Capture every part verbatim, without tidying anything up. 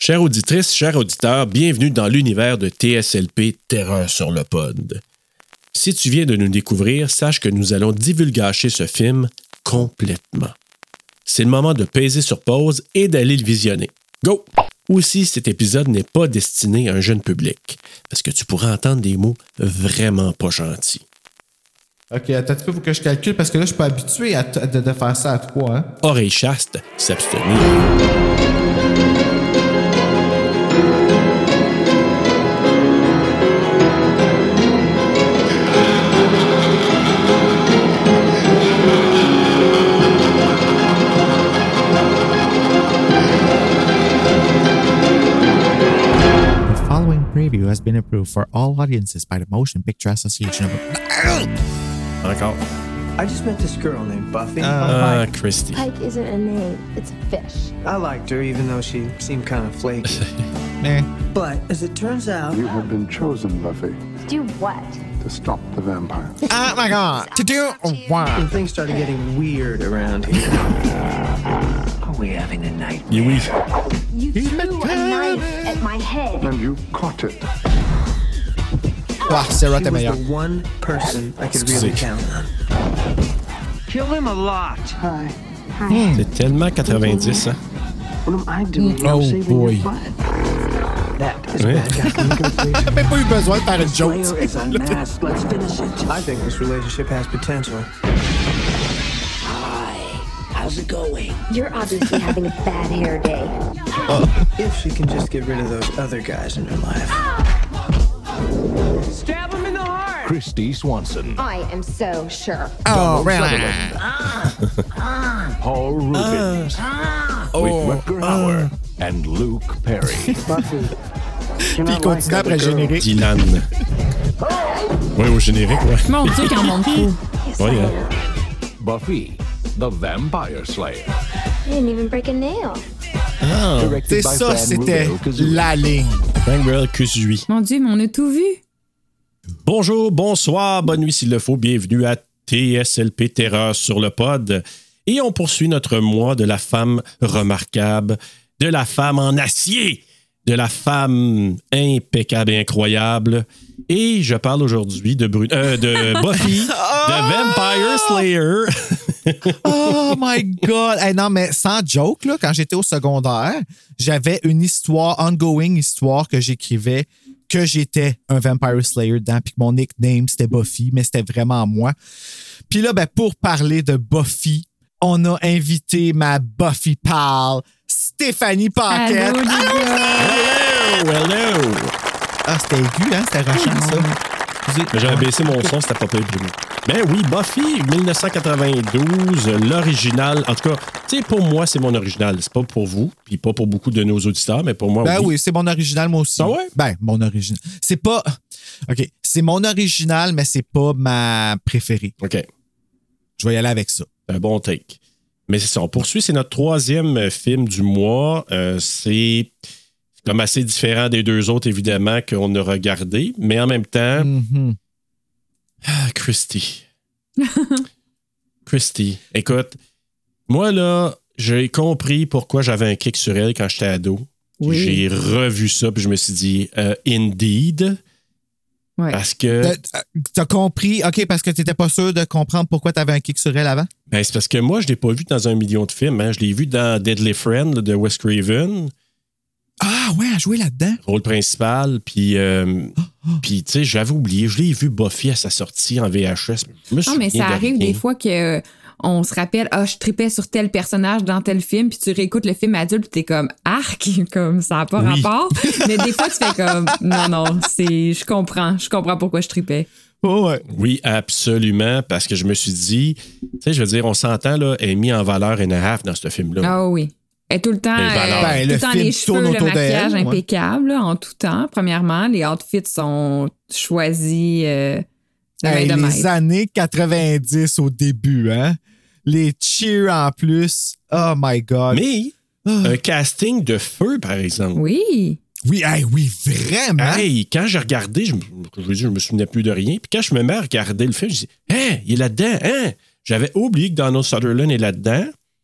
Chères auditrices, chers auditeurs, bienvenue dans l'univers de T S L P Terreur sur le pod. Si tu viens de nous découvrir, sache que nous allons divulgacher ce film complètement. C'est le moment de peser sur pause et d'aller le visionner. Go! Aussi, cet épisode n'est pas destiné à un jeune public, parce que tu pourras entendre des mots vraiment pas gentils. OK, attends un petit peu, faut que je calcule, parce que là, je suis pas habitué à t- de, de faire ça à trois, hein? Oreille chaste, s'abstenir. Preview has been approved for all audiences by the Motion Picture Association of... Encore. I just met this girl named Buffy. Ah, uh, Christy. Pike isn't a name, it's a fish. I liked her even though she seemed kind of flaky. Nah. But as it turns out... You have been chosen, Buffy. To do what? To stop the vampire. Oh my god! To do what? When things started getting weird around here. Are we having a night? Oui, oui. You threw a knife at my head. And you caught it. Ah, Sarah, She t'es was meilleure. the one person I could really count on. Kill him a lot. Hi. Hi. C'est tellement quatre-vingt-dix, hein? What am I doing? Oh, I'm saving boy. your butt. That is Ouais. bad guy. T'as même pas eu besoin de faire une joke. Slayer is unmasked. Let's finish it. I think this relationship has potential. How's it going? You're obviously having a bad hair day. If she can just get rid of those other guys in her life. Stab him in the heart! Christy Swanson, I am so sure. Oh, really? Paul Rubens, with Rutger Hauer and Luke Perry. Buffy. Puis il continue après le générique. Dylan. Oui, au générique, ouais. Mon Dieu, qu'il en monte trop. Oui, hein. Buffy, the Vampire Slayer. I didn't even break a nail. Ah, Directed C'est by ça, Fran c'était Rubel Kazooie. la ligne. Frank Burrell, que suis Mon Dieu, mais on a tout vu. Bonjour, bonsoir, bonne nuit s'il le faut. Bienvenue à T S L P Terreur sur le pod. Et on poursuit notre mois de la femme remarquable, de la femme en acier, de la femme impeccable et incroyable. Et je parle aujourd'hui de, Bru- euh, de Buffy, de Vampire Slayer. Oh my God! Hey, non, mais sans joke, là, quand j'étais au secondaire, j'avais une histoire, ongoing histoire que j'écrivais, que j'étais un Vampire Slayer dedans, puis que mon nickname, c'était Buffy, mais c'était vraiment moi. Puis là, ben, pour parler de Buffy, on a invité ma Buffy pal, Stéphanie Paquette. Allô, les gars. Hello, hello. Ah, c'était aigu, hein? C'était rushant, ça. Mais j'avais baissé mon son, c'était pas pire pour nous. Ben oui, Buffy, dix-neuf cent quatre-vingt-douze, l'original. En tout cas, tu sais, pour moi, c'est mon original. C'est pas pour vous, puis pas pour beaucoup de nos auditeurs, mais pour moi, Ben oui. oui, c'est mon original, moi aussi. Ah ouais? Ben, mon original. C'est pas... OK, c'est mon original, mais c'est pas ma préférée. OK, Je vais y aller avec ça. un bon take. Mais c'est ça, on poursuit. C'est notre troisième film du mois. Euh, c'est comme assez différent des deux autres, évidemment, qu'on a regardé. Mais en même temps... Mm-hmm. Ah, Christy. Christy. Écoute, moi, là, j'ai compris pourquoi j'avais un kick sur elle quand j'étais ado. Oui. J'ai revu ça, puis je me suis dit, euh, indeed. Ouais. Parce que... T'as- T'as compris? OK, parce que t'étais pas sûr de comprendre pourquoi t'avais un kick sur elle avant? Ben, c'est parce que moi, je l'ai pas vu dans un million de films. Hein. Je l'ai vu dans Deadly Friend là, de Wes Craven, Ah ouais, elle jouait là-dedans. rôle principal. Puis, euh, puis tu sais, j'avais oublié. Je l'ai vu Buffy à sa sortie en V H S. Je me Non, mais souviens ça de arrive rien. des fois que euh, on se rappelle, ah, je tripais sur tel personnage dans tel film, puis tu réécoutes le film adulte, puis t'es comme arc, comme ça n'a pas Oui. rapport. Mais des fois, tu fais comme non, non, c'est, je comprends, je comprends pourquoi je tripais. Oh ouais. Oui, absolument. Parce que je me suis dit, tu sais, je veux dire, on s'entend, là, elle est mise en valeur and a half dans ce film-là. Ah oui. Elle est tout le temps, Les valeurs. euh, Ben, tout le le temps film les tourne cheveux, le autour maquillage d'elle, ouais. impeccable, là, en tout temps. Premièrement, les outfits sont choisis euh, de main Hey, de les maître. années quatre-vingt-dix au début, hein? Les cheers en plus. Oh my God. Mais un casting de feu, par exemple. Oui. Oui, hey, oui, vraiment. Hey, quand j'ai regardé, je, me- je, vous dis, je me souvenais plus de rien. Puis quand je me mets à regarder le film, je dis, hein, il est là-dedans, hein? J'avais oublié que Donald Sutherland est là-dedans.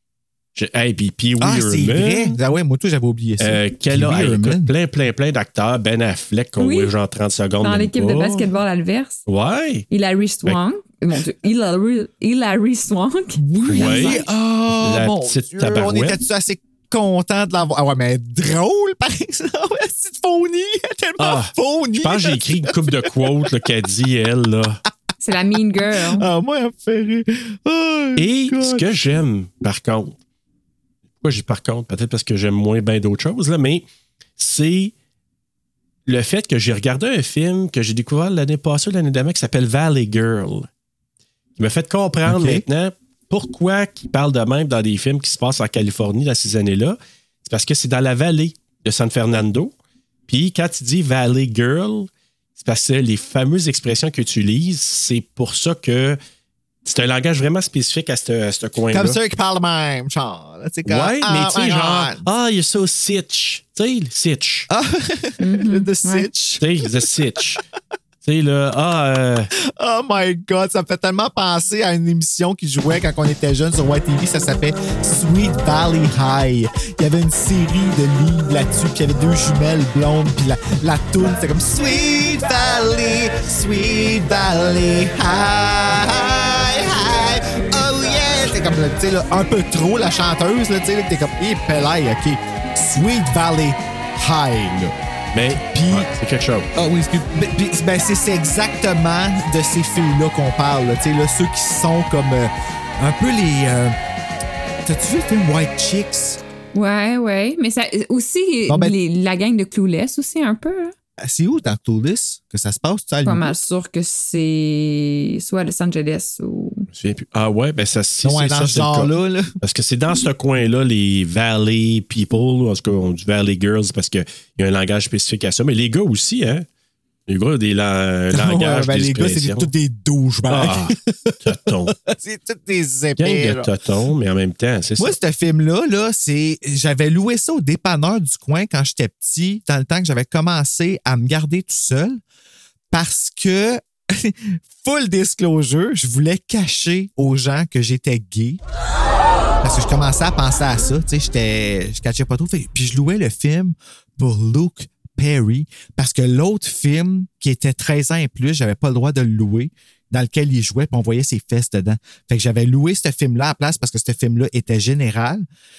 Je- Hey, puis Pee Wee Ah, c'est Herman. vrai. Ah ouais, moi, tout, j'avais oublié ça. Euh, quel Pee Wee a, hey, écoute, Herman. plein, plein, plein d'acteurs. Ben Affleck, qu'on Oui. voit genre trente secondes. Dans même l'équipe pas. de basketball adverse. Ouais. Hilary Swank. Mon Dieu. Hilary, Hilary Swank. Oui. Ouais. Ah, La mon petite Dieu, tabarouette. on était-tu assez content de l'avoir. Ah ouais, mais drôle, par exemple. La petite phonie. Elle est tellement Ah, phonie. Je pense que j'ai écrit une couple de quotes là, qu'elle dit, elle. Là. C'est la Mean Girl. Ah, moi, elle me fait rire. Oh, Et God. ce que j'aime, par contre, pourquoi j'ai par contre, peut-être parce que j'aime moins bien d'autres choses, là, mais c'est le fait que j'ai regardé un film que j'ai découvert l'année passée ou l'année d'avant qui s'appelle Valley Girl. Qui m'a fait comprendre Ok. maintenant pourquoi il parle de même dans des films qui se passent en Californie dans ces années-là. C'est parce que c'est dans la vallée de San Fernando. Puis quand il dit Valley Girl, c'est parce que les fameuses expressions qu'il utilise, c'est pour ça que c'est un langage vraiment spécifique à ce, à ce coin-là. Comme ceux qui parlent de même, genre. là, tu sais, comme, Ouais, mais ah, tu sais, my genre, God. ah, you're so sitch. Tu sais, le sitch. Ah, le The Ouais. Sitch. Tu sais, the sitch. Tu sais, là, ah, euh, Oh my God, ça me fait tellement penser à une émission qui jouait quand on était jeune sur Y T V. Ça s'appelait Sweet Valley High. Il y avait une série de livres là-dessus, puis il y avait deux jumelles blondes, puis la, la toune, c'était comme Sweet Valley, Sweet Valley High, High. Oh yeah! C'était comme, tu sais, là, un peu trop la chanteuse, là, tu sais, là, t'es comme, hé, pelay, OK. Sweet Valley High, là. mais Puis- ouais, c'est quelque chose. Ah oui, excuse. Ben, puis, ben, c'est, c'est exactement de ces filles-là qu'on parle. là. Tu sais, là, ceux qui sont comme euh, un peu les. euh, T'as-tu vu le film White Chicks? Ouais, ouais. Mais ça aussi, Bon, ben- les- la gang de Clueless aussi, un peu. Hein. C'est où dans Clueless que ça se passe? Tu sais, à Pas Hollywood? mal sûr que c'est soit à Los Angeles ou. Je me souviens plus. Ah ouais, ben ça, si Non, ouais, c'est dans ça, ce c'est le cas. genre-là. Là. Parce que c'est dans ce coin-là, les Valley People, en tout cas, on dit Valley Girls parce qu'il y a un langage spécifique à ça. Mais les gars aussi, hein? Les gars ont des la- un langage, Ouais, ben, des les gars, c'est expressions. des- tous des douchebags. Ah, toton. c'est tous des Gang épais. de genre. toton, mais en même temps, c'est Moi, ça. ce film-là, là, c'est. J'avais loué ça au dépanneur du coin quand j'étais petit, dans le temps que j'avais commencé à me garder tout seul, parce que, full disclosure, je voulais cacher aux gens que j'étais gay. Parce que je commençais à penser à ça, tu sais, j'étais. Je cachais pas trop. Fait- Puis je louais le film pour Luke Perry, parce que l'autre film, qui était treize ans et plus, j'avais pas le droit de le louer, dans lequel il jouait, puis on voyait ses fesses dedans. Fait que j'avais loué ce film-là à la place parce que ce film-là était général.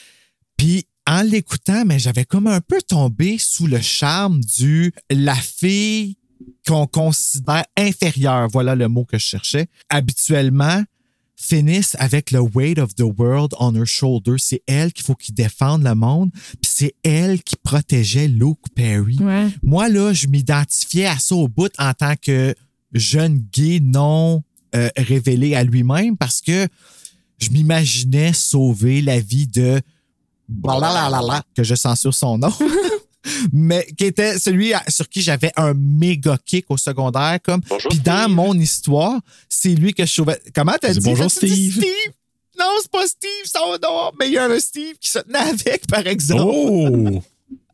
Puis en l'écoutant, mais j'avais comme un peu tombé sous le charme du la fille qu'on considère inférieure, voilà le mot que je cherchais, habituellement finissent avec le weight of the world on her shoulder. C'est elle qu'il faut qu'il défende le monde, puis c'est elle qui protégeait Luke Perry. Ouais. Moi, là, je m'identifiais à ça au bout en tant que jeune gay non euh, révélé à lui-même parce que je m'imaginais sauver la vie de blablabla, que je censure son nom, mais qui était celui à- sur qui j'avais un méga kick au secondaire. Comme. Puis dans mon histoire, c'est lui que je sauvais. Comment t'as Dis dit? bonjour, T'as-tu dit Steve. Non, c'est pas Steve, son nom. Mais il y a un Steve qui se tenait avec, par exemple. Oh!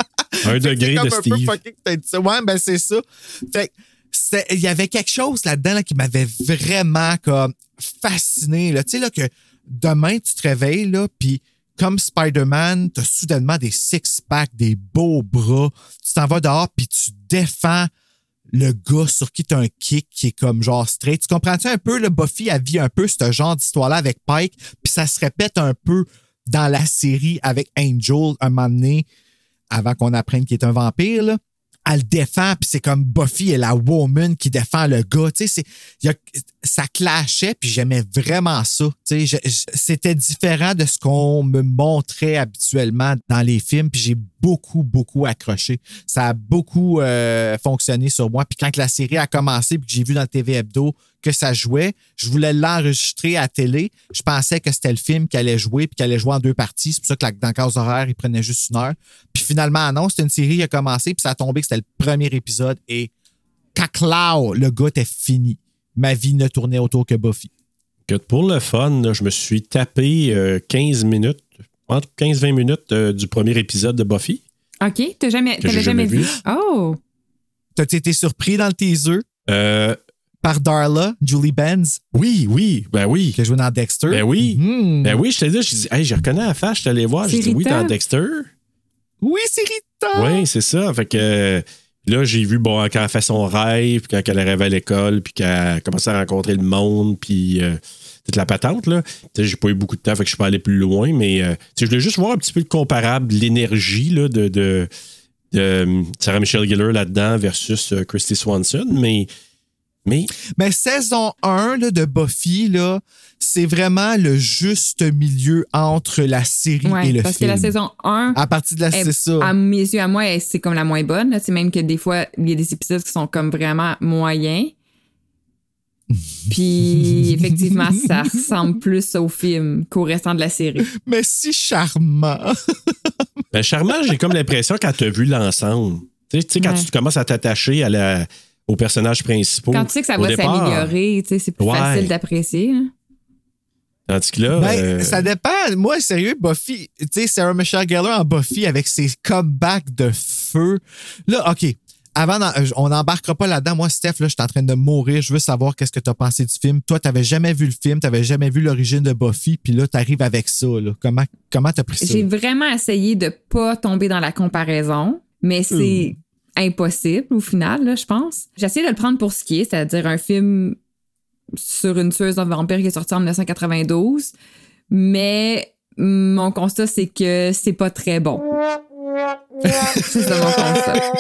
Un Fait que degré c'est comme de un peu Steve. fucké que t'aies dit ça. Ouais, ben c'est ça. Fait que c'était- il y avait quelque chose là-dedans là, qui m'avait vraiment comme fasciné. Là. Tu sais, là, que demain, tu te réveilles, là, puis comme Spider-Man, t'as soudainement des six-packs, des beaux bras. Tu t'en vas dehors, puis tu défends le gars sur qui t'as un kick qui est comme genre straight. Tu comprends-tu un peu? Le Buffy a vu un peu ce genre d'histoire-là avec Pike, puis ça se répète un peu dans la série avec Angel, un moment donné, avant qu'on apprenne qu'il est un vampire, là. Elle le défend, puis c'est comme Buffy et la woman qui défend le gars. Tu sais, c'est, il y a, ça clashait, puis j'aimais vraiment ça. Tu sais, je- je- c'était différent de ce qu'on me montrait habituellement dans les films, puis j'ai beaucoup, beaucoup accroché. Ça a beaucoup euh, fonctionné sur moi. Puis quand la série a commencé, puis que j'ai vu dans le T V Hebdo que ça jouait, je voulais l'enregistrer à la télé. Je pensais que c'était le film qui allait jouer, puis qu'il allait jouer en deux parties. C'est pour ça que la- dans la case horaire, il prenait juste une heure. Puis finalement, non, c'était une série qui a commencé, puis ça a tombé que c'était le premier épisode. Et caclao, le gars était fini. Ma vie ne tournait autour que Buffy. Que pour le fun, là, je me suis tapé euh, quinze minutes, entre quinze vingt minutes euh, du premier épisode de Buffy. OK. T'as jamais, Que t'avais j'ai jamais jamais vu? vu. Oh! T'as été surpris dans le teaser? Euh, par Darla, Julie Benz, Oui, oui, ben oui. qui a joué dans Dexter. Ben oui. Mhm. Ben oui, je t'ai dit, je dis, hey, je reconnais la face, je suis allé voir. J'ai C'est dit oui, Rita? dans Dexter. Oui, c'est Rita. Oui, c'est ça. Fait que euh, là, j'ai vu, bon, quand elle fait son rêve, puis quand elle arrive à l'école, puis qu'elle commence à rencontrer le monde, puis euh, toute la patente, là. Tu sais, j'ai pas eu beaucoup de temps, fait que je suis pas allé plus loin, mais euh, tu sais, je voulais juste voir un petit peu le comparable, l'énergie, là, de, de, de Sarah Michelle Gellar là-dedans versus euh, Christy Swanson, mais. Mais. Mais saison un là, de Buffy, là, c'est vraiment le juste milieu entre la série Ouais, et le parce film. que la saison un, À partir de la est- c'est ça. à mes yeux, à moi, elle- c'est comme la moins bonne. Là. C'est même que des fois, il y a des épisodes qui sont comme vraiment moyens. Puis, effectivement, ça ressemble plus au film qu'au restant de la série. Mais si charmant. Ben, charmant, j'ai comme l'impression quand tu as vu l'ensemble. Tu sais, tu sais, quand Ouais. tu commences à t'attacher à la, aux personnages principaux. Quand tu sais que ça au va départ, s'améliorer, tu sais, c'est plus Ouais. facile d'apprécier. Hein. Tandis que là. Ben, euh, ça dépend. Moi, sérieux, Buffy, tu sais, Sarah Michelle Gellar en Buffy avec ses comebacks de feu. Là, OK. Avant, d'en- on n'embarquera pas là-dedans. Moi, Steph, là, je suis en train de mourir. Je veux savoir qu'est-ce que tu as pensé du film. Toi, tu n'avais jamais vu le film, tu n'avais jamais vu l'origine de Buffy, puis là, tu arrives avec ça. Là. Comment comment tu as pris ça? J'ai vraiment essayé de pas tomber dans la comparaison, mais c'est impossible au final, là, je pense. J'ai essayé de le prendre pour ce qui est, c'est-à-dire un film sur une tueuse de vampire qui est sorti en dix-neuf cent quatre-vingt-douze, mais mon constat, c'est que c'est pas très bon. C'est ça mon constat.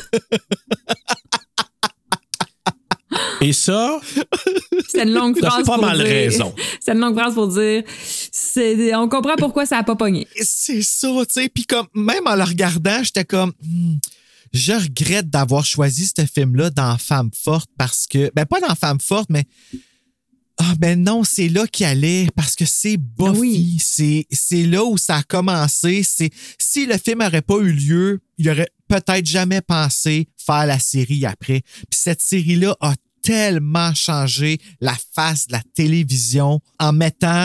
Et ça, C'est une longue t'as phrase pas pour mal dire... raison. C'est une longue phrase pour dire... c'est- On comprend pourquoi ça a pas pogné. C'est ça, tu sais. Puis comme, même en le regardant, j'étais comme, hmm, je regrette d'avoir choisi ce film-là dans Femme forte parce que, ben pas dans Femme forte, mais ah ben non, c'est là qu'il allait parce que c'est Buffy. Oui. C'est, c'est là où ça a commencé. C'est, si le film n'aurait pas eu lieu, il aurait peut-être jamais pensé faire la série après. Puis cette série-là a tellement changé la face de la télévision en mettant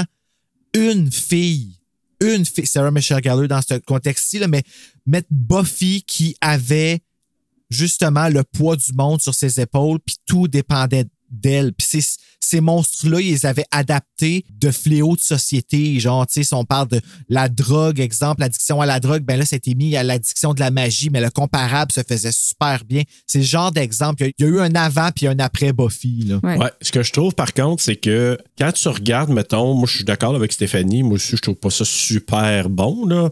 une fille, une fille, Sarah Michelle Gellar dans ce contexte-ci, là, mais mettre Buffy qui avait justement le poids du monde sur ses épaules, puis tout dépendait d'elle. Puis ces, ces monstres-là, ils les avaient adaptés de fléaux de société. Genre, tu sais, si on parle de la drogue, exemple, l'addiction à la drogue, ben là, c'était mis à l'addiction de la magie, mais le comparable se faisait super bien. C'est le genre d'exemple. Il y a eu un avant puis un après Buffy, là. Ouais. Ouais, ce que je trouve par contre, c'est que quand tu regardes, mettons, moi je suis d'accord avec Stéphanie, moi aussi je trouve pas ça super bon, là.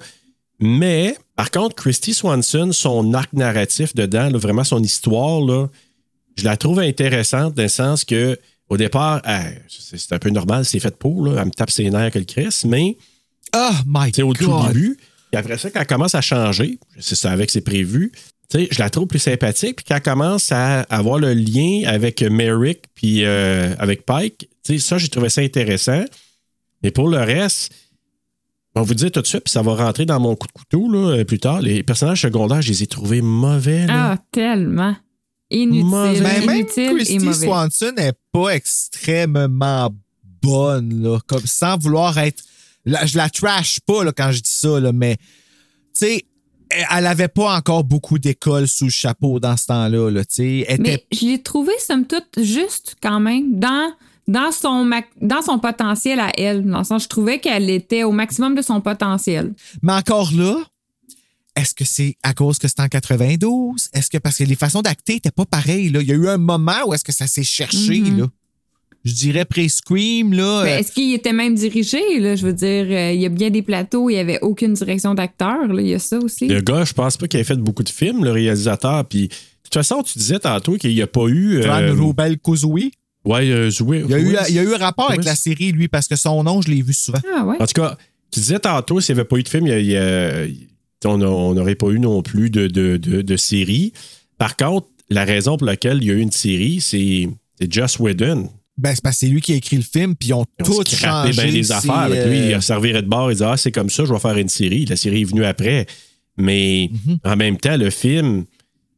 Mais, par contre, Christy Swanson, son arc narratif dedans, là, vraiment son histoire, là, je la trouve intéressante dans le sens que, au départ, elle, c'est, c'est un peu normal, c'est fait pour, là, elle me tape ses nerfs que le Christ, mais Oh my tu sais, au tout God! début, puis après ça, quand elle commence à changer, c'est ça avec ses prévus, tu sais, je la trouve plus sympathique, puis quand elle commence à avoir le lien avec Merrick puis euh, avec Pike, tu sais, ça, j'ai trouvé ça intéressant. Mais pour le reste, on va vous dire tout de suite, puis ça va rentrer dans mon coup de couteau là, plus tard, les personnages secondaires, je les ai trouvés mauvais. Là. Ah, tellement. Inutile. Mauvais. Mais même Inutile et Christy mauvais. Swanson n'est pas extrêmement bonne, là, comme sans vouloir être. Là, je la trash pas là, quand je dis ça, là, mais tu sais, elle avait pas encore beaucoup d'école sous le chapeau dans ce temps-là. Là, tu sais. Elle Mais était- je l'ai trouvé, somme toute, juste quand même, dans, dans, son, ma- dans son potentiel à elle. Dans le sens, je trouvais qu'elle était au maximum de son potentiel. Mais encore là, est-ce que c'est à cause que c'est en quatre-vingt-douze? Est-ce que parce que les façons d'acter n'étaient pas pareilles? Là? Il y a eu un moment où est-ce que ça s'est cherché? Mm-hmm. Là? Je dirais pré-Scream. Là, Mais euh, est-ce qu'il était même dirigé? Là? Je veux dire, euh, il y a bien des plateaux, il n'y avait aucune direction d'acteur. Là. Il y a ça aussi. Le gars, je pense pas qu'il ait fait beaucoup de films, le réalisateur. Puis, de toute façon, tu disais tantôt qu'il n'y a pas eu. Van euh, Rubel Kuzui. ouais, euh, Zoé. Il y, a eu, il y a eu un rapport avec Oui. la série, lui, parce que son nom, je l'ai vu souvent. Ah ouais? En tout cas, tu disais tantôt, s'il n'y avait pas eu de film, il y a- il y a- on n'aurait pas eu non plus de, de, de, de série. Par contre, la raison pour laquelle il y a eu une série, c'est, c'est Joss Whedon. Ben, c'est parce que c'est lui qui a écrit le film, puis ils ont Ils ont tout scrappé changé. bien des c'est, affaires. Avec lui, il euh, a servi de bord, il dit ah, c'est comme ça, je vais faire une série. La série est venue après. Mais Mhm. en même temps, le film,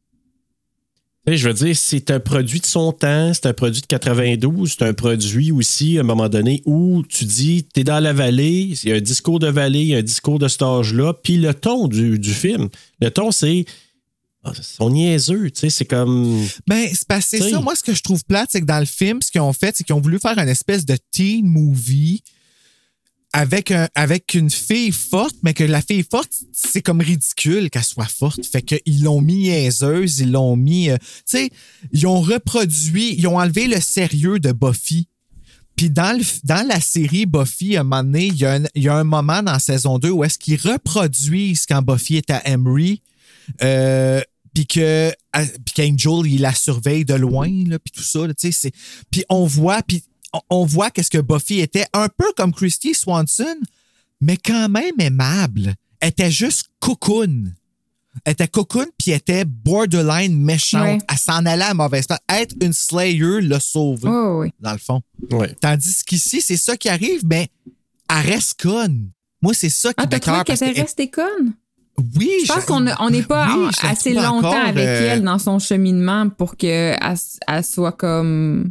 tu sais, je veux dire, c'est un produit de son temps, c'est un produit de quatre-vingt-douze, c'est un produit aussi, à un moment donné, où tu dis, t'es dans la vallée, il y a un discours de vallée, il y a un discours de cet âge-là, puis le ton du, du film. Le ton, c'est Ils sont niaiseux, tu sais, c'est comme... Ben, c'est parce que c'est T'sais. ça. Moi, ce que je trouve plate, c'est que dans le film, ce qu'ils ont fait, c'est qu'ils ont voulu faire une espèce de teen movie avec, un, avec une fille forte, mais que la fille forte, c'est comme ridicule qu'elle soit forte. Fait qu'ils l'ont mis niaiseuse, ils l'ont mis... Euh, tu sais, ils ont reproduit, ils ont enlevé le sérieux de Buffy. Puis dans, le, dans la série Buffy, à un moment donné, il y, a un- il y a un moment dans saison deux où est-ce qu'ils reproduisent quand Buffy est à Emery, euh, puis que à- puis qu'Angel, il la surveille de loin, là, puis tout ça. là, tu sais, c'est- Puis on voit, puis on, on voit qu'est-ce que Buffy était, un peu comme Christy Swanson, mais quand même aimable. Elle était juste cocoon. Elle était cocoon, puis elle était borderline méchante. Ouais. Elle s'en allait à mauvaise place. Être une Slayer l'a sauvée, Oh, oui. dans le fond. Ouais. Tandis qu'ici, c'est ça qui arrive, mais elle reste conne. Moi, c'est ça qui Ah, t'as trouvé m'écoeure. qu'elle parce était que- restée conne? Oui, Je pense qu'on a- on n'est pas oui, en- je la assez trouve longtemps encore, avec euh, elle dans son cheminement pour qu'elle elle soit comme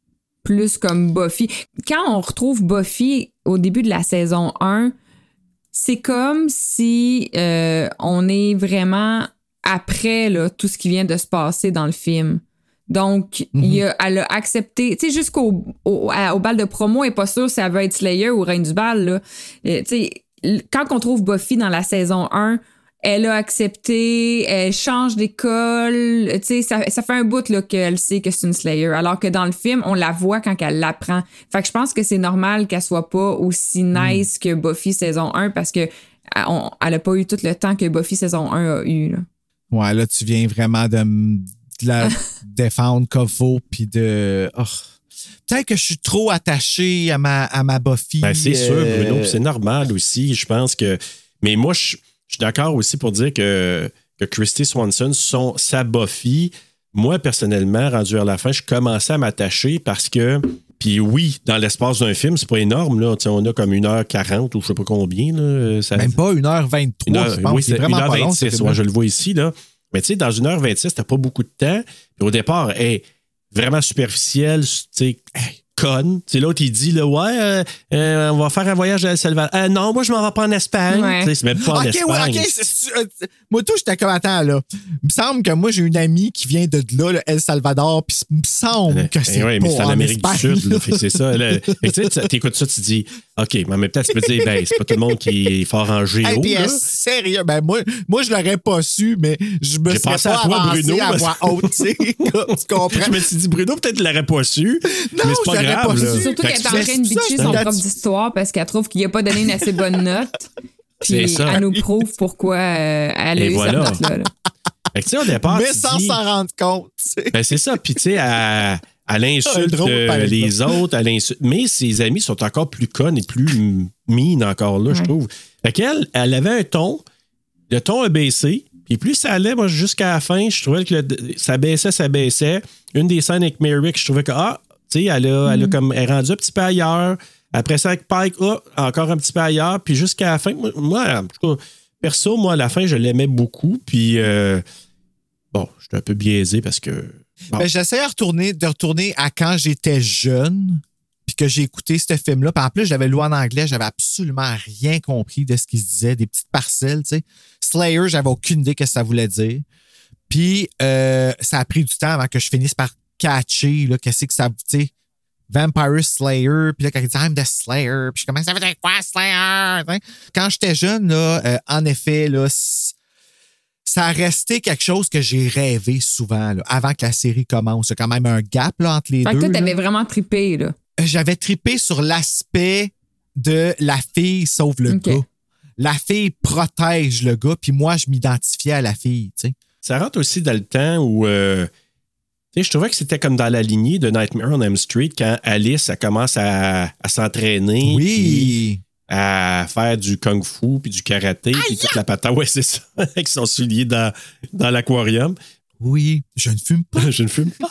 plus comme Buffy. Quand on retrouve Buffy au début de la saison un, c'est comme si euh, on est vraiment après là, tout ce qui vient de se passer dans le film. Donc, il y a- elle a accepté, tu sais, jusqu'au au, à- au bal de promo, elle n'est pas sûre si elle veut être Slayer ou Reine du bal. Là. Euh, tu sais, l- quand on trouve Buffy dans la saison un, elle a accepté, elle change d'école, tu sais, ça, ça fait un bout là, qu'elle sait que c'est une Slayer, alors que dans le film, on la voit quand elle l'apprend. Fait que je pense que c'est normal qu'elle soit pas aussi nice que Buffy saison un parce que elle, on- elle a pas eu tout le temps que Buffy saison un a eu. Là. Ouais, là, tu viens vraiment de, m- de la défendre comme faut, puis de... oh. Peut-être que je suis trop attaché à ma, à ma Buffy. Ben, c'est sûr, euh, Bruno, puis c'est normal aussi. Je pense que. Mais moi, je je suis d'accord aussi pour dire que, que Christy Swanson, son, sa Buffy, moi, personnellement, rendu à la fin, je commençais à m'attacher parce que. Puis oui, dans l'espace d'un film, c'est pas énorme, là. Tu sais, on a comme une heure quarante ou je sais pas combien. Là, ça, Même pas une heure vingt-trois, une heure- je pense. oui, c'est c'est vraiment une heure pas long, ce vingt-six, film-là. ouais, je le vois ici, là. Mais tu sais, dans une heure vingt-six, t'as pas beaucoup de temps. Puis au départ, elle est vraiment superficielle, tu sais, hey, conne. Tu sais, l'autre, il dit, là, ouais, euh, euh, on va faire un voyage à El Salvador. Euh, non, moi, je m'en vais pas en Espagne. Ouais. Tu sais, c'est même pas en OK, Espagne. ouais, OK. c'est- c'est- euh, moi, tout, j'étais comme, attends, là. Il me semble que moi, j'ai une amie qui vient de là, là, El Salvador, puis il me semble que c'est Eh oui, pas mais c'est en Amérique Espagne, du Sud. là. Là, fait que c'est ça. Là. Fait que, tu sais, tu écoutes ça, tu dis, OK, mais en même temps, tu peux dire, ben, c'est pas tout le monde qui est fort en géo. Hey, puis, là. euh, sérieux, ben moi, moi je l'aurais pas su, mais je me J'ai serais pensé pas à toi, avancé Bruno, à parce- voix haute, tu sais, comme tu comprends. Je me suis dit, Bruno, peut-être qu'il l'aurait pas su. Non, mais c'est pas je l'aurais grave. pas là. su. Surtout Fait qu'elle que est en c'est- train de ça, bitcher je son suis propre là-dessus. histoire parce qu'elle trouve qu'il a pas donné une assez bonne note. C'est Puis ça. elle nous prouve pourquoi euh, elle a Et eu voilà. cette note-là. là. Fait que, tu sais, au départ, Mais tu sans dis- s'en rendre compte, tu sais. Ben, c'est ça. Puis, tu sais, elle, elle insulte drôle, euh, par exemple. les autres, elle insulte. Mais ses amis sont encore plus connes et plus mines encore là, je Ouais. trouve. Fait qu'elle, elle avait un ton. Le ton a baissé. Puis plus ça allait, moi, jusqu'à la fin, je trouvais que le- ça baissait, ça baissait. Une des scènes avec Merrick, je trouvais que, ah, tu sais, elle, a, elle, a comme, elle est rendue un petit peu ailleurs. Après ça, avec Pike, ah, encore un petit peu ailleurs. Puis jusqu'à la fin, moi, moi, en tout cas, perso, moi, à la fin, je l'aimais beaucoup. Puis, euh, bon, j'étais un peu biaisé parce que. bon. Ben, j'essayais de retourner, de retourner à quand j'étais jeune, puis que j'ai écouté ce film-là. Puis en plus, j'avais lu en anglais, j'avais absolument rien compris de ce qu'il se disait, des petites parcelles, tu sais. Slayer, j'avais aucune idée de ce que ça voulait dire. Puis euh, ça a pris du temps avant que je finisse par catcher, là, qu'est-ce que ça, tu sais, Vampire Slayer, puis là, quand il dit I'm the Slayer, puis je commence, ça veut dire quoi, Slayer? T'sais? Quand j'étais jeune, là, euh, en effet, là, c- ça a resté quelque chose que j'ai rêvé souvent, là, avant que la série commence. Il y a quand même un gap là, entre les Fait que deux. toi, là. t'avais vraiment trippé, là. J'avais trippé sur l'aspect de la fille sauve le Ok. gars. La fille protège le gars, puis moi, je m'identifiais à la fille, tu sais. Ça rentre aussi dans le temps où. euh, tu sais, je trouvais que c'était comme dans la lignée de Nightmare on Elm Street quand Alice elle commence à, à s'entraîner. puis Oui. à faire du kung-fu puis du karaté puis toute la patate. Ouais, c'est ça. Avec son soulier dans, dans l'aquarium. Oui. Je ne fume pas. Je ne fume pas.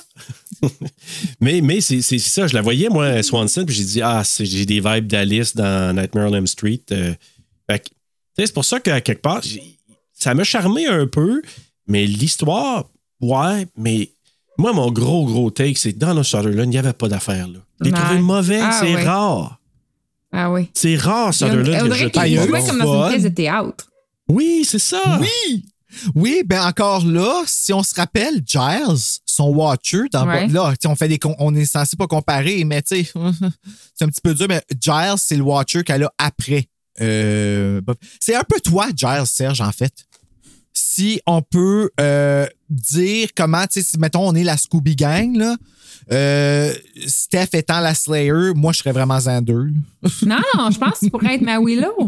mais mais c'est, c'est ça. Je la voyais, moi, Swanson, puis j'ai dit, ah, c'est- j'ai des vibes d'Alice dans Nightmare on Elm Street. Euh, fait que, tu sais, c'est pour ça qu'à quelque part, j'ai- ça m'a charmé un peu, mais l'histoire, ouais, mais moi, mon gros, gros take, c'est que dans le Sutherland, il n'y avait pas d'affaire, là. Je l'ai Ouais. trouvé mauvais, Ah, c'est ouais. rare. Ah oui. C'est rare, On Sutherland. que dirait je qu'il trouve est eu bon. joué comme dans fun. une pièce de théâtre. Oui, c'est ça. Oui! Oui, ben encore là, si on se rappelle, Giles, son Watcher, dans Ouais. là, tu sais, on fait des con- on est censé pas comparer, mais tu sais, c'est un petit peu dur, mais Giles, c'est le Watcher qu'elle a après. Euh, c'est un peu toi, Giles, Serge, en fait. Si on peut euh, dire comment, tu sais, si, mettons, on est la Scooby Gang, là, euh, Steph étant la Slayer, moi, je serais vraiment Xander. là. Non, non, je pense que tu pourrais être ma Willow.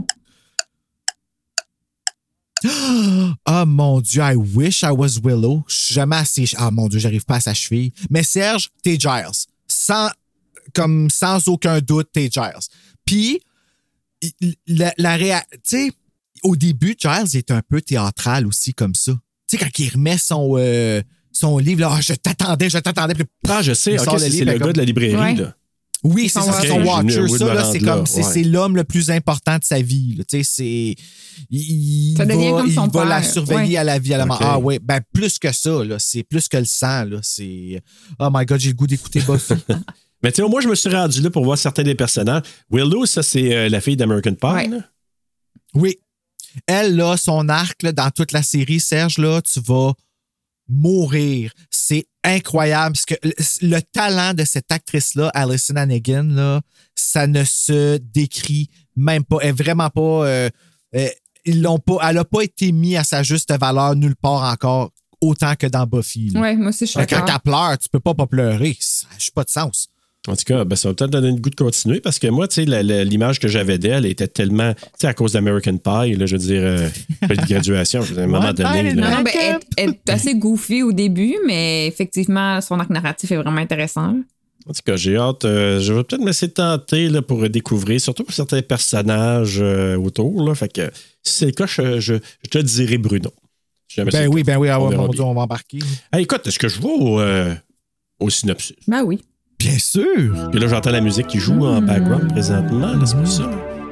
Ah, mon Dieu, I wish I was Willow. Je suis jamais assez... Ah, mon Dieu, j'arrive pas à sa cheville. Mais Serge, t'es Giles. Sans, comme, sans aucun doute, t'es Giles. Puis, il- la, la réa... Tu sais, au début, Giles est un peu théâtral aussi, comme ça. Tu sais, quand il remet son, euh, son livre, là, ah, je t'attendais, je t'attendais. Puis, Ah, je sais. il OK, sort c'est livre, c'est le ben, gars comme- de la librairie, Ouais. là. Oui, c'est Son ça, c'est Watcher. son Watcher. Je venais Ça, de là, me c'est rendre comme, là, c'est, ouais. c'est l'homme le plus important de sa vie. Là. Tu sais, c'est, il, il Ça devient va, comme il son va la père. surveiller Ouais. à la vie, à la mort. OK. Ah ouais, ben plus que ça, là. C'est plus que le sang, là. C'est, oh my God, j'ai le goût d'écouter Buffy. Mais tu sais, moi, je me suis rendu là pour voir certains des personnages. Willow, ça, c'est euh, la fille d'American Pie. Ouais. là. Oui. Elle, là, son arc, là, dans toute la série, Serge, là, tu vas mourir. C'est incroyable. Parce que le, le talent de cette actrice-là, Alison Hannigan, là, ça ne se décrit même pas. Elle est vraiment pas. Euh, euh, ils l'ont pas. Elle n'a pas été mise à sa juste valeur nulle part encore, autant que dans Buffy. là. Ouais, moi aussi, je suis Fait que Quand d'accord. elle pleure, tu peux pas pas pleurer. Ça n'a pas de sens. En tout cas, ben, ça va peut-être donner le goût de continuer parce que moi, tu sais, la- la- l'image que j'avais d'elle était tellement, tu sais, à cause d'American Pie, là, je veux dire, euh, pas de graduation, à un moment One donné. night in là. Non, ben, elle, elle est assez goofy au début, mais effectivement, son arc narratif est vraiment intéressant. En tout cas, j'ai hâte. euh, je vais peut-être me laisser tenter là, pour découvrir, surtout pour certains personnages euh, autour. Là, fait que si c'est le cas, je, je- je te dirai Bruno. Si jamais c'est Ben le oui, cas. ben oui, ah On ouais, verra mon bien. Dieu, on va embarquer. Hey, écoute, est-ce que je vais au, euh, au synopsis? Ben oui. Bien sûr. Puis là, j'entends la musique qui joue en background présentement. Là, c'est pour ça.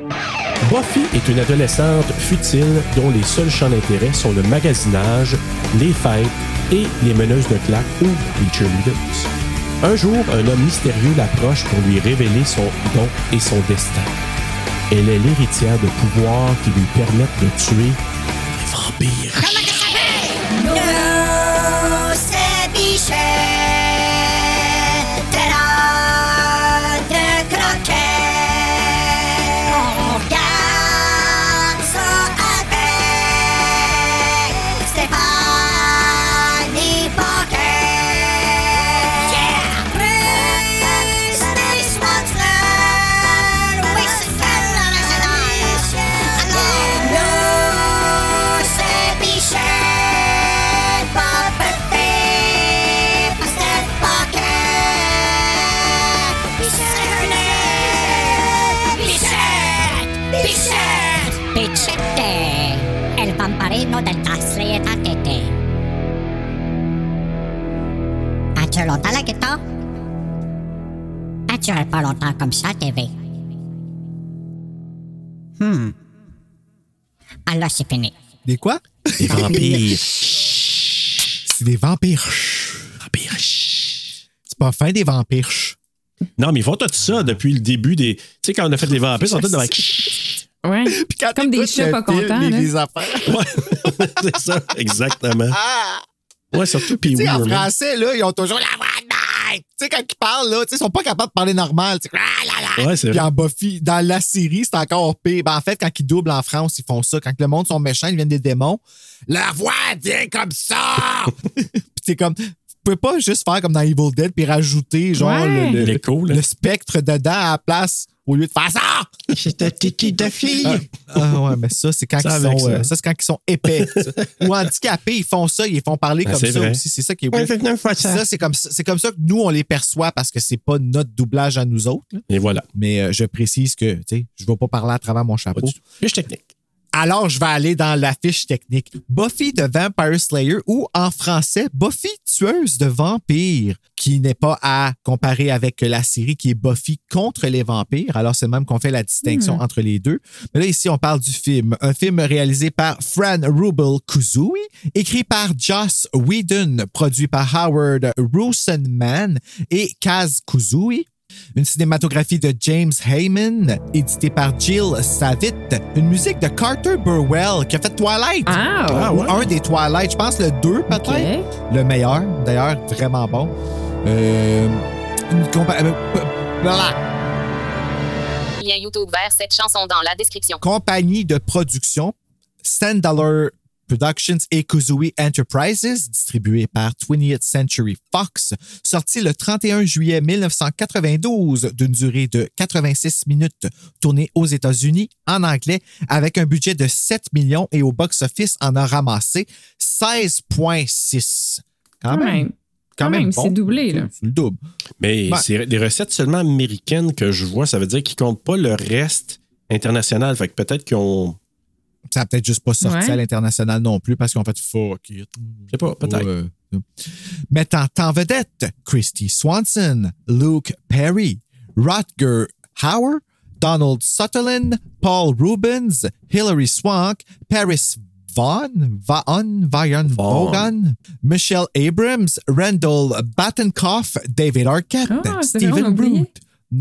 Buffy est une adolescente futile dont les seuls champs d'intérêt sont le magasinage, les fêtes et les meneuses de claques ou les cheerleaders. Un jour, un homme mystérieux l'approche pour lui révéler son don et son destin. Elle est l'héritière de pouvoirs qui lui permettent de tuer les vampires. Nous, c'est Bichette, de croquet. On regarde ça avec Stéphanie Paquet. Yeah! Bruce Desmontreux, oui, c'est la Bichette. Nous, c'est Bichette, pas Buffy, pas Steph Paquet. Bichette, Bichette, Bichette, Bichette, el pamparino del Tasli et Atete. As-tu longtemps la guitare? As-tu pas longtemps comme ça, T V? Hmm. Alors, c'est fini. Des quoi? Les vampires. C'est des vampires. Vampires. C'est pas fin des vampires. Non, mais ils font tout ça depuis le début des. Tu sais, quand on a fait les vampires, ils sont tous dans la. Ouais. Puis quand Comme des t'écoutes chats le pas film, contents, Les, là. les affaires. Ouais, c'est ça, exactement. Ouais, surtout puis Tu sais, oui, en Herman. français, là, ils ont toujours la voix de même. Tu sais, quand ils parlent, là, tu sais, ils sont pas capables de parler normal. Tu sais, ah là là. Ouais, c'est Puis vrai. en Buffy, dans la série, c'est encore pire. Ben, en fait, quand ils doublent en France, ils font ça. Quand le monde sont méchants, ils viennent des démons. Leur voix vient comme ça. Puis c'est comme. Vous pouvez pas juste faire comme dans Evil Dead puis rajouter genre Ouais. le, le, L'écho, là. le spectre dedans à la place au lieu de faire ça. C'est ta petite de fille. Ah ouais, mais ça, c'est quand, Ça ils avec sont, ça. euh, ça, c'est quand ils sont épais. ça. Ou handicapés, ils font ça, ils font parler Ah, comme c'est ça vrai. aussi. C'est ça qui est Ouais, weird. fait neuf fois ça. Ça, c'est comme, ça- c'est comme ça que nous, on les perçoit parce que c'est pas notre doublage à nous autres. là. Et voilà. Mais euh, je précise que, tu sais, je ne vais pas parler à travers mon Pas chapeau. du tout. Fiche technique. Alors, je vais aller dans la fiche technique. Buffy the Vampire Slayer ou en français, Buffy tueuse de vampires, qui n'est pas à comparer avec la série qui est Buffy contre les vampires. Alors, c'est même qu'on fait la distinction entre les deux. Mais là, ici, on parle du film. Un film réalisé par Fran Rubel Kuzui, écrit par Joss Whedon, produit par Howard Rosenman et Kaz Kuzui. Une cinématographie de James Heyman, éditée par Jill Savitt. Une musique de Carter Burwell, qui a fait Twilight. Ah, Ah, Ou ouais. un des Twilight, je pense le deux peut-être. OK. Le meilleur, d'ailleurs, vraiment bon. Euh, une compa- euh, voilà. Lien YouTube vers cette chanson dans la description. Compagnie de production, Sandalor Productions et Kuzui Enterprises, distribué par twentieth Century Fox, sorti le trente et un juillet mille neuf cent quatre-vingt-douze d'une durée de quatre-vingt-six minutes, tourné aux États-Unis en anglais avec un budget de sept millions et au box-office en a ramassé seize virgule six. Quand Quand même. même. Quand Quand même, même, bon. c'est doublé, là. C'est le double. Mais Ben- c'est des recettes seulement américaines que je vois. Ça veut dire qu'ils comptent pas le reste international. Fait que peut-être qu'ils ont. Ça n'a peut-être juste pas sorti Ouais. à l'international non plus parce qu'on fait fuck it. Je sais pas, peut-être. Ouais. Mettant en vedette Christy Swanson, Luke Perry, Rutger Hauer, Donald Sutherland, Paul Rubens, Hilary Swank, Paris Vaughn, Vaughan, Vaughan, Vaughn. Vaughan, Michelle Abrams, Randall Battenkoff, David Arquette, Ah, c'est Stephen vrai, on oubliait. Root,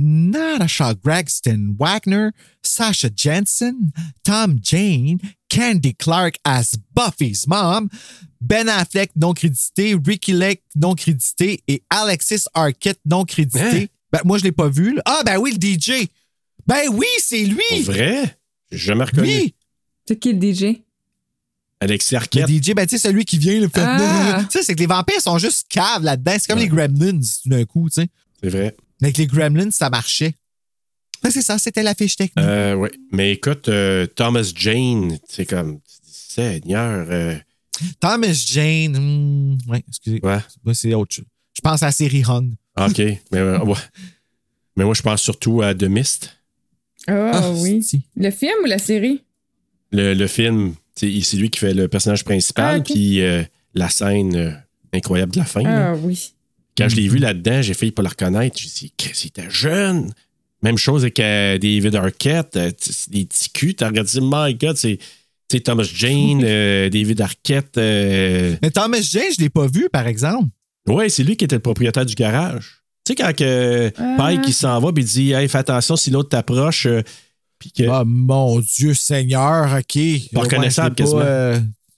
Natasha Gregson Wagner, Sasha Jensen, Tom Jane, Candy Clark as Buffy's mom, Ben Affleck non crédité, Ricky Lake non crédité et Alexis Arquette non crédité. Hein? Ben, moi, je l'ai pas vu. Là. Ah, ben oui, le D J. Ben oui, c'est lui. Pour vrai? J'ai jamais reconnu. Lui. C'est qui le D J? Alexis Le Arquette. D J, ben tu sais, celui qui vient le fait. Ah. Tu sais, c'est que les vampires sont juste caves là-dedans. C'est comme Ouais. les Gremlins, tout d'un coup, tu sais. C'est vrai. Avec les Gremlins, ça marchait. Ben, c'est ça, c'était la fiche technique. Euh, oui. Mais écoute, euh, Thomas Jane, c'est comme. Seigneur. euh, Thomas Jane. hmm, ouais, excusez. Ouais. Moi, c'est autre chose. Je pense à la série Hung. OK. Mais, euh, ouais. Mais moi, je pense surtout à The Mist. Ah, Ah, oui. si. Le film ou la série? Le, le film, c'est c'est lui qui fait le personnage principal, Ah, ok. puis euh, la scène euh, incroyable de la fin. là. Ah, oui. Quand je l'ai vu là-dedans, j'ai failli pas le reconnaître. J'ai dit, qu'est-ce qu'il était jeune. Même chose avec euh, David Arquette, euh, t- c'est des petits culs. T'as regardé, my God, c'est c'est Thomas Jane, euh, David Arquette. euh, Mais Thomas Jane, je l'ai pas vu, par exemple. Ouais, c'est lui qui était le propriétaire du garage. Tu sais, quand que Ah. Pike il s'en va, puis il dit, hey, fais attention si l'autre t'approche. euh, puis que. Ah, mon Dieu Seigneur, OK. Pas reconnaissable, Ouais, je sais pas, quasiment. euh,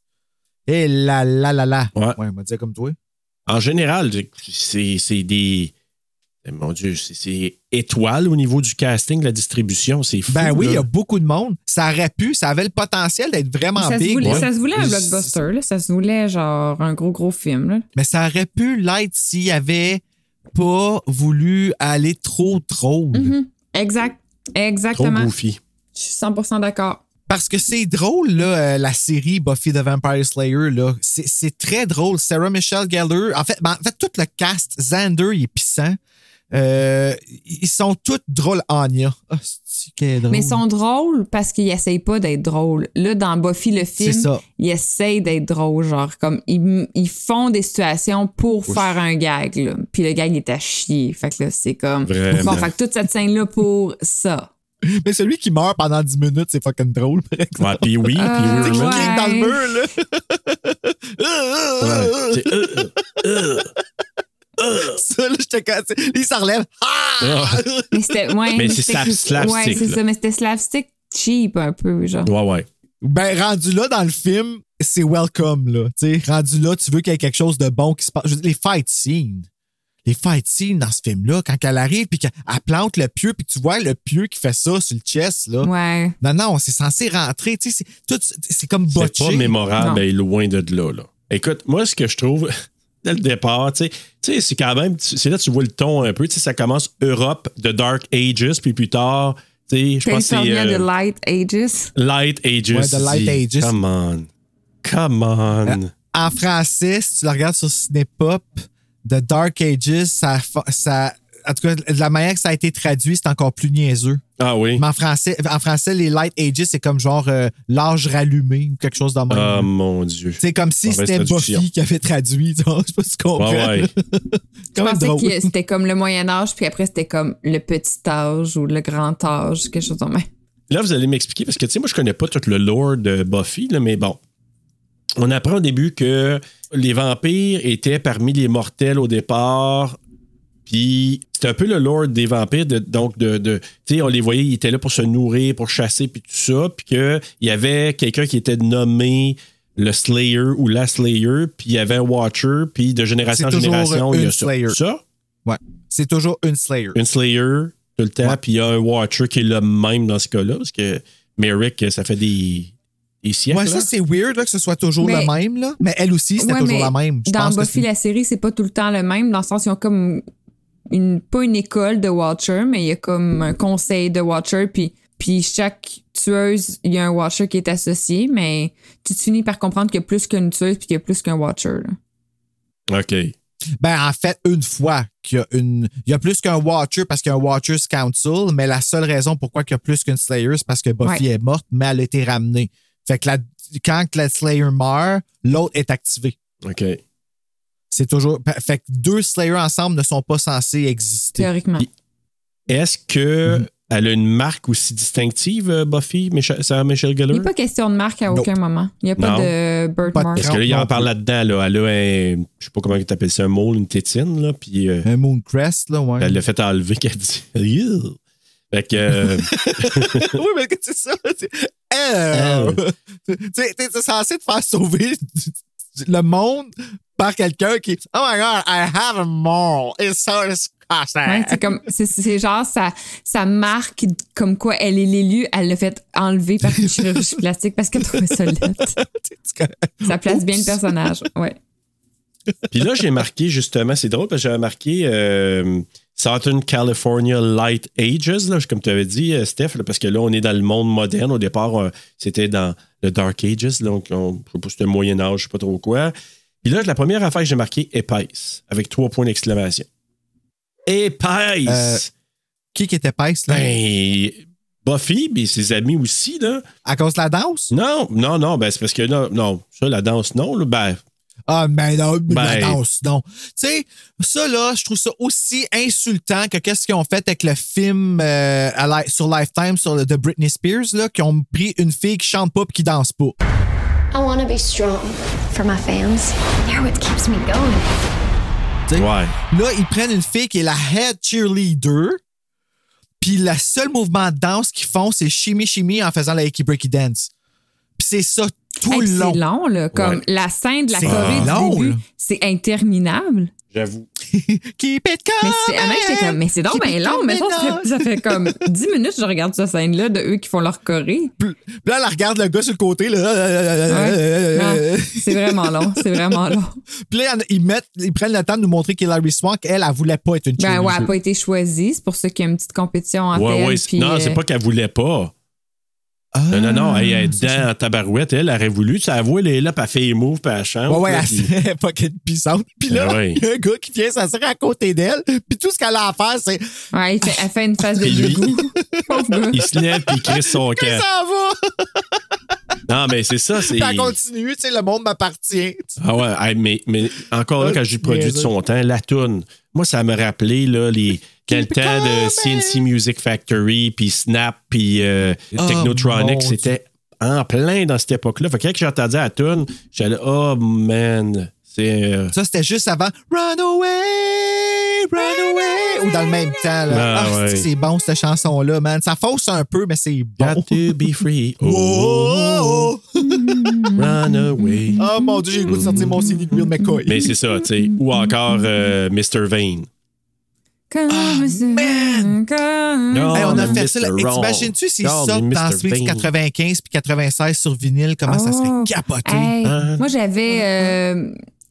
Eh là là là là. Ouais. Ouais, on va dire comme toi. En général, c'est c'est des. Mon Dieu, c'est- c'est étoile au niveau du casting, de la distribution. C'est fou. Ben oui, il y là. a beaucoup de monde. Ça aurait pu, ça avait le potentiel d'être vraiment Ça se, big. voulait, ouais. ça se voulait un Je- blockbuster, là. Ça se voulait genre un gros, gros film, là. Mais ça aurait pu l'être s'il avait pas voulu aller trop drôle. Mhm. Exact. Trop Exactement. goofy. Je suis cent pour cent d'accord. Parce que c'est drôle, là, euh, la série Buffy the Vampire Slayer, là. C'est, c'est très drôle. Sarah Michelle Gellar, en fait, ben, en fait, tout le cast, Xander, il est pissant. Euh, ils sont tous drôles, Anya. Ah, c'est qu'elle est drôle. Mais ils sont drôles parce qu'ils essayent pas d'être drôles. Là, dans Buffy, le film, C'est ça. ils essayent d'être drôles. Genre, comme, ils, ils font des situations pour faire un gag, là. Puis le gag est à chier. Fait que là, c'est comme. Vraiment. Bon, fait que toute cette scène-là pour ça. Mais celui qui meurt pendant dix minutes, c'est fucking drôle, par exemple. Ouais, puis oui, puis Euh, oui, Qui Herman. ouais. clique dans le mur, là. Ouais. C'est, euh, euh, Ça, là, j'étais cassé. Il s'en relève. Ah! Ah. Mais c'était. Ouais, Mais c'est c'était- slap- slapstick, Ouais, c'est là. ça. Mais c'était slapstick cheap un peu, genre. ouais, ouais. Ben, rendu là dans le film, c'est welcome, là. Tu sais, rendu là, tu veux qu'il y ait quelque chose de bon qui se passe. Je veux dire, les fight scenes. Les fight scenes dans ce film-là, quand elle arrive puis qu'elle elle plante le pieu puis que tu vois le pieu qui fait ça sur le chest, là. Ouais. Non, non, c'est censé rentrer. Tu sais, c'est, tout, c'est comme C'est botché. pas mémorable, Non. mais loin de là, là. Écoute, moi, ce que je trouve, dès le départ, tu sais, tu sais, c'est quand même, c'est là que tu vois le ton un peu, tu sais, ça commence Europe, The Dark Ages, puis plus tard, tu sais, je pense que c'est California euh, de Light Ages. Light Ages. Ouais, The Light dis, Ages. Come on. Come on. En français, si tu le regardes sur Cinépop, The Dark Ages, ça, fa- ça, en tout cas, de la manière que ça a été traduit, c'est encore plus niaiseux. Ah oui. Mais en français, en français, les Light Ages, c'est comme genre euh, l'âge rallumé ou quelque chose de même. Ah mon Dieu. C'est comme si Mauvaise c'était traduction. Buffy qui avait traduit. genre, Je sais pas si tu comprends. Ouais, ouais. Je Quand même pensais drôle. que c'était comme le Moyen-Âge, puis après, c'était comme le petit âge ou le grand âge, quelque chose de même. Là, vous allez m'expliquer, parce que, tu sais, moi, je connais pas tout le lore de Buffy, là, mais bon. On apprend au début que les vampires étaient parmi les mortels au départ Puis c'était un peu le lore des vampires, de, donc de, de tu sais, on les voyait, ils étaient là pour se nourrir, pour chasser, puis tout ça, puis qu'il y avait quelqu'un qui était nommé le Slayer ou la Slayer, puis il y avait un Watcher, puis de génération en génération, il y a ça. Slayer. ça. Ouais. C'est toujours une Slayer. Une Slayer, tout le temps, ouais. Puis il y a un Watcher qui est le même dans ce cas-là, parce que Merrick, ça fait des... des siècles. Ouais, ça, c'est weird là, que ce soit toujours mais, le même, là. Mais elle aussi, c'était ouais, toujours la même. Je dans pense Buffy, la série, c'est pas tout le temps le même, dans le sens qu'ils ont comme une, pas une école de Watcher, mais il y a comme un conseil de Watcher, puis, puis chaque tueuse, il y a un Watcher qui est associé, mais tu te finis par comprendre qu'il y a plus qu'une tueuse puis qu'il y a plus qu'un Watcher. Là. OK. Ben, en fait, une fois qu'il y a une. Il y a plus qu'un Watcher parce qu'il y a un Watcher's Council, mais la seule raison pourquoi il y a plus qu'une Slayer, c'est parce que Buffy ouais. est morte, mais elle a été ramenée. Fait que la, quand la Slayer meurt, l'autre est activé. OK. C'est toujours. Fait que deux Slayers ensemble ne sont pas censés exister. Théoriquement. Est-ce que. Mm-hmm. Elle a une marque aussi distinctive, Buffy, Sarah Michelle Gellar? Il n'y a pas question de marque à aucun nope. moment. Il n'y a pas non. de birthmark. Parce que là, il en parle là-dedans. Là. Elle a un, je sais pas comment tu appelles ça, un mole, une tétine. Là, puis, euh, un Mooncrest, là, ouais. Elle l'a fait enlever, qu'elle dit. Fait que. Euh... oui, mais c'est ça. C'est... Euh... T'es, t'es censé te faire sauver le monde par quelqu'un qui. Oh my God, I have a mole. It's so disgusting. Ouais, c'est comme c'est, c'est genre ça ça marque comme quoi elle est l'élu, elle l'a fait enlever par une chirurgie plastique parce qu'elle trouvait ça laide. Ça place Oups. bien le personnage, ouais. Puis là j'ai marqué justement, c'est drôle parce que j'avais marqué euh, Southern California Light Ages là, comme tu avais dit Steph, là, parce que là on est dans le monde moderne. Au départ euh, c'était dans le Dark Ages, donc on, je sais pas si c'était le Moyen Âge, je sais pas trop quoi. Puis là la première affaire que j'ai marqué épaisse avec trois points d'exclamation. Épaisse! Euh, qui qui était épaisse, là? Ben, Buffy, mais ses amis aussi, là. À cause de la danse? Non, non, non, ben c'est parce que, non, non ça, la danse, non, là, ben... Ah, mais non, ben, la danse, non. Tu sais, ça, là, je trouve ça aussi insultant que qu'est-ce qu'ils ont fait avec le film euh, à li- sur Lifetime, sur le, de Britney Spears, là, qui ont pris une fille qui chante pas et qui danse pas. I want to be strong for my fans. They're what keeps me going. Ouais. Là, ils prennent une fille qui est la head cheerleader, puis le seul mouvement de danse qu'ils font, c'est shimmy shimmy en faisant la Icky Breaky Dance. Puis c'est ça tout hey, le long. C'est long, là. Comme ouais. la scène de la Corée du long, début, là. C'est interminable. J'avoue. Keep it coming. Mais c'est, ah, j'étais comme, mais c'est donc bien long. Mais ça, ça, fait, ça fait comme dix minutes que je regarde cette scène-là de eux qui font leur Corée. Puis là, elle regarde le gars sur le côté. Là. Ouais. Non, c'est vraiment long. C'est vraiment long. Puis là, ils, mettent, ils prennent le temps de nous montrer qu'Hilary Swank, elle, elle voulait pas être une cheerleader. Ben ouais, elle n'a pas été choisie. C'est pour ça qu'il y a une petite compétition entre ouais, elle. Ouais, puis, non, euh... c'est pas qu'elle voulait pas. Ah, non, non, non, elle est dedans en tabarouette, elle aurait voulu. Tu avoues, elle est là, puis elle fait les moves, puis elle chante. Ouais, ouais, là, elle est fucking puissante. Puis là, ouais. il y a un gars qui vient s'asseoir à côté d'elle, puis tout ce qu'elle a à faire, c'est. Ouais, il fait, elle fait une phase de dégoût. Il se lève, puis il crisse son camp. Ça va! Non, mais c'est ça. C'est... Puis elle continue, tu sais, le monde m'appartient. Ah ouais, mais, mais encore là, quand j'ai produit de son temps, la toune, moi, ça me rappelait là, les. Quel temps de C N C Music Factory, puis Snap, puis euh, oh, Technotronic, c'était en plein dans cette époque-là. Fait que quand j'ai entendu la tune, j'étais là, oh man, c'est... Euh... Ça, c'était juste avant Run Away, Run Away, ou dans le même temps. Là. Ah, ah ouais. c'est, c'est bon, cette chanson-là, man. Ça fausse un peu, mais c'est bon. Got to be free. Oh, oh, oh. Run Away. Oh mon Dieu, j'ai le goût de sortir mon C D de Will McCoy. Mais c'est ça, tu sais. Ou encore euh, mister Vane. Ah, man! No, hey, on a fait ça. T'imagines-tu s'ils sortent dans Sphinx quatre-vingt-quinze puis quatre-vingt-seize sur vinyle, comment oh, ça serait capoté? Hey, hein? Moi, j'avais euh,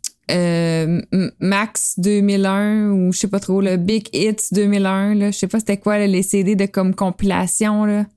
euh, Max deux mille un ou je sais pas trop, le Big Hits deux mille un. Là, je sais pas c'était quoi là, les C D de comme compilation. Là.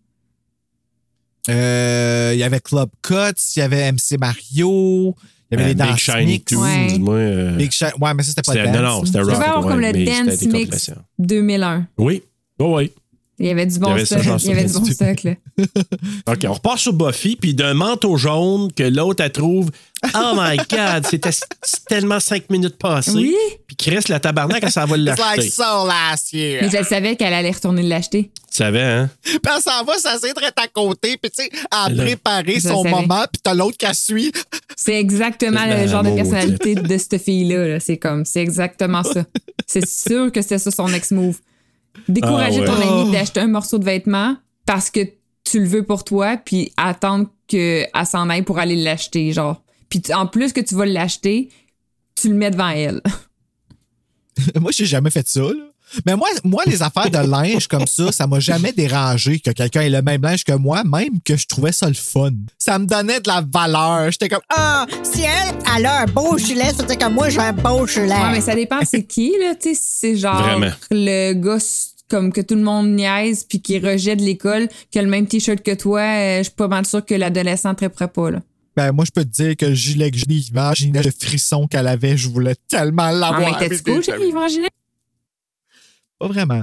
Euh, il y avait Club Cuts, il y avait M C Mario... Il y avait euh, les Dance Big Shiny Mix. Ouais. Dis-moi, euh... Big Shi- ouais, mais ça, c'était pas c'était, Dance. Non, non, c'était rock. Ça va avoir ouais, comme le Dance Mix deux mille un. Oui, oui, oui. Il y avait du bon stock. Il y avait du bon stock, là. OK, on repart sur Buffy, puis d'un manteau jaune que l'autre, elle trouve « Oh my God, c'était tellement cinq minutes passées. » Oui. Puis Chris, la tabarnak, elle s'en va It's l'acheter. like so last year. Mais je savais qu'elle allait retourner l'acheter. Tu savais, hein? Puis elle s'en va s'asseoir à côté, puis tu sais, à Là, préparer je son savais. moment, puis t'as l'autre qui suit. C'est exactement C'est le la genre de maudite. personnalité de cette fille-là. là. C'est comme, c'est exactement ça. C'est sûr que c'était ça son ex-move. Décourager Ah ouais. ton Oh. ami d'acheter un morceau de vêtement parce que tu le veux pour toi, puis attendre qu'elle s'en aille pour aller l'acheter, genre. Puis tu- en plus que tu vas l'acheter, tu le mets devant elle. Moi, j'ai jamais fait ça, là. Mais moi, moi, les affaires de linge comme ça, ça m'a jamais dérangé que quelqu'un ait le même linge que moi, même que je trouvais ça le fun. Ça me donnait de la valeur. J'étais comme, Ah, si elle, elle a un beau gilet, ça veut dire que moi, j'ai un beau gilet. Ouais, mais ça dépend c'est qui, là. Tu sais, c'est genre Vraiment. le gars s- comme que tout le monde niaise puis qui rejette l'école, qui a le même t-shirt que toi. euh, Je suis pas mal sûre que l'adolescent ne triperait pas, là. ben, moi, je peux te dire que le gilet que j'ai, j'imaginais le frisson qu'elle avait, je voulais tellement Ah, l'avoir. mais t'es-tu cool, chez Evangeline? Pas vraiment.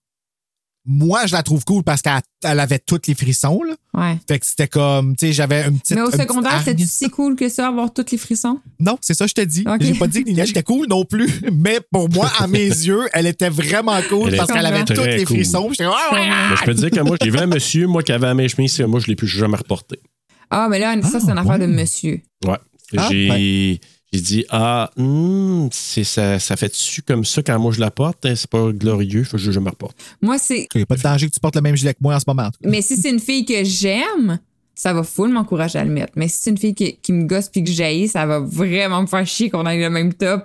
Moi, je la trouve cool parce qu'elle elle avait tous les frissons, là. Ouais. Fait que c'était comme, tu sais, j'avais une petite. Mais au une petite secondaire, hargne. c'était si cool que ça, avoir tous les frissons? Non, c'est ça, je te dis. Ok. J'ai pas dit que Nina était cool non plus, mais pour moi, à mes yeux, elle était vraiment cool Elle parce est qu'elle avait tous très les cool. frissons. J'étais comme, ah ouais! Mais je peux te dire que moi, j'ai vu un monsieur, moi, qui avait la même chemise, moi, je l'ai plus jamais reporté. Ah, mais là, ça, c'est une affaire de monsieur. Ouais. Ah, j'ai, ben. j'ai dit, ah, hmm, c'est, ça, ça fait dessus comme ça quand moi je la porte. Hein, c'est pas glorieux, faut que je, je me reporte. Moi, c'est. Il n'y a pas de danger que tu portes le même gilet que moi en ce moment. en tout cas. Mais si c'est une fille que j'aime, ça va full m'encourager à le mettre. Mais si c'est une fille qui, qui me gosse puis que j'haïs, ça va vraiment me faire chier qu'on ait le même top.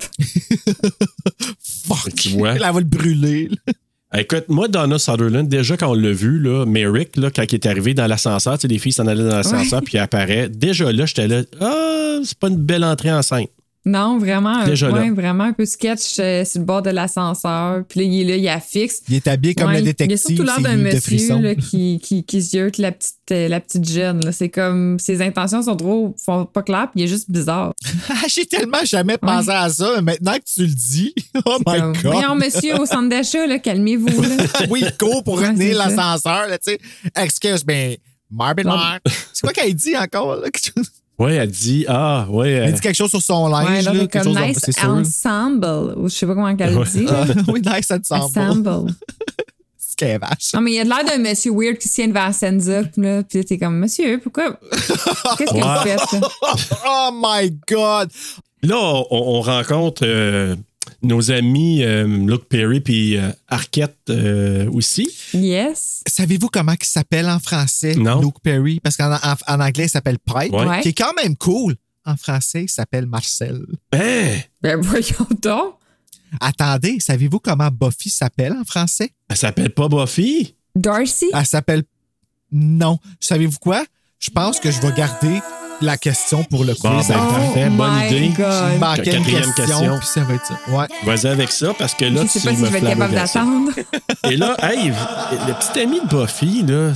Fuck! Tu vois? Elle va le brûler. là. Écoute, moi, Donna Sutherland, déjà quand on l'a vu, là, Merrick, là, quand il est arrivé dans l'ascenseur, tu sais, les filles s'en allaient dans l'ascenseur, Ouais. puis il apparaît. Déjà là, j'étais là, ah, c'est pas une belle entrée en scène. Non, vraiment. un- Déjà là. ouais, vraiment un peu sketch euh, sur le bord de l'ascenseur. Puis là, il est là, il affixe. Il est habillé comme Ouais, le détective. Il a surtout l'air c'est d'un de monsieur frissons. là, qui, qui, qui se yurte la petite, euh, la petite jeune. là. C'est comme. Ses intentions sont trop. Font pas claires, puis il est juste bizarre. Ah, j'ai tellement jamais pensé à ça, mais maintenant que tu le dis, oh my Comme, God! Voyons, monsieur, au centre d'achat, là, calmez-vous. Là. Oui, il court pour Ouais, retenir c'est ça. l'ascenseur, là, tu sais. Excuse me, Marvin Non. Mark. C'est quoi qu'elle dit encore, là? Ouais, elle dit, ah, ouais. Elle euh, dit quelque chose sur son linge, Ouais, là, là, c'est quelque comme chose de- nice c'est sûr. ensemble. Ou je sais pas comment elle Ouais. le dit. là. Ah, oui, nice ensemble. Ensemble. C'est qu'elle est vache. Non, mais il a l'air d'un monsieur weird qui se tient devant la Senza. Puis là, puis là, t'es comme, monsieur, pourquoi? Qu'est-ce que vous faites? là? Oh my God! Là, on, on rencontre euh, nos amis euh, Luke Perry puis euh, Arquette euh, aussi. Yes. Savez-vous comment il s'appelle en français, Non. Luke Perry? Parce qu'en en, en anglais, il s'appelle Pike, Ouais. qui est quand même cool. En français, il s'appelle Marcel. Ben, Ben, voyons donc. Attendez, savez-vous comment Buffy s'appelle en français? elle s'appelle pas Buffy. Darcy? Elle s'appelle... Non. Savez-vous quoi? Je pense que je vais garder la question pour le quiz. Bon, ben, Oh parfait, bonne my idée. Il God. manquait une Quatrième question, question. puis ça va être ça. Ouais. Vas-y avec ça, parce que là, Je sais tu pas si me je vais être capable flabbergasses. d'attendre. Et là, hey, le petit ami de Buffy, là,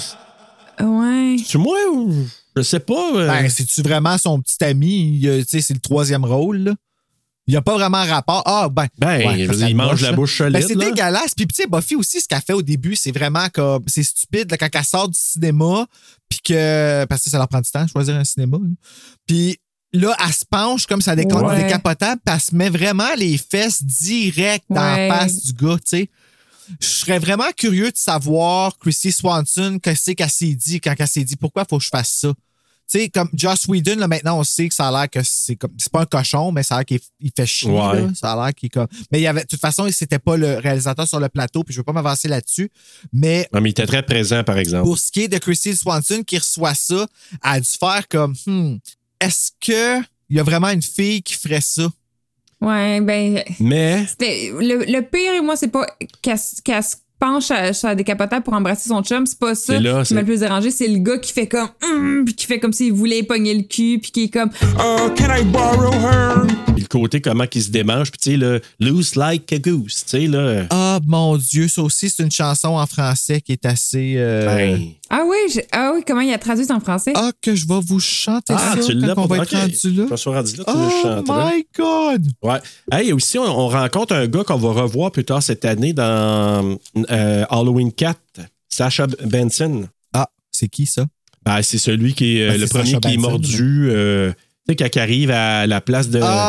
Ouais. c'est moi ou je sais pas. euh, Ben, c'est-tu vraiment son petit ami? Il, euh, tu sais, c'est le troisième rôle, là. Il n'y a pas vraiment rapport. Ah, ben. Ben, ouais, je ça, veux ça dire, il mange moche, la là. bouche Ben, solide, c'est là. dégueulasse. Puis, tu sais, Buffy aussi, ce qu'elle fait au début, c'est vraiment comme. C'est stupide, là, quand elle sort du cinéma, puis que. Parce que ça leur prend du temps de choisir un cinéma, là. Puis. Là, elle se penche comme ça décolle Ouais. décapotable, puis elle se met vraiment les fesses direct dans Ouais. la face du gars, tu sais. Je serais vraiment curieux de savoir, Christy Swanson, qu'est-ce qu'elle s'est dit quand elle s'est dit pourquoi il faut que je fasse ça. Tu sais, comme Joss Whedon, là, maintenant, on sait que ça a l'air que c'est comme. C'est pas un cochon, mais ça a l'air qu'il il fait chier. Ouais. Là. Ça a l'air qu'il est comme. Mais il y avait. De toute façon, c'était pas le réalisateur sur le plateau, puis je veux pas m'avancer là-dessus. Mais Non, mais il était très présent, par exemple. pour ce qui est de Christy Swanson qui reçoit ça, elle a dû faire comme hmm, est-ce que il y a vraiment une fille qui ferait ça? Ouais, ben. Mais, c'était- Le, le pire, moi, c'est pas qu'elle s- qu'elle se penche à- sur la décapotable pour embrasser son chum. C'est pas ça C'est là, qui c'est- m'a le plus dérangé. C'est le gars qui fait comme. Hum, puis qui fait comme s'il voulait pogner le cul, puis qui est comme. puis le côté, comment qu'il se démange, puis tu sais, le loose like a goose, tu sais, là. Ah mon Dieu, ça aussi, c'est une chanson en français qui est assez. euh, Ben, Ah oui, je- ah oui, comment il a traduit en français? Ah, que je vais vous chanter ah, ça tu l'as quand on pas va être ok. rendu là. Quand on soit rendu là, tu le Oh chanteras. my God! Ouais. Hey, aussi, on, on rencontre un gars qu'on va revoir plus tard cette année dans euh, Halloween quatre, Sacha Benson. Ah, c'est qui ça? Ben, c'est celui qui est euh, Ben, le c'est premier Sacha qui est Benson, mordu. euh, tu sais, quand il arrive à la place de. Ah!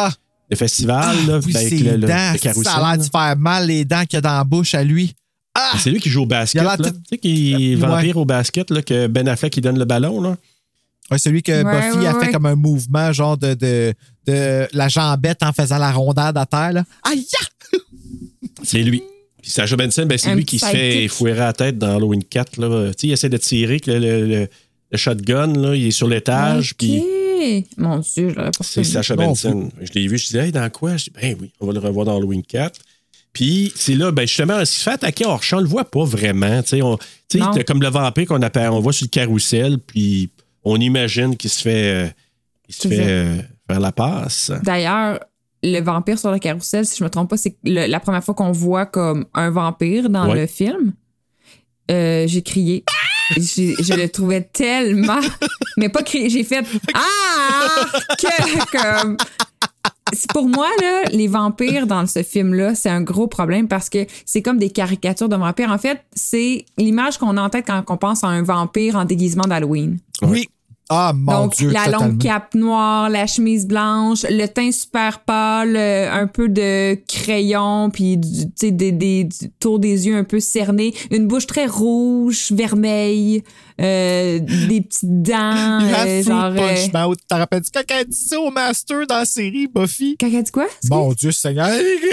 le festival, là, oui, avec ses le, le, dents, le carrousel. ça a l'air là. de faire mal les dents qu'il y a dans la bouche à lui. Ah! C'est lui qui joue au basket. Il a Là. l'air Tu sais, qui est Ouais. vampire au basket, là, que Ben Affleck qui donne le ballon. Là. Ouais, celui que Ouais, Buffy ouais, a fait ouais. comme un mouvement, genre de, de, de la jambette en faisant la rondade à terre. Là. Aïe! ya! C'est lui. Puis Sacha Benson, ben, c'est Un lui qui se petit fait sidekick. fouetter à la tête dans Halloween quatre. Là. Tu sais, il essaie de tirer, que le, le, le, le shotgun, là, il est sur l'étage. OK. Puis Mon Dieu, je l'aurais pas c'est reconnu. Sacha Non Benson. Je l'ai vu, je disais, hey, dans quoi? Je dis, ben oui, on va le revoir dans Halloween quatre. Puis c'est là, ben justement, s'il se fait attaquer hors champ, on le voit pas vraiment. Tu sais, on- tu sais, Non. t'as comme le vampire qu'on appelle, on voit sur le carrousel, puis on imagine qu'il se fait, euh, il se C'est fait ça. euh, faire la passe. D'ailleurs, le vampire sur le carrousel, si je me trompe pas, c'est le- la première fois qu'on voit comme un vampire dans Ouais. le film. Euh, j'ai crié. J'ai- je le trouvais tellement. Mais pas crié, j'ai fait Ah! Que, comme. C'est pour moi, là, les vampires dans ce film-là, c'est un gros problème parce que c'est comme des caricatures de vampires. En fait, c'est l'image qu'on a en tête quand on pense à un vampire en déguisement d'Halloween. Oui. Ah, mon Donc, Dieu, la totalement. longue cape noire, la chemise blanche, le teint super pâle, euh, un peu de crayon, puis du, tu sais, des, des, du tour des yeux un peu cernés, une bouche très rouge, vermeille, euh, des petites dents, You have euh, fruit genre... punch euh, mouth. T'en rappelles-tu quand elle dit ça au master dans la série, Buffy? Quand elle dit quoi? Mon Dieu Seigneur.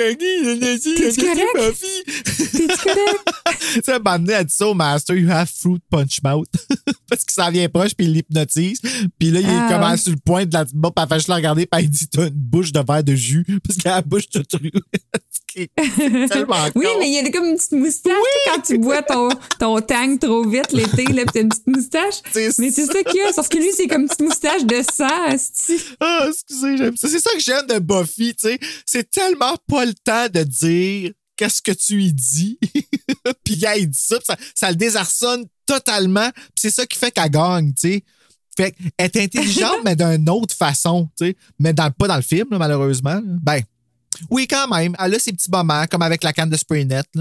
T'es-tu correct? Buffy? T'es-tu correct? Tu sais, à un moment donné, elle dit ça au master, you have fruit punch mouth. Parce qu'il s'en vient proche, puis il l'hypnotise. Puis là, il Ah, est comme ouais. sur le point de la petite bombe, puis elle fait juste la regarder, puis elle dit, t'as une bouche de verre de jus. Parce qu'elle a la bouche toute rue. C'est tellement Oui, con. mais il y a comme une petite moustache tu sais, quand tu bois ton, ton tang trop vite l'été, là, pis t'as une petite moustache. C'est Mais c'est ça qu'il y a, sauf que lui, c'est comme une petite moustache de sang, asti. Ah, excusez, j'aime ça. C'est ça que j'aime de Buffy, tu sais. C'est tellement pas le temps de dire qu'est-ce que tu y dis. Puis gars, il dit ça, puis ça, ça le désarçonne totalement. Puis c'est ça qui fait qu'elle gagne, tu sais. Fait qu'elle est intelligente, mais d'une autre façon, tu sais. Mais dans, pas dans le film, là, malheureusement. là. Ben, oui, quand même. Elle a ses petits moments, comme avec la canne de spray net, là.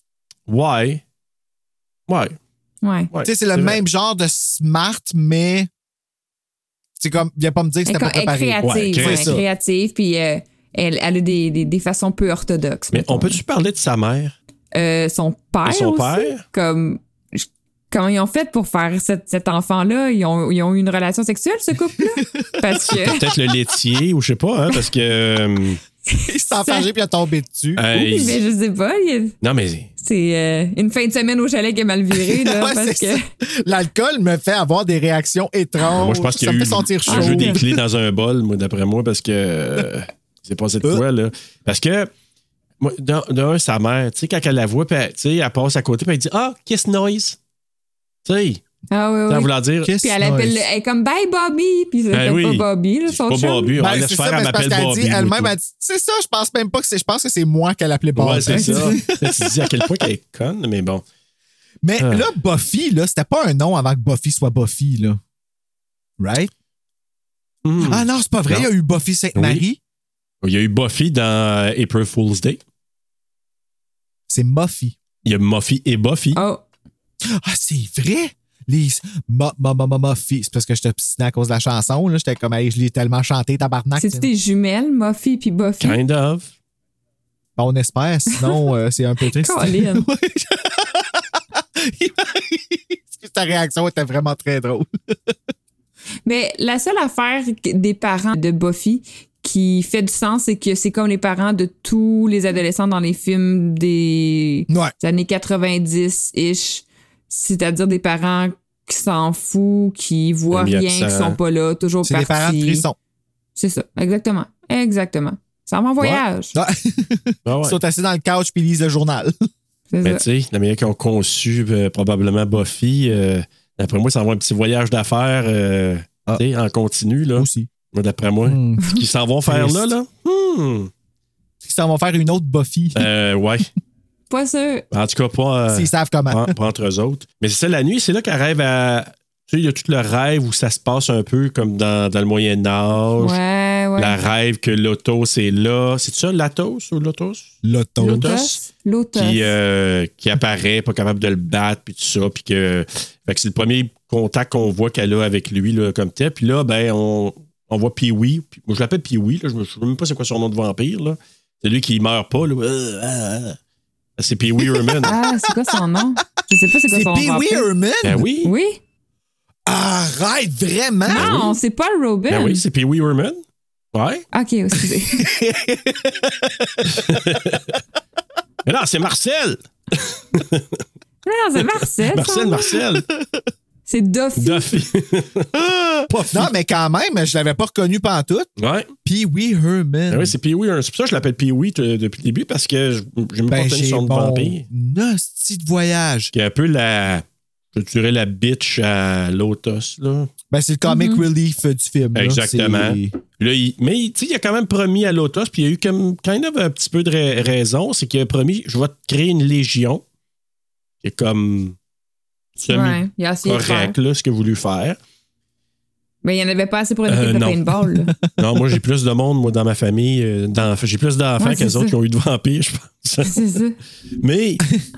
Ouais. Ouais. Ouais. ouais Tu sais, c'est le vrai. même genre de smart, mais c'est comme, viens pas me dire que Elle, c'était pas est préparé. créative, Ouais, ouais, c'est ça. créative, puis euh, elle, elle a des, des, des façons peu orthodoxes. Mais mettons. on peut-tu parler de sa mère? Euh, son père Et son aussi, père? comme... je- Comment ils ont fait pour faire cet, cet enfant-là? Ils ont, ils ont eu une relation sexuelle, ce couple-là? Parce que... Peut-être le laitier, ou je sais pas, hein, parce que. euh, Il s'est enfargé puis il a tombé dessus. hey, Oui, mais je sais pas. il- Non, mais. C'est euh, une fin de semaine au chalet qui est mal virée, là, Ouais, parce c'est que... ça. L'alcool me fait avoir des réactions étranges. Moi, je pense qu'il y ça a me eu fait sentir chaud. un jeu des clés dans un bol, moi, d'après moi, parce que euh, c'est pas cette Euh. fois, là. Parce que, moi, d'un, d'un, sa mère, tu sais, quand elle la voit, puis elle, tu sais, elle passe à côté, puis elle dit Ah, kiss noise. Tu sais, Ah oui, en oui. voulant dire. Kiss Puis elle appelle, noise. le- elle est comme Bye Bobby, puis c'est Ben oui. pas Bobby, là, C'est son pas chum. Bobby, on Ben, laisse c'est faire, ça, elle mais c'est parce m'appelle qu'elle Bobby. dit elle-même, moi, elle dit, c'est ça, je pense même pas que c'est, je pense que c'est moi qu'elle appelait tout. Bobby. Ouais, c'est ça. Là, tu te dis à quel point qu'elle est conne, mais bon. Mais Ah. là, Buffy, là, c'était pas un nom avant que Buffy soit Buffy, là. Right? Hmm. Ah non, c'est pas vrai, Non. il y a eu Buffy Sainte-Marie. Il y a eu Buffy dans April Fool's Day. C'est Muffy. Il y a Muffy et Buffy. Oh, Ah, c'est vrai? Les ma, ma, ma, ma, Muffy. C'est parce que j'étais obstiné à cause de la chanson, là. J'étais comme, hey, je l'ai tellement chanté, tabarnak. c'est-tu des jumelles, Muffy puis Buffy? Kind of. Bon, on espère, sinon, euh, c'est un peu triste. Colin. Ouais. Excuse, ta réaction était vraiment très drôle. Mais la seule affaire des parents de Buffy qui fait du sens, c'est que c'est comme les parents de tous les adolescents dans les films des Ouais. années quatre-vingt-dix-ish. C'est-à-dire des parents qui s'en foutent, qui voient Mis rien, qui accent. sont pas là, toujours C'est des partis. parents de frissons. C'est ça, exactement. Exactement. Ça va en voyage. Ouais. Ah ouais. Ils sont assis dans le couch puis ils lisent le journal. C'est Mais ça. tu sais, la manière qu'ils ont conçu euh, probablement Buffy, euh, d'après moi, ça va avoir un petit voyage d'affaires euh, Ah. tu sais, en continu, là. Aussi. Moi, d'après moi. Hmm. Ce qu'ils s'en vont faire là, là. Hmm. Ils s'en vont faire une autre Buffy. Euh, ouais. Pas sûr. En tout cas, pas, euh, S'ils savent comment. pas, pas entre eux autres. Mais c'est ça, la nuit, c'est là qu'elle rêve à. Tu sais, il y a tout le rêve où ça se passe un peu comme dans, dans le Moyen-Âge. Ouais, ouais. La rêve que l'Otos est là. C'est ça, l'Atos ou l'Otos? Loto. Loto. Lotus. Lotus. Qui, euh, qui apparaît, pas capable de le battre, puis tout ça. Puis que, fait que c'est le premier contact qu'on voit qu'elle a avec lui là, comme tel. Puis là, ben, on, on voit Pee-wee. Moi, je l'appelle Pee-wee. Là. Je ne sais même pas c'est quoi son nom de vampire. Là. C'est lui qui meurt pas. Là. Euh, euh, euh. C'est Pee-wee Herman. Ah, c'est quoi son nom? Je sais pas c'est quoi C'est son nom. Pee-wee Herman? Ben oui. Oui. Arrête, vraiment? Non, c'est pas Robin. Ben oui, c'est Pee-wee Herman. Ouais. OK, excusez. Mais non, c'est Marcel. Non, c'est Marcel. Marcel, Marcel. C'est Duffy. Duffy. Non, mais quand même, je l'avais pas reconnu pantoute. Ouais. Pee-wee Herman. Ben oui, c'est Pee-wee. C'est pour ça que je l'appelle Pee-wee t- depuis le début, parce que je- j'ai même Ben, pas tenu j'ai son de mon vampire. hostie de voyage. Qui est un peu la. Je dirais la bitch à Lotus, là. Ben, c'est le comic Mm-hmm. relief euh, du film. là. Exactement. C'est- Puis là, il, mais tu sais, il a quand même promis à Lotus, puis il y a eu comme, quand même un petit peu de ra- raison, c'est qu'il a promis, je vais te créer une légion. C'est comme semi Ouais, il a essayé de correct, faire. là, ce qu'il a voulu faire. Mais il n'y en avait pas assez pour une Euh, équipe de non. paintball. là. Non, moi, j'ai plus de monde, moi, dans ma famille. euh, d'enfants. J'ai plus d'enfants Ouais, que les c'est autres ça. qui ont eu de vampires, je pense. C'est ça. Mais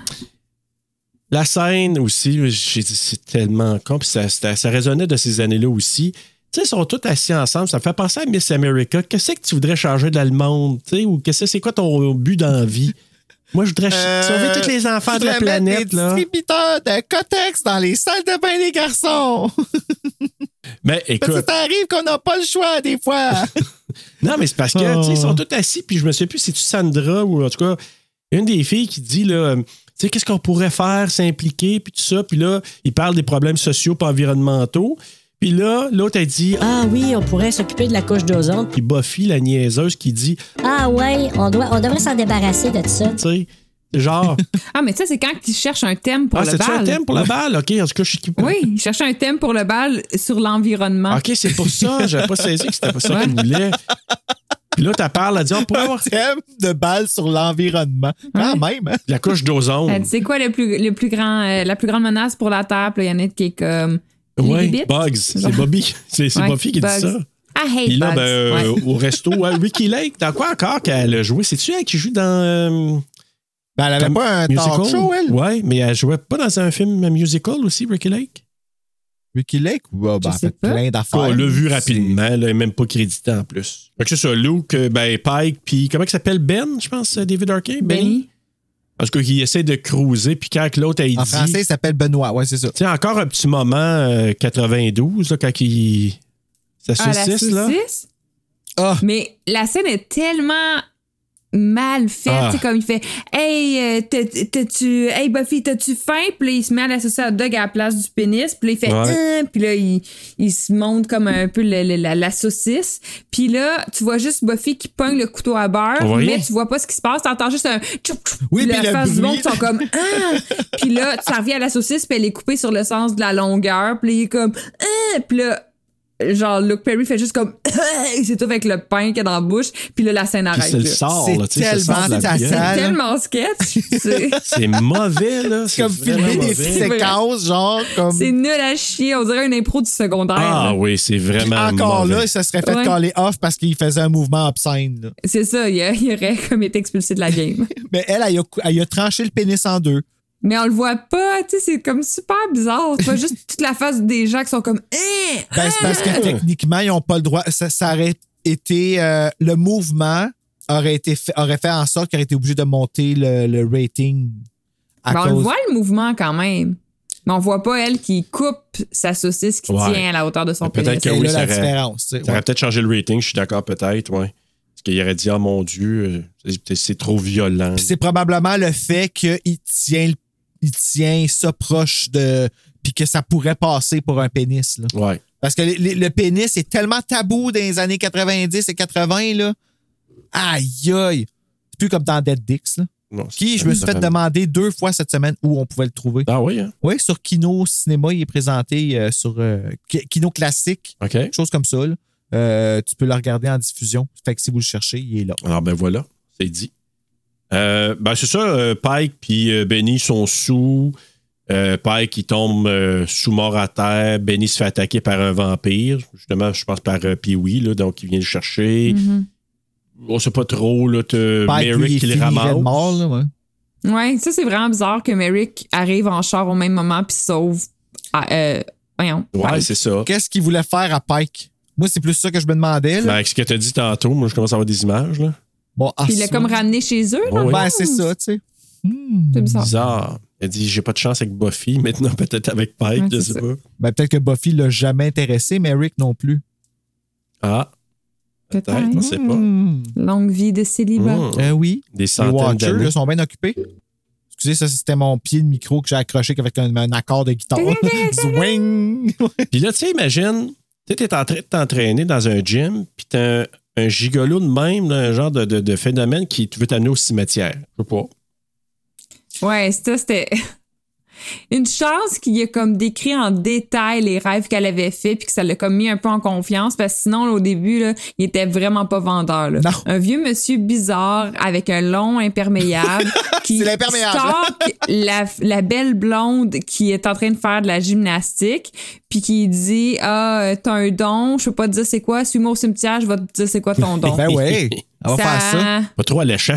la scène aussi, j'ai dit, c'est tellement con. Puis ça, ça, ça résonnait de ces années-là aussi. Tu sais, ils sont tous assis ensemble. Ça me fait penser à Miss America. Qu'est-ce que tu voudrais changer de le monde? Tu sais, ou qu'est-ce que c'est quoi ton but dans la vie? Moi, je voudrais ch- Euh, sauver tous les enfants de la je voudrais mettre planète. des Là. distributeurs de Cotex dans les salles de bain des garçons. Mais Parce que écoute, ça arrive qu'on n'a pas le choix des fois. non, mais c'est parce que, Oh. tu sais, ils sont tous assis, puis je me sais plus, c'est-tu Sandra ou en tout cas, une des filles qui dit, là, euh, tu sais, qu'est-ce qu'on pourrait faire, s'impliquer, puis tout ça. Puis là, ils parlent des problèmes sociaux et environnementaux. Puis là, l'autre, elle dit, Ah oui, on pourrait s'occuper de la couche d'ozone. puis Buffy, la niaiseuse, qui dit, Ah ouais, on, doit, on devrait s'en débarrasser de ça. tu sais, genre, Ah, mais ça, c'est quand tu cherches un thème pour ah, le c'est-tu bal. un thème pour la balle? OK, en tout cas, je suis Oui, il cherchait un thème pour le bal sur l'environnement. OK, c'est pour ça. J'avais pas saisi que c'était pas ça qu'il voulait. Puis là, tu parles, elle dit, on pourrait Un avoir thème de balle sur l'environnement. Quand même. Hein? la couche d'ozone. Elle dit, c'est quoi le plus, le plus grand, euh, la plus grande menace pour la Terre? Puis là, il y en a qui est comme. Ouais, les bits. Bugs. C'est Bobby. C'est c'est Ouais, Buffy qui Bugs. dit ça. I hate Puis là, bugs. ben, euh, Ouais. au resto, ouais, Ricky Lake, dans quoi encore qu'elle a joué? C'est-tu elle qui joue dans. euh, Ben, elle avait dans pas un musical? talk show, elle? Ouais, mais elle jouait pas dans un film musical aussi, Ricky Lake? Ricky Lake? Ouais, ben, Je elle sais fait pas. plein d'affaires. On l'a vu rapidement, là, elle est même pas crédité en plus. Fait que c'est ça, Luke, euh, ben, Pike, puis comment il s'appelle? Ben, je pense, euh, David Arquette? Benny. Parce qu'il essaie de cruiser, puis quand l'autre, elle En dit. français, il s'appelle Benoît. Ouais, c'est ça. Tu sais, encore un petit moment euh, quatre-vingt-douze, là, quand il. Ça Ah, la saucisse, là. saucisse? Ah, Mais la scène est tellement mal faite. Ah. Tu sais, comme il fait Hey, euh, t'as- t'as-tu. Hey, Buffy, t'as-tu faim? Puis là, il se met à l'associer à dog à la place du pénis. Puis là, il fait Ouais. Hein? Puis là, il, il se monte comme un peu le- le- la, la saucisse. Puis là, tu vois juste Buffy qui pogne le couteau à beurre, On voit rien. mais tu vois pas ce qui se passe. T'entends juste un tchoup, tchoup. Oui, Puis puis la le face du bruit. monde sont comme Ah! Puis là, ça revient à la saucisse, puis elle est coupée sur le sens de la longueur. Puis là, il est comme Ah! Puis là, genre, Luke Perry fait juste comme c'est tout avec le pain qu'il y a dans la bouche. Puis là, la scène Puis arrête. c'est le là. sort, C'est là, tu sais, ça tellement sort de la ta gueule. salle. C'est tellement sketch. C'est, C'est mauvais, là. c'est comme vraiment filmer des mauvais. séquences, genre, comme. c'est nul à chier. On dirait une impro du secondaire. Ah là. oui, c'est vraiment Encore mauvais. là, ça serait fait Ouais. caller off parce qu'il faisait un mouvement obscène. là. C'est ça, il, a- il aurait comme été expulsé de la game. Mais elle, elle a, elle a tranché le pénis en deux. Mais on le voit pas, tu sais, c'est comme super bizarre. Tu vois juste toute la face des gens qui sont comme Eh! Ben, c'est parce que techniquement, ils n'ont pas le droit. Ça, ça aurait été. euh, le mouvement aurait, été fait, aurait fait en sorte qu'il aurait été obligé de monter le, le rating. À Ben, on cause... le voit le mouvement quand même. Mais on voit pas elle qui coupe sa saucisse qui Ouais. tient à la hauteur de son Peut-être pénis. que C'est oui, là ça la aurait, différence. tu sais, ça ouais. aurait peut-être changé le rating, je suis d'accord, peut-être, oui. Parce qu'il aurait dit, oh mon Dieu, euh, c'est, c'est trop violent. Puis c'est probablement le fait qu'il tient, le- il tient ça proche de. Puis que ça pourrait passer pour un pénis. Là. Ouais. Parce que le, le- le pénis est tellement tabou dans les années quatre-vingt-dix et quatre-vingts. Là. Aïe, aïe. C'est plus comme dans Dead Dicks. Là. Non, c'est- Qui, je me suis ça fait demander deux fois cette semaine où on pouvait le trouver. Ah oui, hein? Oui, sur Kino Cinéma, il est présenté euh, sur euh, Ki- Kino Classique, OK. quelque chose comme ça. Là. Euh, tu peux le regarder en diffusion. Fait que si vous le cherchez, il est là. Alors, ben voilà, c'est dit. Euh, ben c'est ça, euh, Pike puis euh, Benny sont sous. Euh, Pike, il tombe euh, sous mort à terre. Benny se fait attaquer par un vampire. Justement, je pense par euh, Pee-wee, là, donc il vient le chercher. Mhm. On sait pas trop, là, t'as Pike, lui, Merrick il qui le finirait ramasse. de mort. Là, ouais. Ouais, ça c'est vraiment bizarre que Merrick arrive en char au même moment puis sauve. Ah, euh, voyons. Ouais, Pike. c'est ça. Qu'est-ce qu'il voulait faire à Pike? Moi, c'est plus ça que je me demandais. Là. Ben, avec ce que tu as dit tantôt, moi, je commence à avoir des images. Là. Bon, ah, Puis il l'a comme ramené chez eux. Oh, là, oui. Ben, c'est ça, tu sais. Hmm. C'est bizarre. Bizarre. Il a dit, j'ai pas de chance avec Buffy. Maintenant, peut-être avec Pike, Ouais, je c'est sais ça. pas. Ben, peut-être que Buffy l'a jamais intéressé, mais Rick non plus. Ah, peut-être, Peut-être. on sait pas. Hmm. Longue vie de célibat. Mmh. Euh, oui. Des Les centaines Watchers, d'années. là, sont bien occupés. Excusez, ça, c'était mon pied de micro que j'ai accroché avec un, un accord de guitare. Zwing! Puis là, tu sais, imagine, tu es en train de t'entraîner dans un gym, puis t'as un, un gigolo de même, là, un genre de, de, de phénomène qui veut t'amener au cimetière. Je sais pas. Ouais, ça, c'était une chance qu'il ait comme décrit en détail les rêves qu'elle avait fait puis que ça l'a comme mis un peu en confiance parce que sinon, là, au début, là, il était vraiment pas vendeur. Là. Non. Un vieux monsieur bizarre avec un long imperméable qui C'est l'imperméable. stalk la, la belle blonde qui est en train de faire de la gymnastique puis qui dit « Ah, t'as un don, je peux pas te dire c'est quoi, suis-moi au cimetière, je vais te dire c'est quoi ton don. » Ben oui, on va faire ça. Pas trop alléchant.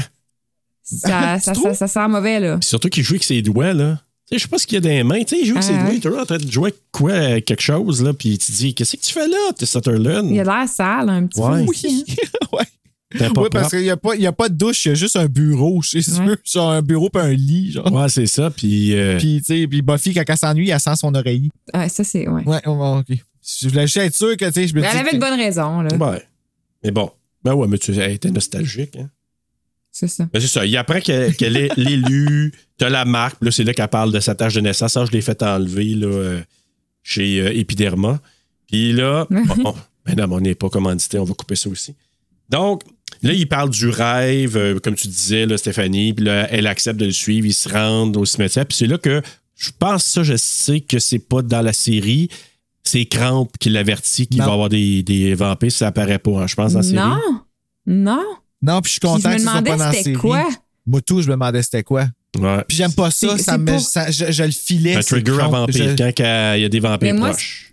Ça, ça, ça, ça sent mauvais, là. Puis surtout qu'il joue avec ses doigts, là. Tu sais, je sais pas ce qu'il y a dans les mains. Tu sais, il joue avec Ah, ses doigts, ouais. il est toujours en train de jouer avec quoi, avec quelque chose, là. Puis tu te dis, qu'est-ce que tu fais là, t'es Sutherland? Il a l'air sale, un petit Ouais. peu. aussi, hein. ouais. T'es pas Oui, parce propre. qu'il n'y a, pas- il y a pas de douche, il y a juste un bureau chez Ouais. eux. Genre un bureau puis un lit. Genre. Ouais, c'est ça. Puis. euh, Puis, tu sais, puis Buffy, quand elle s'ennuie, elle sent son oreiller. Ouais, ça, c'est. Ouais. Ouais, ouais, OK. Je voulais juste être sûr que, tu sais, je me Mais dis. elle avait que- de bonnes raisons, là. ouais. Mais bon. Ben ouais, mais tu elle était nostalgique, hein. C'est ça. Ben c'est ça. Il apprend qu'elle qu'elle est l'élu. T'as la marque. Puis là, c'est là qu'elle parle de sa tâche de naissance. Ça, je l'ai fait enlever là, euh, chez euh, Epiderma. Puis là, on, on- ben non, mais on n'est pas commandité. On va couper ça aussi. Donc, là, il parle du rêve, euh, comme tu disais, là, Stéphanie. Puis là, elle accepte de le suivre. Ils se rendent au cimetière. Puis c'est là que je pense ça, je sais que c'est pas dans la série. C'est Cramp qui l'avertit qu'il Non. va y avoir des, des vampires. Ça apparaît pas, hein, je pense, dans la série. Non. Non. Non, puis je suis Puis content je me que ce soit demandais pas dans la c'était série. quoi. Moi, tout, je me demandais c'était quoi. Ouais. Puis j'aime pas ça, C'est- ça c'est me, pour- ça- je, je le filais. Un c'est trigger à Cramp. vampire, Je- quand il y a des vampires Mais moi, proches.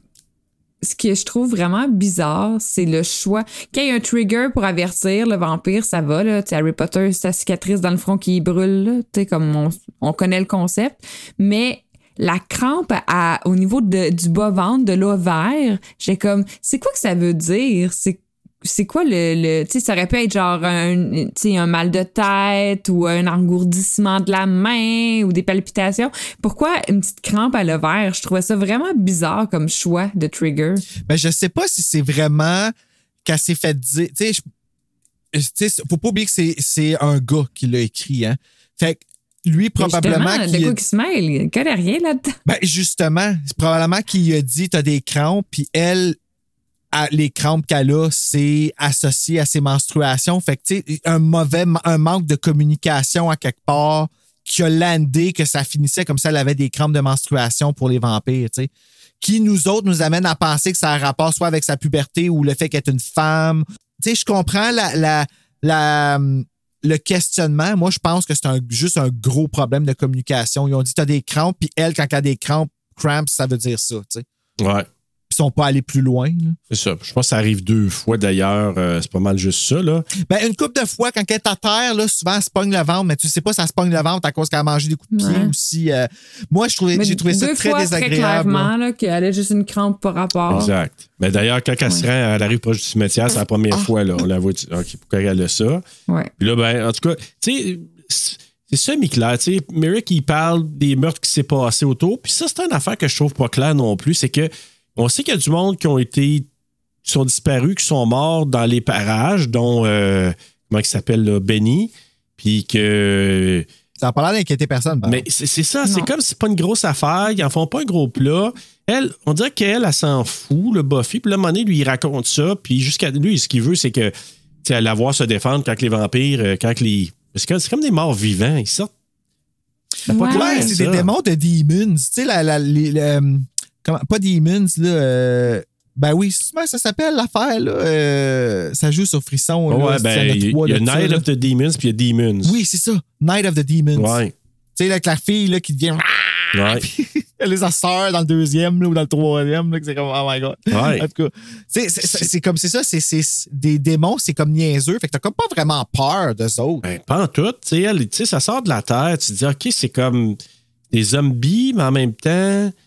Ce que je trouve vraiment bizarre, c'est le choix. Quand il y a un trigger pour avertir le vampire, ça va, là. Tu sais, Harry Potter, sa cicatrice dans le front qui brûle, là. Tu sais, comme on, on connaît le concept. Mais la crampe à, au niveau de, du bas-ventre, de l'ovaire, j'ai comme, c'est quoi que ça veut dire? C'est c'est quoi le, le tu sais, ça aurait pu être genre un, tu sais, un mal de tête ou un engourdissement de la main ou des palpitations. Pourquoi une petite crampe à l'ovaire? Je trouvais ça vraiment bizarre comme choix de trigger. Ben, je sais pas si c'est vraiment qu'elle s'est fait dire. Tu sais, je- tu sais, faut pas oublier que c'est, c'est un gars qui l'a écrit, hein. Fait que lui, probablement. Justement, qu'il de a- quoi qu'il se mêle, il connaît rien là-dedans. Ben, justement, c'est probablement qu'il a dit t'as des crampes, puis elle, à- les crampes qu'elle a, c'est associé à ses menstruations. Fait que, tu sais, un mauvais, un manque de communication à quelque part qui a landé que ça finissait comme ça, elle avait des crampes de menstruation pour les vampires, tu sais. Qui, nous autres, nous amène à penser que ça a un rapport soit avec sa puberté ou le fait qu'elle est une femme. Tu sais, je comprends la, la, la, le questionnement. Moi, je pense que c'est un, juste un gros problème de communication. Ils ont dit t'as des crampes, puis elle, quand elle a des crampes, cramps, ça veut dire ça, tu sais. Ouais. Ils sont pas allés plus loin. Là. C'est ça. Je pense que ça arrive deux fois d'ailleurs. Euh, c'est pas mal juste ça, là. Ben, une couple de fois, quand elle est à terre, là, souvent, elle se pogne le ventre, mais tu sais pas si elle se pogne le ventre à cause qu'elle a mangé des coups de pied Ouais. aussi. Euh, moi, je trouvais, Mais j'ai trouvé ça deux très fois, désagréable. Très là. clairement, là, qu'elle a juste une crampe par rapport. Exact. Mais d'ailleurs, quand elle se rend, elle arrive proche du cimetière, c'est la première Ah. fois, là. On la voit. tu- OK, pourquoi elle a ça? Ouais. Puis là, ben, en tout cas, tu sais, c'est- c'est semi-clair. Tu sais, Merrick, il parle des meurtres qui s'est passé autour. Puis ça, c'est une affaire que je trouve pas claire non plus. C'est que on sait qu'il y a du monde qui ont été, qui sont disparus, qui sont morts dans les parages, dont, euh, comment il s'appelle, là, Benny. Puis que. Ça n'a pas l'air d'inquiéter personne. par Mais contre. c'est c'est ça, Non. c'est comme si c'est pas une grosse affaire, ils en font pas un gros plat. Elle, on dirait qu'elle, elle s'en fout, le Buffy. Puis là, à un moment donné, lui, il raconte ça. Puis jusqu'à lui, ce qu'il veut, c'est que, tu sais, elle la voir se défendre quand les vampires, euh, quand les. Parce que c'est comme des morts vivants, ils sortent. C'est pas Ouais. clair, Ouais, c'est ça. des démons de demons. Tu sais, la, la, les, le- comment, pas demons, là. euh, ben oui, comment ça s'appelle l'affaire, là? euh, ça joue sur Frisson. là, Ouais, c'est ben, le il y, trois il y a de ça, Night là. of the Demons, puis il y a Demons. Oui, c'est ça. Night of the Demons. Ouais. Tu sais, là, avec la fille là, qui devient. Ouais. Elle est sa sœur dans le deuxième là, ou dans le troisième. Là, que c'est comme, oh my God. Ouais. En tout cas, c'est, c'est, c'est, c'est comme c'est ça, c'est, c'est des démons, c'est comme niaiseux. Fait que t'as comme pas vraiment peur d'eux autres. Ben, pas en tout. Tu sais, elle, tu sais, ça sort de la terre. Tu te dis, OK, c'est comme des zombies, mais en même temps,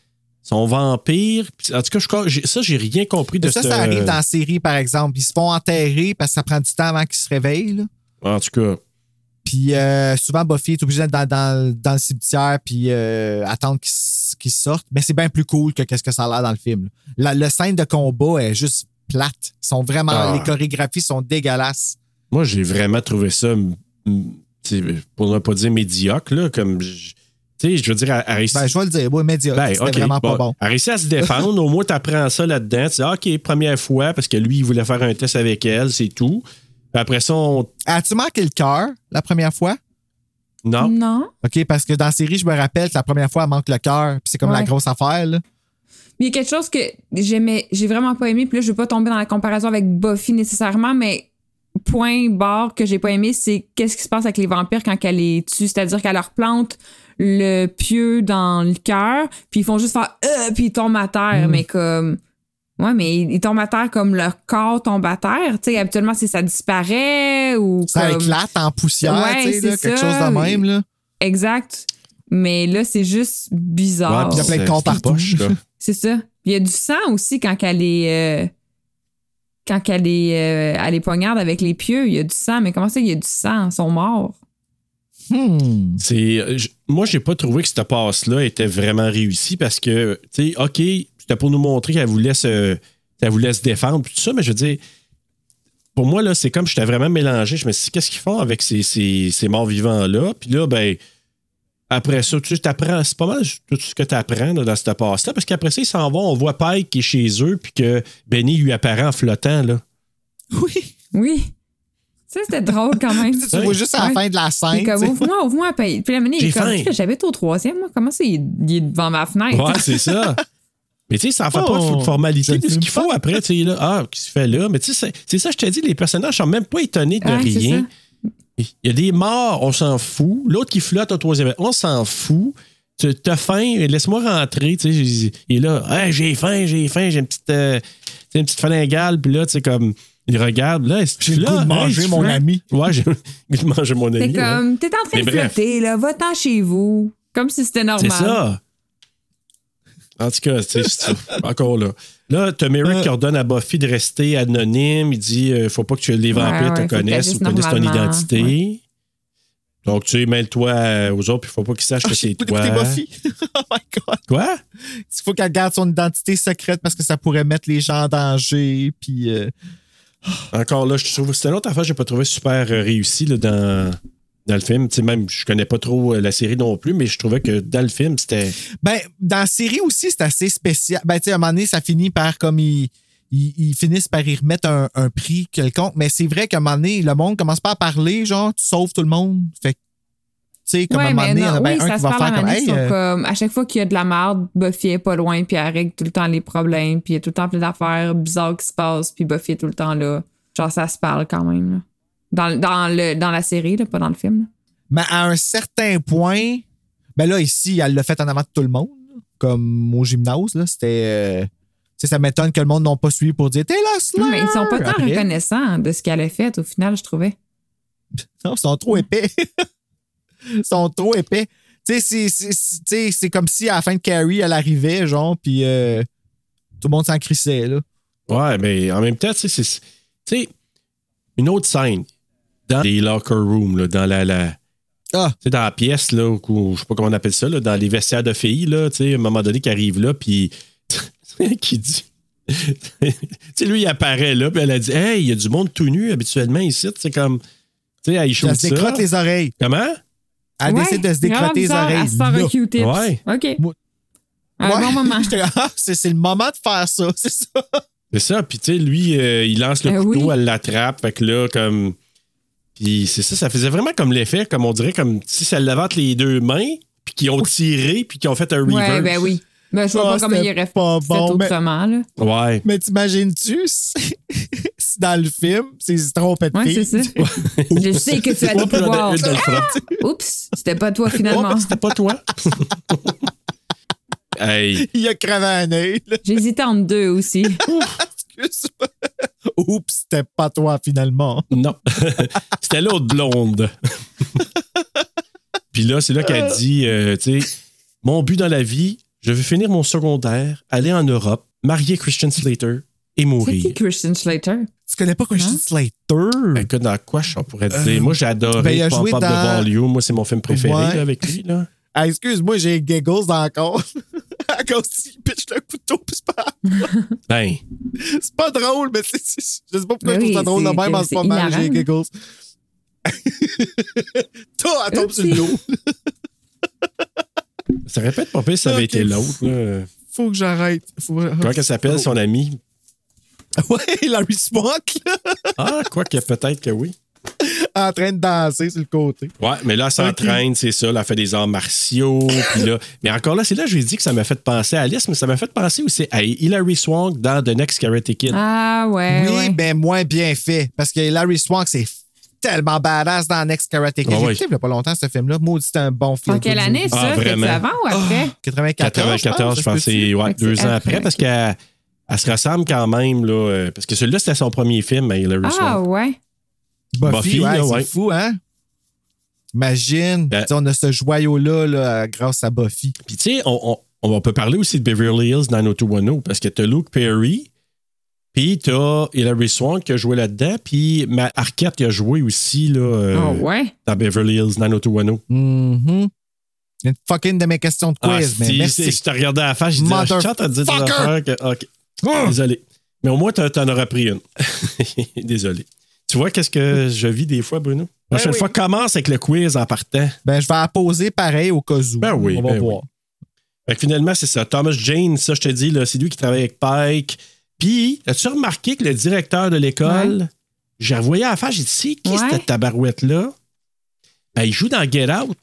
sont vampires. En tout cas, je, ça, j'ai rien compris de ça. ce... Ça arrive dans la série, par exemple. Ils se font enterrer parce que ça prend du temps avant qu'ils se réveillent. Là. En tout cas. Puis euh, souvent, Buffy est obligée d'être dans, dans, dans le cimetière puis euh, attendre qu'ils, qu'ils sortent. Mais c'est bien plus cool que qu'est-ce que ça a l'air dans le film. La, le scène de combat est juste plate. Ils sont vraiment, ah. Les chorégraphies sont dégueulasses. Moi, j'ai vraiment trouvé ça, pour ne pas dire médiocre, là, comme... Tu sais, je veux dire, elle réussit... Ben, je vais le dire, oui, médiocre. Ben, c'était okay, vraiment bon. pas bon. Elle réussit à se défendre, au moins, tu apprends ça là-dedans. Tu dis, OK, première fois, parce que lui, il voulait faire un test avec elle, c'est tout. Puis après ça, on... As-tu manqué le cœur la première fois? Non. Non. OK, parce que dans la série, je me rappelle que la première fois, elle manque le cœur, puis c'est comme ouais. la grosse affaire, là. Mais il y a quelque chose que j'aimais, j'ai vraiment pas aimé, puis là, je veux pas tomber dans la comparaison avec Buffy nécessairement, mais point barre que j'ai pas aimé, c'est qu'est-ce qui se passe avec les vampires quand elle les tue. C'est-à-dire qu'elle leur plante le pieu dans le cœur, puis ils font juste faire euh, puis ils tombent à terre, mm. mais comme ouais, mais ils tombent à terre comme leur corps tombe à terre. Tu sais, habituellement, c'est ça disparaît ou ça comme... éclate en poussière, ouais, tu sais, là, quelque ça. chose de même, là. Exact. Mais là, c'est juste bizarre. Ouais, puis il y a plein de corps partout. Poche, c'est ça. Il y a du sang aussi quand elle est euh, quand elle est euh, elle est poignarde avec les pieux. Il y a du sang, mais comment ça, il y a du sang? Ils sont morts. Hmm. C'est, je, moi, j'ai pas trouvé que cette passe-là était vraiment réussie parce que, tu sais, OK, c'était pour nous montrer qu'elle voulait se, qu'elle voulait se défendre, puis tout ça, mais je veux dire, pour moi, là, c'est comme j'étais vraiment mélangé. Je me suis dit, qu'est-ce qu'ils font avec ces, ces, ces morts-vivants-là? Puis là, ben, après ça, tu t'apprends, c'est pas mal tout ce que tu apprends là, dans cette passe-là, parce qu'après ça, ils s'en vont, on voit Pike qui est chez eux, puis que Benny lui apparaît en flottant, là. Oui. Oui. Ça, c'était drôle quand même. Tu vois juste à la fin de la scène. Comme, ouvre-moi, ouvre-moi. Puis la minute, il est comme, là, j'avais au troisième, moi. Comment ça, il, il est devant ma fenêtre? Ouais, c'est ça. Mais tu sais, ça en fait oh, pas de formalité de ce qu'il faut après, tu sais, là. Ah, qu'est-ce qu'il fait là? Mais tu sais, c'est ça, je t'ai dit, les personnages sont même pas étonnés de ouais, rien. Il y a des morts, on s'en fout. L'autre qui flotte au troisième, on s'en fout. Tu as faim, laisse-moi rentrer. Tu sais, il est là, hey, j'ai faim, j'ai faim, j'ai une petite, euh, une petite fringale. Puis là, tu sais, comme, il regarde, là, est-ce que j'ai le goût de manger hey, mon flottes? Ami. Ouais, j'ai le goût de manger mon ami. C'est comme, ouais. T'es en train Mais de bref. flotter, là, va-t'en chez vous. Comme si c'était normal. C'est ça. En tout cas, c'est encore là. Là, t'as Merrick euh, qui ordonne à Buffy de rester anonyme. Il dit euh, faut pas que les vampires ouais, ouais, te connaissent ou connaissent ton identité. Ouais. Donc, tu sais, mêle-toi aux autres, puis il faut pas qu'ils sachent oh, que c'est toi. Buffy. Oh my God. Quoi? Il faut qu'elle garde son identité secrète parce que ça pourrait mettre les gens en danger. Puis. Euh... Encore là, je trouve c'était une autre affaire que j'ai pas trouvé super réussi là, dans. Dans le film, tu sais, même, je connais pas trop la série non plus, mais je trouvais que dans le film, c'était... Ben, dans la série aussi, c'est assez spécial. Ben, tu sais, à un moment donné, ça finit par, comme, ils, ils, ils finissent par y remettre un, un prix quelconque, mais c'est vrai qu'à un moment donné, le monde commence pas à parler, genre, tu sauves tout le monde. Fait que, tu sais, comme ouais, à un moment donné, il y en a bien oui, un qui va faire comme... Hey, euh... comme, à chaque fois qu'il y a de la merde, Buffy est pas loin, puis elle règle tout le temps les problèmes, puis il y a tout le temps plein d'affaires bizarres qui se passent, puis Buffy est tout le temps là. Genre, ça se parle quand même, là. Dans, dans, le, dans la série, là, pas dans le film. Là. Mais à un certain point, ben là, ici, elle l'a fait en avant de tout le monde, là, comme au gymnase. Là, c'était, euh, ça m'étonne que le monde n'ait pas suivi pour dire « T'es là, Slayer! » Mais ils sont pas tant Après. reconnaissants de ce qu'elle a fait, au final, je trouvais. Non, ils sont trop épais. Ils sont trop épais. Tu sais, c'est, c'est, c'est, c'est comme si à la fin de Carrie, elle arrivait, genre, puis euh, tout le monde s'en crissait, là. Ouais, mais en même temps, tu sais, c'est... Tu sais, une autre scène dans les locker rooms, là, dans la... la Ah. Tu sais, dans la pièce, là, où, je sais pas comment on appelle ça, là, dans les vestiaires de filles, là, tu sais, à un moment donné, qui arrive là, puis qui dit... tu sais, lui, il apparaît là, puis elle a dit « Hey, il y a du monde tout nu habituellement ici. » C'est comme... Tu sais, elle shoot ça. Elle se décrotte les oreilles. Comment? Elle ouais, décide de se décrotter les oreilles. Elle se sort un Q-tips. Ouais. OK. Moi, un ouais. bon moment. Ah, c'est, c'est le moment de faire ça, c'est ça. C'est ça, puis tu sais, lui, euh, il lance le euh, couteau, oui. elle l'attrape, fait que là, comme... Puis c'est ça, ça faisait vraiment comme l'effet, comme on dirait, comme si ça l'avait entre les deux mains, puis qu'ils ont tiré, puis qu'ils ont fait un reverse. Ouais, ben oui. Ben, je vois oh, pas comment il aurait pas fait bon, autrement, mais... là. Ouais. Mais t'imagines-tu, si dans le film, c'est trompé de Ouais, fille. c'est ça. Je sais que tu as des pouvoirs. Oups, c'était pas toi, finalement. Oh, c'était pas toi. Hey. Il a crevé un œil. J'hésitais entre deux aussi. Excuse-moi. Oups, c'était pas toi, finalement. Non. C'était l'autre blonde. Puis là, c'est là qu'elle dit, euh, tu sais, mon but dans la vie, je veux finir mon secondaire, aller en Europe, marier Christian Slater et C'est mourir. qui Christian Slater? Tu connais pas Christian Hein? Slater? Ben, écoute, dans quoi on pourrait dire? Euh, moi, j'ai adoré ben, il a Pump joué Up dans- the Volume. Moi, c'est mon film préféré Ouais. là, avec lui. Là. Ah, excuse-moi, j'ai giggles dans le corps. À cause qu'il pitch le couteau, pis c'est pas... Ben, c'est pas drôle, mais c'est, c'est- je sais pas pourquoi Oui, je trouve ça drôle de c'est- même en ce c'est moment, hilarant. j'ai giggles. Toi, elle tombe sur le dos. ça répète pas pire si ça avait Ok. été l'autre. là. Faut que j'arrête. Faut... Comment qu'elle s'appelle, son ami? Ouais, Larry Swank, là, Ah, quoi que peut-être que oui. en train de danser sur le côté. Ouais, mais là, elle s'entraîne, c'est ça. Elle a fait des arts martiaux. Puis là, mais encore là, c'est là que je lui ai dit que ça m'a fait penser à Alice, mais ça m'a fait penser aussi à Hilary Swank dans The Next Karate Kid. Ah, ouais. oui, ouais. ben moins bien fait. Parce que Larry Swank, c'est tellement badass dans Next Karate Kid. Ah J'ai ouais. écouté il y a pas longtemps ce film-là. Maudit, c'était un bon film. En quelle année, Ah, ça? C'était-tu vraiment? avant ou après? quatre-vingt-quatorze, quatre-vingt-quatorze, je pense, ça se c'est peut-tu? ouais, Fait que deux c'est ans après. après, parce qu'elle elle se ressemble quand même, là, euh, parce que celui-là, c'était son premier film, à Hilary Ah, Swank. ouais. Buffy, Buffy, ouais, là, c'est ouais. fou, hein? Imagine, Ben- tu sais, on a ce joyau-là là, grâce à Buffy. Puis, tu sais, on, on, on peut parler aussi de Beverly Hills nine oh two one oh, parce que t'as Luke Perry, puis t'as Hilary Swank qui a joué là-dedans, puis Matt Arquette qui a joué aussi là, euh, Ah, ouais. dans Beverly Hills nine oh two one oh. Mm-hmm. Une fucking de mes questions de Ah, quiz, mais si, merci. si je te regardais à la face, j'ai dit, ah, je suis en train de dire des Motherfucker! affaires que. OK. Ah! Désolé. Mais au moins, t'en t'en auras pris une. Désolé. Tu vois, qu'est-ce que je vis des fois, Bruno? La prochaine oui. fois, commence avec le quiz en partant. Ben, je vais la poser pareil au cas où. Ben oui, On va ben voir. Fait que finalement, c'est ça. Thomas Jane, ça, je te dis, là, c'est lui qui travaille avec Pike. Puis, as-tu remarqué que le directeur de l'école, Ouais. j'ai revoyé à la face, j'ai dit, c'est qui Ouais. cette tabarouette-là? Ben, il joue dans Get Out.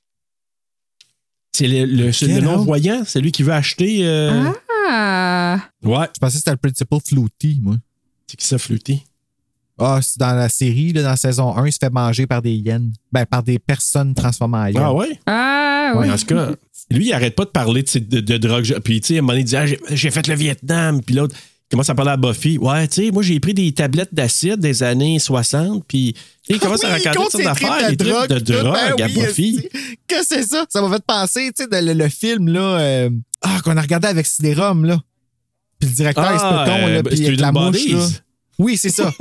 C'est le, le, c'est Get le Out? non-voyant, c'est lui qui veut acheter. euh, Ah! Ouais. Je pensais que c'était le Principal Flutie, moi. C'est qui ça, Fluty? Ah, c'est dans la série, là, dans la saison un, il se fait manger par des hyènes. Ben, par des personnes transformées en hyènes. Ah ouais? Ah, Ouais, oui. en tout cas, lui, il arrête pas de parler de, de, de drogue. Puis, tu sais, à un moment donné, il dit, ah, j'ai, j'ai fait le Vietnam. Puis l'autre, il commence à parler à Buffy. Ouais, tu sais, moi, j'ai pris des tablettes d'acide des années soixante. Puis, tu sais, il commence Oui, à il raconter compte toutes ses sortes d'affaires, les tripes trucs de tout. drogue Ben à oui, Buffy. esti. Qu'est-ce que c'est ça? Ça m'a fait penser, tu sais, de- le, le film, là, euh, ah, qu'on a regardé avec Sidérum, là. Puis le directeur, il se peut con, euh, là, puis avec la Student mouche, là. Bodies. Oui, c'est ça.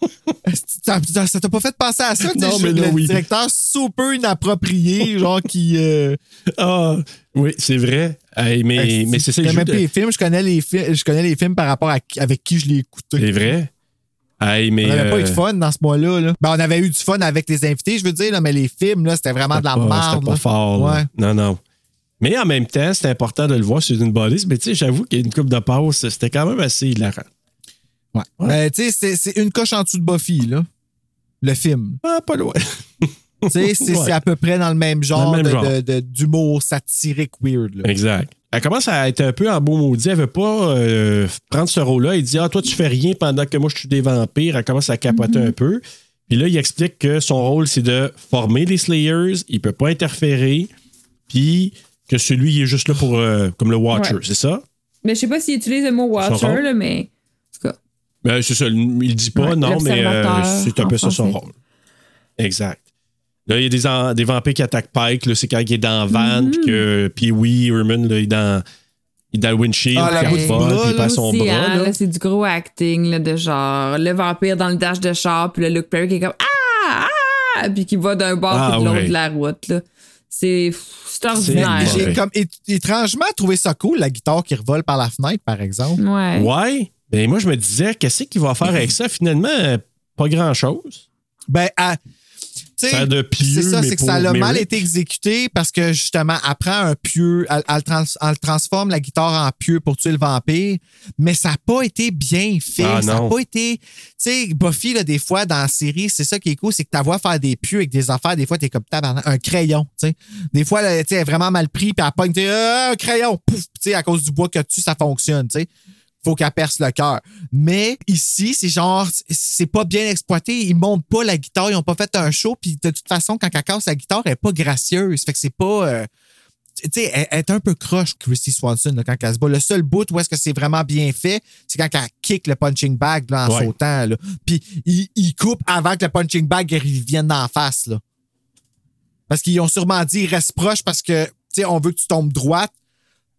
ça. Ça ça t'a pas fait penser à ça? tu sais, Non, je- mais là, le oui. directeur super inapproprié, genre qui... Euh, Ah, oui, c'est vrai. Hey, mais, mais c'est ça, je il connais joue même de- pas les films, je connais les, fi- je connais les films par rapport à qui- avec qui je l'ai écouté. C'est vrai. Hey, mais, On n'avait pas eu de euh, fun dans ce mois-là. Là. Ben, on avait eu du fun avec les invités, je veux dire, là, mais les films, là, c'était vraiment de la pas- merde. C'était pas là. fort. là. Ouais. Non, non. Mais en même temps, c'est important de le voir sur une balise. Mais tu sais, j'avoue qu'il y a une coupe de passe, c'était quand même assez hilarant. Ouais. Ben, tu sais, c'est- c'est une coche en dessous de Buffy, là. Le film. Ah, pas loin. Tu sais, c'est Ouais. c'est à peu près dans le même genre, Dans le même de- genre. de- de- d'humour satirique weird. Là. Exact. Elle commence à être un peu en beau maudit. Elle veut pas euh, prendre ce rôle-là. Il dit, ah, toi, tu fais rien pendant que moi, je suis des vampires. Elle commence à capoter un peu. Puis là, il explique que son rôle, c'est de former les Slayers. Il peut pas interférer. Puis que celui, il est juste là pour, euh, comme le Watcher. Ouais. C'est ça? Mais je sais pas s'il utilise le mot Son Watcher, rôle. là, mais. En tout cas. Ben, c'est ça. Il dit pas, Ouais, non, mais euh, l'observateur c'est un en peu ça son français. rôle. Exact. Là, il y a des, en- des vampires qui attaquent Pike. Là, c'est quand il est dans la van, puis que Pee Wee Herman, là, il est dans, il est dans le windshield, Ah, la puis bout il du vole, bras, puis il là, perd son Aussi, bras. hein, là. là, c'est du gros acting, là, de genre, le vampire dans le dash de char, puis le Luke Perry qui est comme Ah! Ah! Puis qui va d'un bord Ah, puis de l'autre ouais. de la route, là. C'est c'est ordinaire. C'est J'ai Ouais. comme é- étrangement trouvé ça cool, la guitare qui revole par la fenêtre, par exemple. Ouais. Ouais. Ben, moi, je me disais, qu'est-ce qu'il va faire avec ça? Finalement, euh, pas grand-chose. Ben, à- tu sais, Ça a de pieux, c'est ça, mais c'est que pour ça a mal Merrick. été exécuté parce que justement, elle prend un pieu, elle, elle trans- elle transforme la guitare en pieu pour tuer le vampire, mais ça n'a pas été bien fait. Ah, ça n'a non. pas été. Tu sais, Buffy, là, des fois, dans la série, c'est ça qui est cool, c'est que tu vois faire des pieux avec des affaires, des fois, t'es comme tabarnak, un crayon, tu sais. Des fois, là, tu sais, elle est vraiment mal pris, puis elle pogne, t'es, euh, un crayon, pouf, tu sais, à cause du bois que tu, ça fonctionne, tu sais. Faut qu'elle perce le cœur. Mais ici, c'est genre, c'est pas bien exploité. Ils montent pas la guitare, ils ont pas fait un show. Puis de toute façon, quand elle casse la guitare, elle est pas gracieuse. Fait que c'est pas. euh, tu sais, elle, elle est un peu croche, Christy Swanson, là, quand elle se bat. Le seul bout où est-ce que c'est vraiment bien fait, c'est quand elle kick le punching bag là, en Ouais. sautant. Là. Puis il, il coupe avant que le punching bag il vienne d'en face. Là. Parce qu'ils ont sûrement dit reste proche parce que tu sais, on veut que tu tombes droite.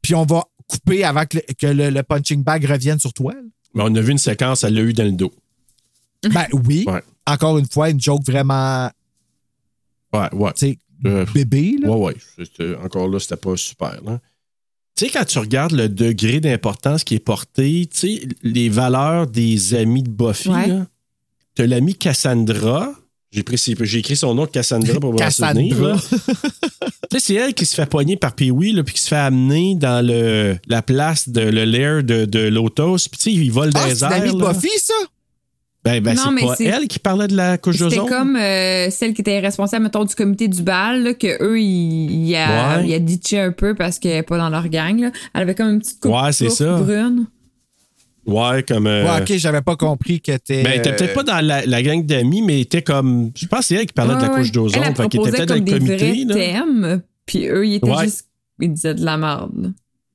puis on va couper avant que le, que le, le punching bag revienne sur toi. Mais on a vu une séquence, elle l'a eu dans le dos. Ben oui. Ouais. Encore une fois, une joke vraiment. Ouais, ouais. Tu sais, Euh, bébé, là. Ouais, ouais. C'était- encore là, c'était pas super. Là. Tu sais, quand tu regardes le degré d'importance qui est porté, tu sais, les valeurs des amis de Buffy, Ouais. là, t'as l'ami Cassandra. J'ai, pris, j'ai écrit son nom Cassandra pour m'en souvenir. Là. Tu sais, c'est elle qui se fait pogner par Pee-wee, là, puis qui se fait amener dans le, la place de le lair de, de Lotus. Puis tu sais, il vole dans Ah, les c'est airs. l'ami de là. Buffy, ça? Ben, ben Non, c'est mais pas c'est- elle qui parlait de la couche C'était d'ozone. comme euh, celle qui était responsable, mettons, du comité du bal, là, que eux, ils il a, Ouais. il a ditché un peu parce qu'elle n'est pas dans leur gang. Là. Elle avait comme une petite coupe Ouais, c'est courte ça. brune. Ouais, comme. euh, Ouais, ok, j'avais pas compris que t'es. Ben, elle était peut-être pas dans la, la gang d'amis, mais elle était comme. Je pense que c'est elle qui parlait de la Ouais, couche ouais. d'ozone. Elle, elle Fait qu'elle était proposait peut-être dans comme le des comité. vrais Là. thèmes, puis eux, ils étaient Ouais. juste... Ils disaient de la merde. là.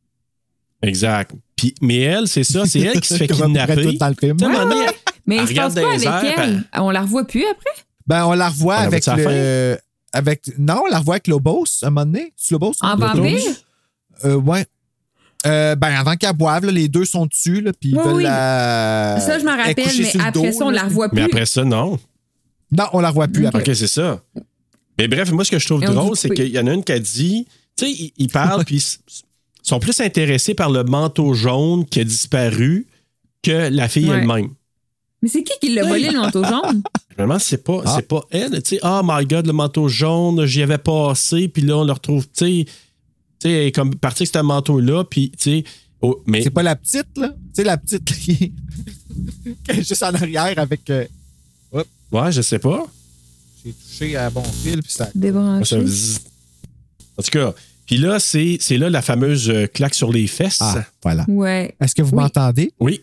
Exact. Puis, mais elle, c'est ça, c'est elle qui se fait Comme à peu près kidnapper. tout dans le film. Tu sais, à un moment donné, Mais elle il se passe regarde pas dans avec les airs, elle. puis On la revoit plus après? Ben, on la revoit On la avec voit-tu à la le. Avec... Non, on la revoit avec Lobos, à un moment donné. C'est Lobos? En Lobos? vampire? Euh, ouais. Euh, ben, avant qu'elle boive, là, les deux sont dessus, là, puis ils Oui, veulent oui. la. Ça, je m'en elle est rappelle, couchée mais sur le après dos, ça, on là. la revoit plus. Mais après ça, non. Non, on la revoit plus après. OK, c'est ça. Mais bref, moi, ce que je trouve Et on drôle, dit c'est coupé. qu'il y en a une qui a dit, tu sais, ils, ils parlent, puis ils sont plus intéressés par le manteau jaune qui a disparu que la fille Ouais. elle-même. Mais c'est qui qui l'a volé, le manteau jaune? Je me demande si c'est pas, Ah. c'est pas elle. Tu sais, oh my God, le manteau jaune, j'y avais passé, puis là, on le retrouve, tu sais, tu sais, elle est comme partie avec ce manteau-là, puis, tu sais, oh, mais. C'est pas la petite, là? Tu sais, la petite qui est... qui est juste en arrière avec. euh, Ouais, je sais pas. J'ai touché à bon fil, puis ça. Ça Débranché. zzz. En tout cas, puis là, c'est, c'est là la fameuse euh, claque sur les fesses. Ah, voilà. Ouais. Est-ce que vous Oui. m'entendez? Oui.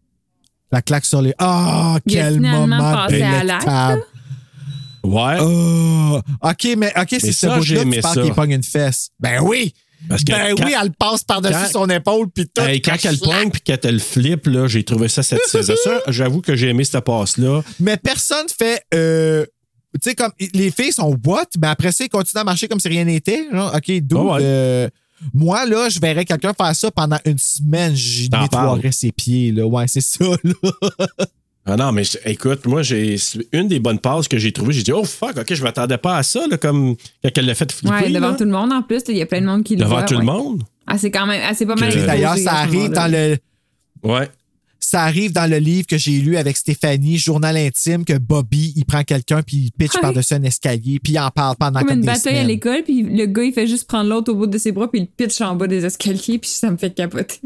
La claque sur les. Ah, Il a quel finalement moment passé à l'acte, délectable. Ouais. Oh, OK, mais OK, c'est ce ça, bout-là j'ai que aimé tu parles ça. qu'il pogne une fesse. Ben oui! Parce que Ben quand- oui, elle passe par-dessus quand- son épaule, puis tout. Hey, quand elle pogne puis quand elle flippe, là, j'ai trouvé ça satisfaisant. Ça, j'avoue que j'ai aimé cette passe-là. Mais personne fait. Euh, tu sais, comme les filles sont what, mais après ça, ils continuent à marcher comme si rien n'était. Genre, OK, d'où. Ah ouais. euh, moi, là, je verrais quelqu'un faire ça pendant une semaine, j'y T'en nettoierais parles. ses pieds. Là. Ouais, c'est ça. Là. Ah non, mais je- écoute, moi, j'ai c'est une des bonnes passes que j'ai trouvées. J'ai dit, oh fuck, OK, je m'attendais pas à ça, là, comme quand elle l'a fait flipper. Ouais, devant là. tout le monde en plus. Il y a plein de monde qui le Devant voit. tout ouais. le monde. Ah, c'est quand même. Ah, c'est pas mal. Que- exposé D'ailleurs, à ça ce arrive moment-là. dans le. Ouais. Ça arrive dans le livre que j'ai lu avec Stéphanie, Journal intime, que Bobby, il prend quelqu'un puis il pitch Ouais. par-dessus un escalier puis il en parle pendant Comme comme, une des bataille à semaines. l'école, puis le gars, il fait juste prendre l'autre au bout de ses bras, puis il le pitch en bas des escaliers, puis ça me fait capoter.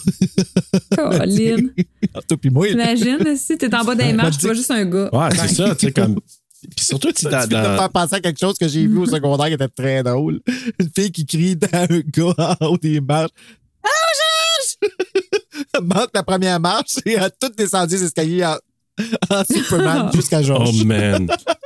Colin. Toi puis moi. là. Imagine, si t'es en bas des marches, tu vois juste un gars. Ouais, c'est ça, tu sais, comme. Puis surtout, tu sais, dans. Tu viens de me dans- faire penser à quelque chose que j'ai vu au secondaire qui était très drôle. Une fille qui crie dans un gars en haut des marches. Ah, Georges! Elle manque la première marche et elle a tout descendu les escaliers en, en Superman jusqu'à Georges. Oh man.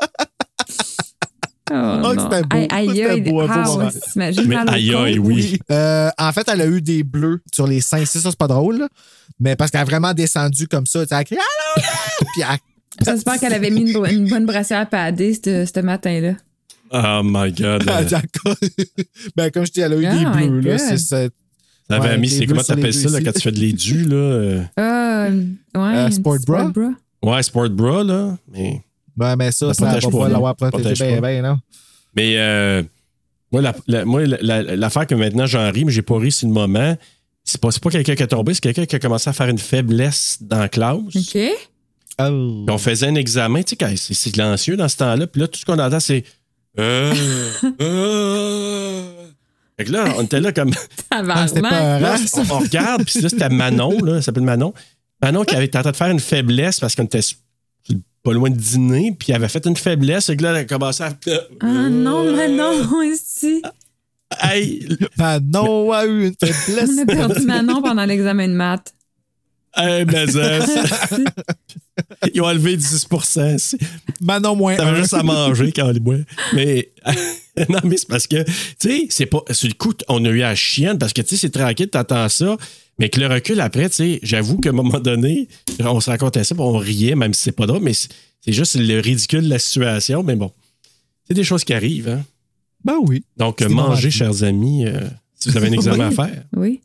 Oh, Oh, non. c'était beau. Aïe, aïe, C'était aïe. beau, un beau Ah, moment. ouais, t'imagines Mais mal au aïe, con. aïe, oui. Euh, en fait, elle a eu des bleus sur les seins. C'est ça, c'est pas drôle. là. Mais parce qu'elle a vraiment descendu comme ça. Tu sais, elle a crié Allô! Puis elle- J'espère qu'elle avait mis une, br- une bonne brassière padée ce ce matin-là. Oh my God. elle a dit encore- ben, comme je dis, elle a eu Oh des my bleus. Là, God. c'est ça. T'avais Ouais, mis, des c'est bleus comment sur les t'appelles ça, deux là, ici. quand tu fais de l'édu, là? euh, Ah, ouais. Euh, une sport petite bra? Ouais, sport bra, là. Mais, Ouais, mais ça, Ça ça va protège pas, pas, l'avoir ça protégé. protège Ben, pas. ben, non. mais euh, moi, la, la- moi, la- la- l'affaire que maintenant j'en ris, mais j'ai pas ri sur le moment, c'est pas, c'est pas quelqu'un qui est tombé, c'est quelqu'un qui a commencé à faire une faiblesse dans la classe. OK. Oh. Puis on faisait un examen, tu sais, quand c'est silencieux dans ce temps-là, puis là, tout ce qu'on entend, c'est. Euh, euh. Fait que là, on était là comme. Ah, c'était Tabarnak. pas Là, rare, ça. on, on regarde, puis là, c'était Manon, là, elle s'appelle Manon. Manon qui avait tenté de faire une faiblesse parce qu'on était s- pas loin de dîner, puis elle avait fait une faiblesse, et que là, elle a commencé à. Ah non, mais non, ici. Hey, Manon a eu une faiblesse. On a perdu Manon pendant l'examen de maths. hey, mais ça, ça- ils ont enlevé dix pour cent. C'est- Manon moins T'avais un. juste à manger quand on les boit. Mais non, mais c'est parce que, tu sais, c'est pas. Sur le coup, on a eu à la chienne parce que, tu sais, c'est tranquille, t'entends ça. Mais que le recul après, tu sais, j'avoue qu'à un moment donné, on se racontait ça, puis on riait, même si c'est pas drôle, mais c'est c'est juste le ridicule de la situation. Mais bon, c'est des choses qui arrivent, hein. Ben oui. Donc, C'est des mangez, moments de vie. chers amis, euh, si vous avez un examen à faire. Oui.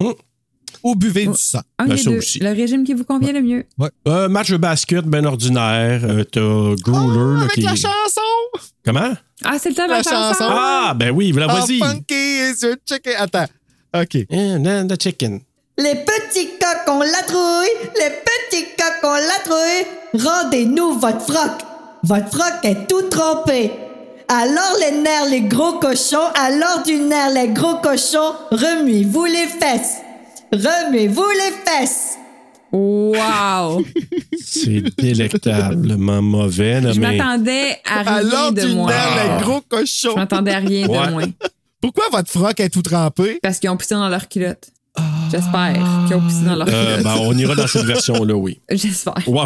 Hum. Ou buvez du sang. Un Ben, des ça deux. aussi. Le régime qui vous convient le mieux. Ouais. Euh, match de basket, ben ordinaire. Euh, t'as Gruler, Oh, là, avec qui... la chanson! Comment? Ah, c'est le temps de la, La chanson. chanson. Ah, ben oui, voilà, How vas-y. funky is your chicken? Attends. OK. And then the chicken. Les petits coqs ont la trouille, les petits coqs ont la trouille. Rendez-nous votre froc. Votre froc est tout trempé. Alors les nerfs, les gros cochons, alors du nerf, les gros cochons, remuez-vous les fesses. Remuez-vous les fesses. Wow! C'est délectablement mauvais, là, Je mais... m'attendais à rien Alors de du moins. nerf, les gros cochons. Je m'attendais à rien Ouais. de moins. Pourquoi votre froc est tout trempé? Parce qu'ils ont poussé dans leur culotte. J'espère qu'ils ont poussé dans leur Euh, culotte. ben, on ira dans cette version-là, oui. J'espère. Wow.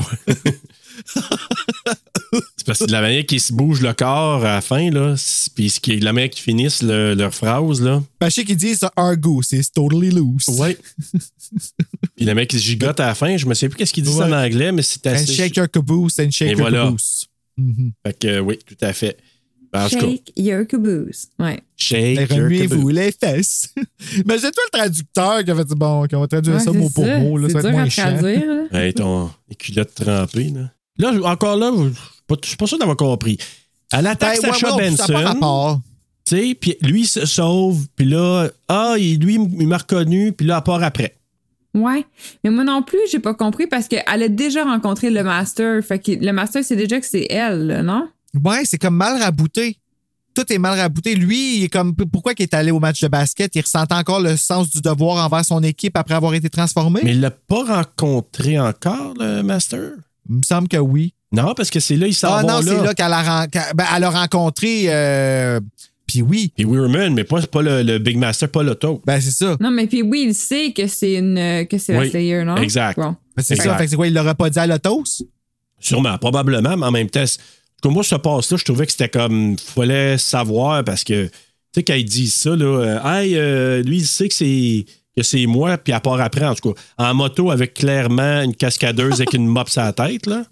C'est parce que de la manière qu'ils se bougent le corps à la fin, là, c'est- puis ce qui est de la manière qu'ils finissent le- leur phrase, là. Ben, je sais qu'ils disent argo, c'est totally loose. Ouais. Puis le mec qui se gigote à la fin, je me sais plus qu'est-ce qu'il dit Ouais. en anglais, mais c'est And assez... shake your caboose, and shake Et your voilà. caboose. Mhm. Fait que, euh, oui, tout à fait. Ben, en tout cas, Shake your caboose. Ouais. shake Ben, your remuez-vous caboose. les fesses. Mais c'est toi le traducteur qui a fait bon, qui va traduire Ouais, ça c'est mot pour ça. mot. Là, C'est ça va être dur moins à chiant. traduire. là. Hey, ton les culottes trempées, là. Là, encore là, je je suis pas sûr d'avoir compris. Elle attaque Ben, ouais, Sacha ouais, ça a pas Benson. rapport. Tu sais, puis lui, il se sauve, puis là, ah, il- lui, il m'a reconnu, puis là, elle part après. Ouais. Mais moi non plus, j'ai pas compris parce qu'elle a déjà rencontré le master. Fait que le master, c'est déjà que c'est elle, là, non? Ouais, c'est comme mal rabouté. Tout est mal rabouté. Lui, il est comme pourquoi il est allé au match de basket? Il ressentait encore le sens du devoir envers son équipe après avoir été transformé? Mais il l'a pas rencontré encore, le Master? Il me semble que oui. Non, parce que c'est là, il s'en Ah va non, là. c'est là qu'elle a, ren- qu'elle- ben, elle a rencontré euh, puis oui. Puis Weirman, mais pas, pas le, le Big Master, pas l'auto. Ben c'est ça. Non, mais puis oui, il sait que c'est une que c'est Oui, la Slayer, non? exact. Bon. Ben, c'est Exact. ça. Fait que c'est quoi, il l'aurait pas dit à l'autos? Sûrement, probablement, mais en même temps, c'est- comme moi, ce passe-là, je trouvais que c'était comme, fallait savoir parce que, tu sais, quand ils disent ça, là, euh, hey, euh, lui, il sait que c'est, que c'est moi, puis à part après, en tout cas, en moto avec clairement une cascadeuse avec une mop sur la tête, là.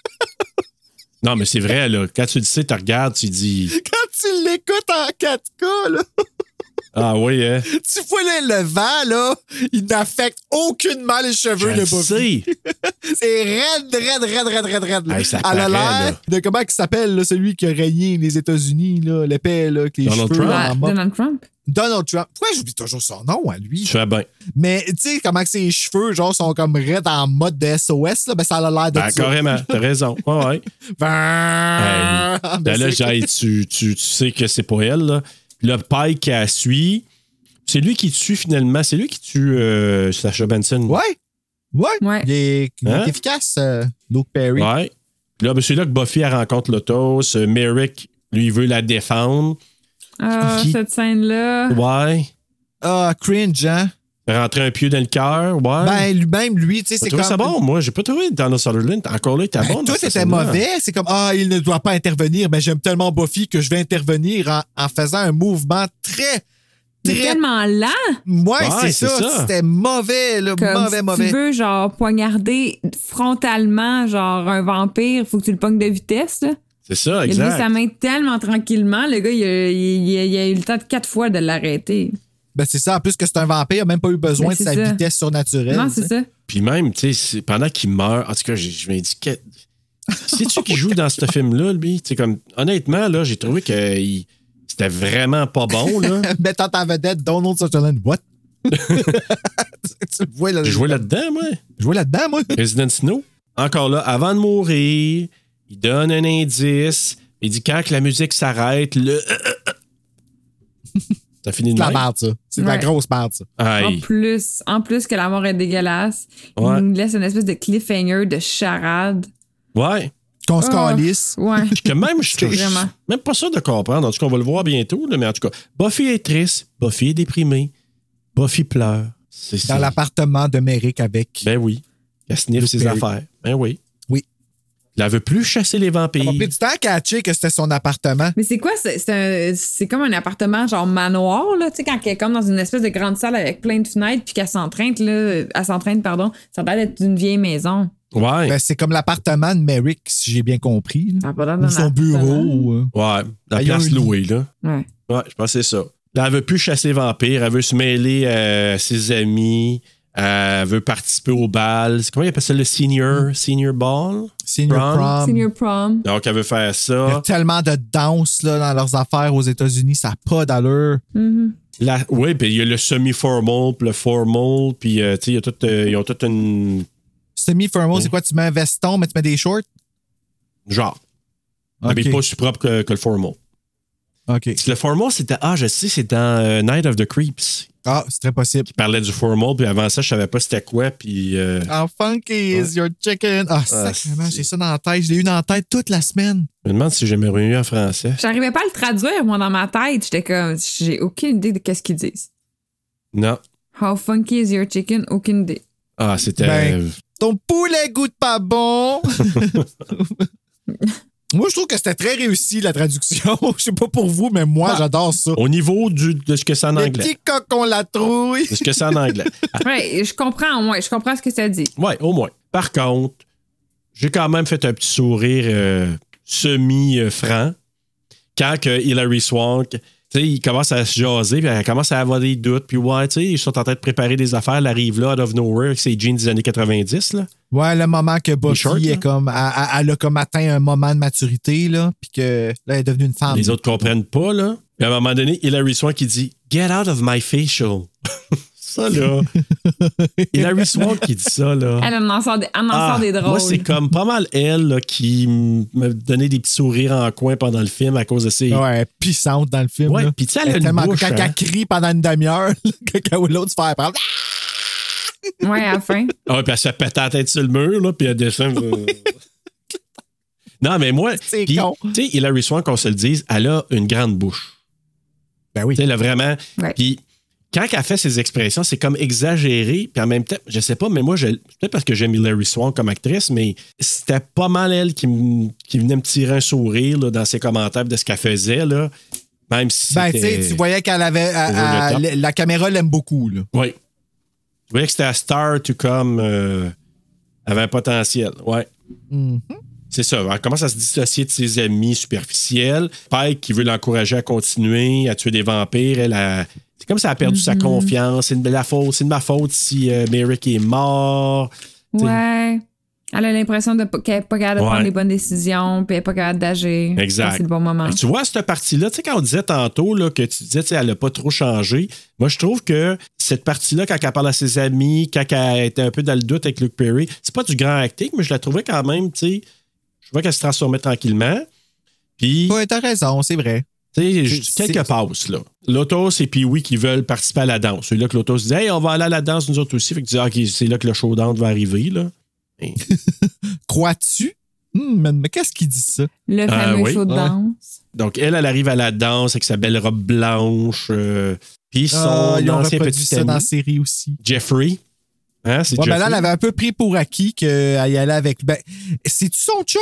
Non, mais c'est vrai, là. Quand tu le sais, tu regardes, tu dis, Quand tu l'écoutes en quatre K, là, ah oui, hein. tu vois le, le vent, là, il n'affecte aucunement les cheveux Je de Buffy. sais. C'est raide, raide, raide, raide, raide, raide. là. Hey, ça Elle a paraît, l'air là. de comment il s'appelle, là, celui qui a régné les États-Unis, là, l'épée, là, avec les Donald cheveux Trump? en Ah, mop. Donald Trump? Donald Trump. Pourquoi j'oublie toujours son nom à lui? Tu fais bien. Mais tu sais, comment que ses cheveux, genre, sont comme raides en mode de S O S, là, ben ça a l'air de Ben, ça. carrément, t'as raison. Ouais, ouais. Ben, Ben ben, là, c'est- j'ai- tu, tu, tu sais que c'est pas elle, là. Puis le Pike qui la suit, c'est lui qui tue finalement. C'est lui qui tue euh, Sacha Benson. Ouais. Ouais. Ouais. Il est, il est Hein? efficace, euh, Luke Perry. Ouais. Puis là, ben, c'est là que Buffy elle rencontre Lotus. Euh, Merrick, lui, il veut la défendre. Ah, Qui- cette scène-là. Ouais. Ah, cringe, hein? Rentrer un pieu dans le cœur. Ouais. Ben, lui-même, lui, tu sais, J'ai c'est trouvé comme... ça bon, moi. J'ai pas trouvé Donald Sutherland. Encore là, il était Ben, bon. dans tout cette était scène-là. mauvais. C'est comme, ah, il ne doit pas intervenir. Mais j'aime tellement Buffy que je vais intervenir en, en faisant un mouvement très, Mais très... tellement lent. Ouais, Ouais, c'est c'est ça. ça. C'était mauvais, là. Comme mauvais, si mauvais. tu veux, genre, poignarder frontalement, genre, un vampire, faut que tu le pognes de vitesse, là. C'est ça, Il a levé exact. sa main tellement tranquillement. Le gars, il a, il a- il a eu le temps de quatre fois de l'arrêter. Ben, c'est ça. En plus que c'est un vampire, il n'a même pas eu besoin Ben, de c'est sa ça. vitesse surnaturelle. Non, tu c'est sais. ça. Puis même, tu sais, c'est- pendant qu'il meurt, en tout cas, j'ai- je me dis que. C'est-tu qui joue dans ce film-là, lui? Tu sais, comme, honnêtement, là, j'ai trouvé que il- c'était vraiment pas bon, là. Mettant en vedette Donald Sutherland. What? tu le vois là. J'ai joué là-dedans, moi. Je jouais là-dedans, moi. Resident Snow. Encore là, avant de mourir, il donne un indice. Il dit quand que la musique s'arrête, le. Ça finit C'est de de la même. merde, ça. C'est de la Ouais. grosse merde, ça. En Aïe. plus, en plus que la mort est dégueulasse, Ouais. il nous laisse une espèce de cliffhanger de charade. Ouais. Qu'on se Ah, calisse. Ouais. Que même, je suis Vraiment. même pas sûr de comprendre. En tout cas, on va le voir bientôt, là, mais en tout cas, Buffy est triste, Buffy est déprimée, Buffy pleure. C'est Dans ça. l'appartement de Merrick avec. Ben oui. Elle sniffe Luke ses Perry. affaires. Ben oui. Oui. Elle veut plus chasser les vampires. Ça m'a pris du temps à catcher que c'était son appartement. Mais c'est quoi? C'est, c'est, un- c'est comme un appartement genre manoir, là, tu sais, quand elle est comme dans une espèce de grande salle avec plein de fenêtres, puis qu'elle s'entraîne, là, elle s'entraîne, pardon, ça a l'air d'être une vieille maison. Ouais. Ben, c'est comme l'appartement de Merrick, si j'ai bien compris. là. Ça a pas l'air Ou d'un son appartement. bureau. euh. Ouais. La Ah, il y a place un lit. louée, là. Ouais. Ouais, je pense que c'est ça. Là, elle veut plus chasser vampires, elle veut se mêler à ses amis, elle veut participer au bal. Comment il appelle ça, le senior, senior ball? Senior prom. prom. Senior prom. Donc, elle veut faire ça. Il y a tellement de danse là, dans leurs affaires aux États-Unis, ça n'a pas d'allure. Mm-hmm. La, oui, puis il y a le semi-formal, puis le formal, puis euh, tu sais, il y a tout, euh, ils ont toute une... Semi-formal, oui. c'est quoi? Tu mets un veston, mais tu mets des shorts? Genre. Okay. Mais pas aussi propre que, que le formal. OK. Le formal, c'était... Ah, je sais, c'est dans euh, Night of the Creeps. Ah, c'est très possible. Qui parlait du formal, puis avant ça, je savais pas c'était quoi, puis... Euh... How funky is ouais. your chicken? Ah, ah sacrément, j'ai ça dans la tête. Je l'ai eu dans la tête toute la semaine. Je me demande si j'aimerais mieux en français. J'arrivais pas à le traduire, moi, dans ma tête. J'étais comme... J'ai aucune idée de qu'est-ce qu'ils disent. Non. How funky is your chicken? Aucune idée. Ah, c'était... Ben, ton poulet goûte pas bon! Moi, je trouve que c'était très réussi, la traduction. Je sais pas pour vous, mais moi, ah, j'adore ça. Au niveau du, de ce que c'est en anglais. Le petit coq, on la trouille. De ce que c'est en anglais. Oui, je comprends au moins. Je comprends ce que ça dit. Oui, au moins. Par contre, j'ai quand même fait un petit sourire euh, semi-franc quand que Hilary Swank, tu sais, il commence à se jaser, puis elle commence à avoir des doutes, puis ouais, tu sais, ils sont en train de préparer des affaires, elle arrive là, out of nowhere, avec ses jeans des années quatre-vingt-dix, là. Ouais, le moment que Buffy short, est comme, elle, elle a comme atteint un moment de maturité, là, puis que là, elle est devenue une femme. Les autres comprennent pas, là. Puis à un moment donné, Hilary Swank qui dit « Get out of my facial ». Ça, là. Hilary Swank qui dit ça, là. Elle en sort des, en ah, sort des drôles. Moi, c'est comme pas mal elle là, qui me donnait des petits sourires en coin pendant le film à cause de ses... Ouais, pissante dans le film. Ouais, puis tu sais, elle, elle a une bouche, quand hein? elle crie pendant une demi-heure, quand l'autre se fait prendre... Ouais, à la fin. Ah, puis elle se pète la tête sur le mur, là, puis elle descend... Non, mais moi... C'est pis, con. Tu sais, Hilary Swank, qu'on se le dise, elle a une grande bouche. Ben oui. Tu sais, elle a vraiment... Ouais. Puis... Quand elle fait ses expressions, c'est comme exagéré. Puis en même temps, je sais pas, mais moi, je, peut-être parce que j'aime Hilary Swank comme actrice, mais c'était pas mal elle qui, m, qui venait me tirer un sourire là, dans ses commentaires de ce qu'elle faisait. Là, même si ben, tu sais, tu voyais qu'elle avait. À, à, la caméra l'aime beaucoup. Là. Oui. Tu voyais que c'était à Star to Come. Euh, avait un potentiel. Ouais. Mm-hmm. C'est ça. Elle commence à se dissocier de ses amis superficiels. Pike qui veut l'encourager à continuer, à tuer des vampires. Elle a. C'est comme ça a perdu mm-hmm. sa confiance. C'est de la faute. C'est de ma faute si euh, Merrick est mort. Ouais. T'sais. Elle a l'impression de, qu'elle n'est pas capable de ouais. prendre les bonnes décisions, puis elle n'est pas capable d'agir. Exact. C'est le bon moment. Et tu vois, cette partie-là, tu sais, quand on disait tantôt là, que tu disais qu'elle n'a pas trop changé, moi, je trouve que cette partie-là, quand elle parle à ses amis, quand elle était un peu dans le doute avec Luke Perry, c'est pas du grand acting, mais je la trouvais quand même, tu sais, je vois qu'elle se transformait tranquillement. Puis. Ouais, t'as raison, c'est vrai. Tu sais, quelques passes, là. Lotus et Pee-wee qui veulent participer à la danse. C'est là que Lotus dit « Hey, on va aller à la danse, nous autres aussi. » Fait que tu dis « OK, c'est là que le showdown va arriver, là. » Et... Crois-tu? Hum, mais, mais qu'est-ce qui dit ça? Le fameux euh, oui. show de danse. Ouais. Donc, elle, elle arrive à la danse avec sa belle robe blanche. Euh, Puis son ah, ils ont ancien reproduit petit ça ami, dans la série aussi. Jeffrey. Hein, c'est ouais, Jeffrey. Ben là, elle avait un peu pris pour acquis qu'elle y allait avec... Ben, c'est-tu son chum?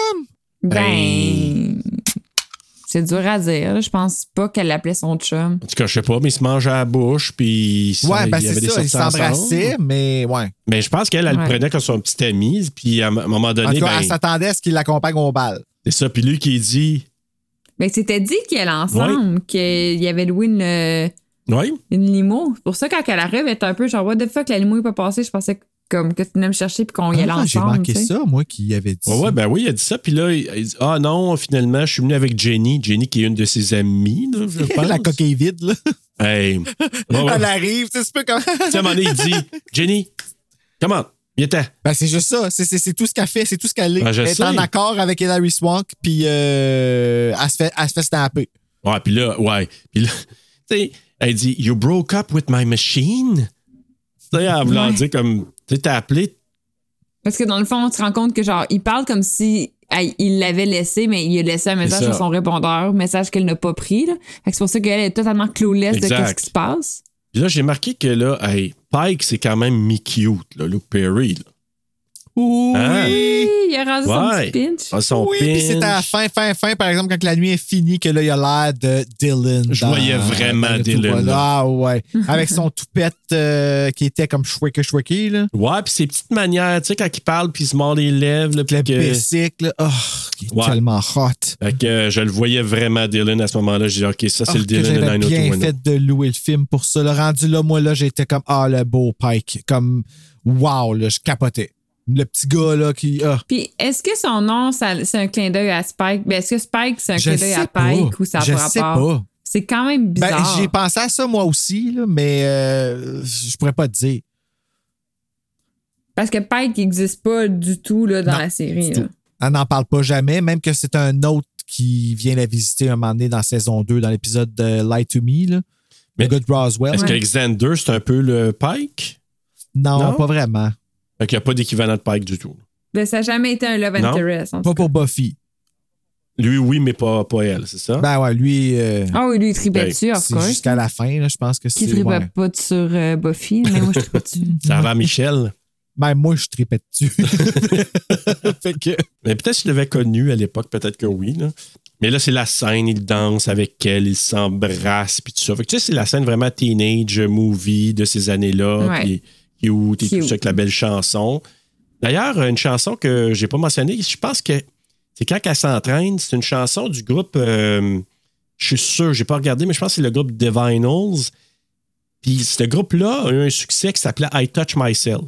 Ben... C'est dur à dire. Je pense pas qu'elle l'appelait son chum. En tout cas, je sais pas, mais ils se mangeaient à la bouche, puis ouais, ben c'est ça, ils s'embrassaient, mais ouais. Mais je pense qu'elle, elle ouais. le prenait comme son petit ami, puis à un moment donné... En tout cas, ben, elle s'attendait à ce qu'il l'accompagne au bal. C'est ça, puis lui qui dit... Ben, c'était dit qu'ils allaient ensemble, ouais. qu'il y avait loué une... Oui. Une limo. C'est pour ça, quand elle arrive, elle est un peu genre, what the fuck, la limo n'est pas passée, je pensais que comme que tu venais me chercher puis qu'on y allait ah, ensemble. J'ai manqué t'sais. ça, moi, qui avait dit ouais, ça. Ouais, ben oui, il a dit ça. Puis là, il, il dit ah non, finalement, je suis venu avec Jenny. Jenny, qui est une de ses amies, là, je pense. La coquille vide, là. Hey. Ouais, ouais. Elle arrive, c'est peu comme. Tu sais, à un moment donné, il dit Jenny, comment? Viens t'en. Ben, c'est juste ça. C'est, c'est, c'est tout ce qu'elle fait. C'est tout ce qu'elle est. Ben, elle est en accord avec Hilary Swank, puis euh, elle, se fait, elle se fait snapper. Ouais, puis là, ouais. Puis là, tu sais, elle dit You broke up with my machine. Tu sais, en voulant ouais. dire comme, tu sais, t'as appelé. Parce que dans le fond, on se rend compte que genre, il parle comme si elle, il l'avait laissé, mais il a laissé un message sur son répondeur, message qu'elle n'a pas pris. Là. Fait que c'est pour ça qu'elle est totalement clueless exact. De ce qui se passe. Puis là, j'ai marqué que là, hey, Pike, c'est quand même mi-cute, là, Luke Perry. Là. Oui! Hein? Il a rendu son Ouais. petit pinch. Ah, son Oui, puis pinch. c'est à la fin, fin, fin, par exemple, quand la nuit est finie, que là, il a l'air de Dylan. Je dans- voyais vraiment dans le Dylan, tout, là. Ah ouais. Avec son toupette euh, qui était comme shwicky shwicky, là. Ouais, puis ses petites manières, tu sais, quand il parle, puis il se mord les lèvres, là, puis Le que... bicycle, oh, qui est Ouais. tellement hot. Fait que euh, je le voyais vraiment Dylan à ce moment-là. J'ai dit, OK, ça, c'est Oh, le que Dylan de j'avais bien nine oh two one oh. fait de louer le film pour ça. Le rendu là, moi, là, j'étais comme, ah, le beau Pike. Comme, wow, là, je capotais. Le petit gars, là, qui. Ah. Puis, est-ce que son nom, ça- c'est un clin d'œil à Spike? Ben, est-ce que Spike, c'est un Je clin d'œil sais à pas. Pike ou ça Je n'a sais pas rapport? pas. C'est quand même Ben, bizarre. j'ai pensé à ça, moi aussi, là, mais euh, je pourrais pas te dire. Parce que Pike n'existe pas du tout là, dans Non, la série. du là. tout. Elle n'en parle pas jamais, même que c'est un autre qui vient la visiter un moment donné dans saison deux, dans l'épisode de Lie to Me, là. Mais le gars de Roswell. Est-ce Ouais. qu'Alexander, c'est un peu le Pike? Non, Non? pas vraiment. Fait qu'il n'y a pas d'équivalent de Pike du tout. Ben, ça n'a jamais été un love Non. interest. en tout Pas cas. pour Buffy. Lui, oui, mais pas, pas elle, c'est ça? Ben ouais, lui. euh, Ah oui, lui, il tripait Ben, dessus, of c'est course. jusqu'à la fin, là, je pense que Qui c'est. tripait ouais. pas sur euh, Buffy, mais moi, je tripais dessus. Ça va à Michel. Ben, moi, je tripais dessus. fait que. Mais peut-être qu'il l'avait connu à l'époque, peut-être que oui. Là. Mais là, c'est la scène, il danse avec elle, il s'embrasse, puis tout ça. Fait que tu sais, c'est la scène vraiment teenage movie de ces années-là, Ouais. puis cute et tout Cute. ça avec la belle chanson. D'ailleurs, une chanson que j'ai pas mentionnée, je pense que c'est quand elle s'entraîne, c'est une chanson du groupe, euh, je suis sûr, j'ai pas regardé, mais je pense que c'est le groupe Divinals. Puis ce groupe-là a eu un succès qui s'appelait I Touch Myself.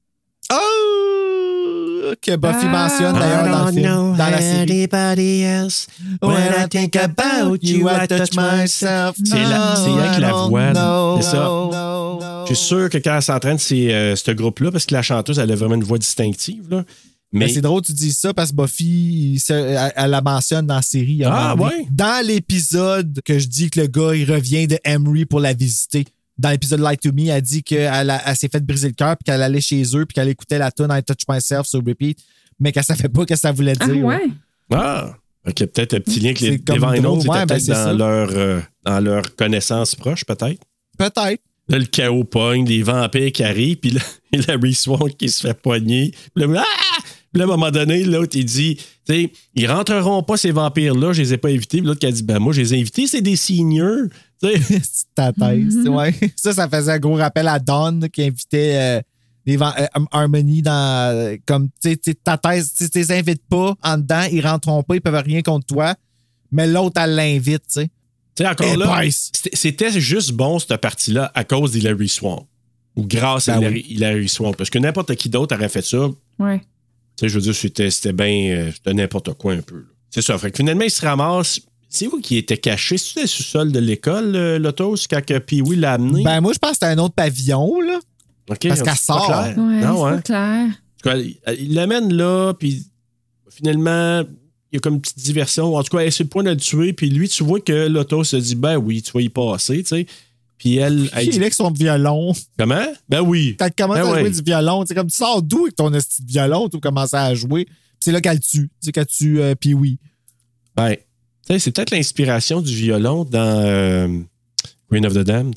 Oh! Que Buffy Ah. mentionne d'ailleurs dans le film, dans la série. Anybody else. When I think about you, I touch myself. C'est la- c'est Oh, avec la I don't voix, know. c'est ça. Je suis sûr que quand elle s'entraîne, c'est euh, ce groupe-là, parce que la chanteuse, elle a vraiment une voix distinctive. Là. Mais Mais c'est drôle que tu dis ça parce que Buffy, ça, elle, elle la mentionne dans la série. à un Ah, moment donné. ouais? Dans l'épisode que je dis que le gars, il revient de Emery pour la visiter. Dans l'épisode Lie to Me, elle dit qu'elle a- elle s'est fait briser le cœur puis qu'elle allait chez eux puis qu'elle écoutait la tune I Touch Myself sur repeat, mais qu'elle ne savait pas ce que ça voulait Ah dire. ouais? ah, ok, peut-être un petit lien que les C'est comme Divinals drôle, étaient ouais, ben, peut-être c'est dans, ça. leur, euh, dans leur connaissance proche, peut-être. Peut-être. Là, le chaos pogne, les vampires qui arrivent, puis là, Larry Swank qui se fait pogner. Puis là, ah! Puis là, à un moment donné, l'autre, il dit, tu sais, ils rentreront pas, ces vampires-là, je les ai pas invités. Puis l'autre qui a dit, ben moi, je les ai invités, c'est des seniors. Tu sais. C'est ta tête. Ouais. Ça, ça faisait un gros rappel à Dawn là, qui invitait euh, les van- euh, Harmony dans. euh, comme, tu sais, tu sais, ta thèse, tu les invites pas en dedans, ils rentreront pas, ils peuvent rien contre toi. Mais l'autre, elle l'invite, tu sais. Tu sais, encore Eh, là, Bryce. c'était- c'était juste bon, cette partie-là, à cause d'Hilary Swank. Ou grâce à Ben Hilary, Hilary Swank. Parce que n'importe qui d'autre aurait fait ça. Ouais. Tu sais, je veux dire, c'était, c'était bien. euh, C'était n'importe quoi un peu. là. C'est ça. Fait que finalement, il se ramasse. C'est où qui était caché? C'est-tu dans le sous-sol de l'école, euh, l'autos, quand que Pee-Wee l'a amené? Ben, moi, je pense que c'était un autre pavillon, là. OK, parce c'est qu'elle pas sort. clair. Ouais, Non, c'est hein? pas clair. En tout cas, il il l'amène là, puis finalement, il y a comme une petite diversion. En tout cas, elle est sur le point de le tuer, puis lui, tu vois que l'auto se dit, ben oui, tu vas y passer, tu sais. Puis elle. elle Il est dit, là avec son violon. comment? Ben oui. Quand tu commences Ben à jouer ouais. du violon, tu sais, comme tu sors d'où avec ton petit violon, tu commences à jouer. Puis c'est là qu'elle le tue. Tu sais, qu'elle tue euh, Pee-Wee. Ben, tu sais, c'est peut-être l'inspiration du violon dans euh, Reign of the Damned.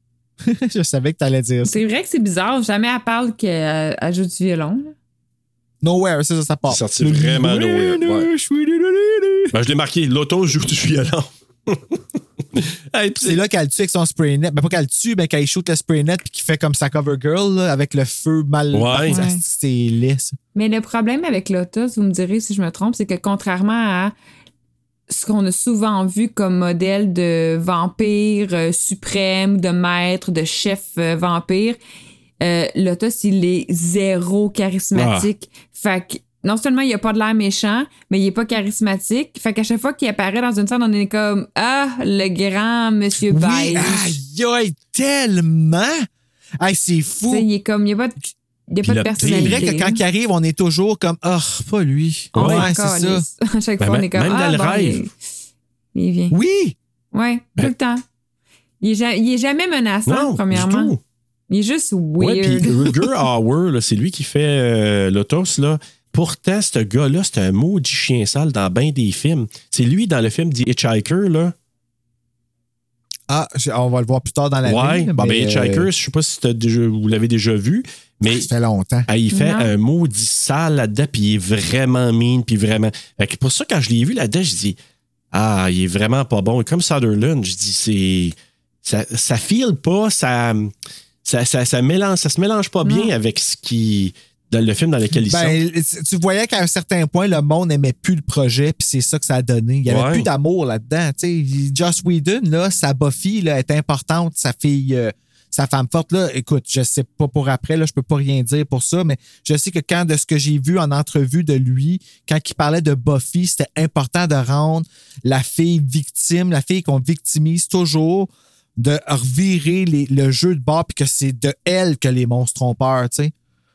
Je savais que tu allais dire ça. C'est vrai que c'est bizarre. Jamais elle parle qu'elle elle joue du violon. là. Nowhere, c'est ça, ça part. C'est sorti vraiment nowhere, ouais. Ben, je l'ai marqué, l'auto joue du violon. Hey, puis C'est là qu'elle le tue avec son spray net. Ben, pas qu'elle le tue, mais qu'elle shoot le spray net puis qu'il fait comme sa cover girl là, avec le feu mal. Ouais. Ça, Ouais. C'est laid, ça. Mais le problème avec Lotus, vous me direz si je me trompe, c'est que contrairement à ce qu'on a souvent vu comme modèle de vampire euh, suprême, de maître, de chef euh, vampire, euh, Lotus, il est zéro charismatique. Fait que non seulement il a pas de l'air méchant, mais il est pas charismatique. Fait qu'à chaque fois qu'il apparaît dans une scène, on est comme « Ah, le grand monsieur Oui, beige. aïe, aïe, tellement! Aïe, c'est Tu fou! sais, il est comme, il n'y a pas de, il y a Puis pas de le- C'est personnalité. vrai que quand il arrive, on est toujours comme « Ah, pas lui! » On Ouais, s'en c'est ça. calisse. À chaque Ben, fois, on même- est comme même dans ah, le bon, rêve. Il, il vient. Oui! Ouais, Ben- tout le temps. Il est, ja- il est jamais menaçant, Non, premièrement. du tout. Il est juste Ouais, weird. puis Rutger Hauer, là, c'est lui qui fait euh, l'autos, là. Pourtant, ce gars-là, c'est un maudit chien sale dans bien des films. C'est lui dans le film The Hitchhiker, là. Ah, on va le voir plus tard dans l'année. Ouais, bon, mais, ben, Hitchhiker, je sais pas si déjà, vous l'avez déjà vu, mais. Ça fait longtemps. Ah, il fait non. un maudit sale là-dedans, puis il est vraiment mean, puis vraiment. Fait que pour ça, quand je l'ai vu là-dedans, je dis, ah, il est vraiment pas bon. Et comme Sutherland, je dis, c'est. Ça, ça file pas, ça. Ça, ça, ça, mélange, ça se mélange pas bien non. avec ce qui. Dans le film dans lequel ils ben, sont. Tu voyais qu'à un certain point, le monde n'aimait plus le projet, puis c'est ça que ça a donné. Il n'y avait Ouais. plus d'amour là-dedans. Tu sais, Joss Whedon, là, sa Buffy là, est importante, sa fille, euh, sa femme forte. Là, écoute, je sais pas pour après, là, je peux pas rien dire pour ça, mais je sais que quand de ce que j'ai vu en entrevue de lui, quand il parlait de Buffy, c'était important de rendre la fille victime, la fille qu'on victimise toujours, de revirer les, le jeu de bord, puis que c'est de elle que les monstres ont peur, tu sais.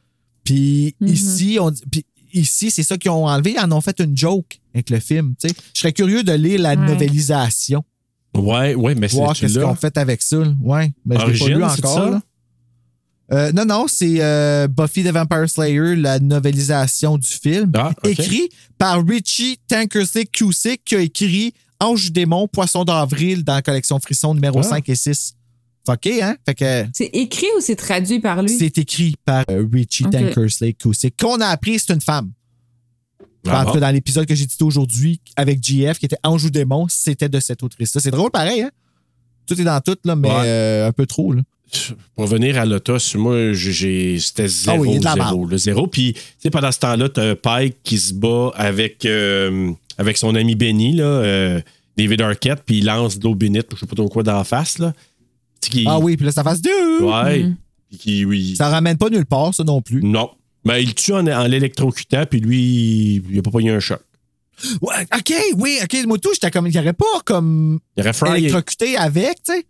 Puis mm-hmm. ici, on, puis ici, c'est ça qu'ils ont enlevé. Ils en ont fait une joke avec le film. T'sais. Je serais curieux de lire la ouais. novélisation. Ouais, ouais, mais voir c'est qu'est-ce là. qu'ils ont fait avec ça. Ouais, mais je l'ai pas lu encore. Là. Euh, non, non, c'est euh, Buffy the Vampire Slayer, la novélisation du film. Ah, okay. Écrit par Richie Tankersley Cusick, qui a écrit Ange démon, Poisson d'avril dans la collection Frisson numéro ah. cinq et six. OK, hein? Fait que, c'est écrit ou c'est traduit par lui? C'est écrit par euh, Richie okay. Tankersley Cusick. Qu'on a appris, c'est une femme. Ah en tout cas, dans l'épisode que j'ai dit aujourd'hui avec G F, qui était Ange ou démon, c'était de cette autrice-là. C'est drôle, pareil, hein? Tout est dans tout, là, mais ouais. euh, un peu trop, là. Pour revenir à Lotus, moi, j'ai, c'était zéro, oh oui, zéro, le zéro. Puis, tu sais, pendant ce temps-là, t'as Pike qui se bat avec, euh, avec son ami Benny, là, euh, David Arquette, puis il lance de l'eau bénite, je sais pas trop quoi d'en face, là. Qui... Ah oui, puis là, ça fasse deux. Ouais. Mm-hmm. Qui, oui. Ça ramène pas nulle part, ça non plus. Non. Ben, il tue en, en l'électrocutant, puis lui, il n'a pas pogné un choc. Ouais, OK, oui, OK. Moi, tout, j'étais comme, il n'y aurait pas comme il aurait fry électrocuté avec, tu sais.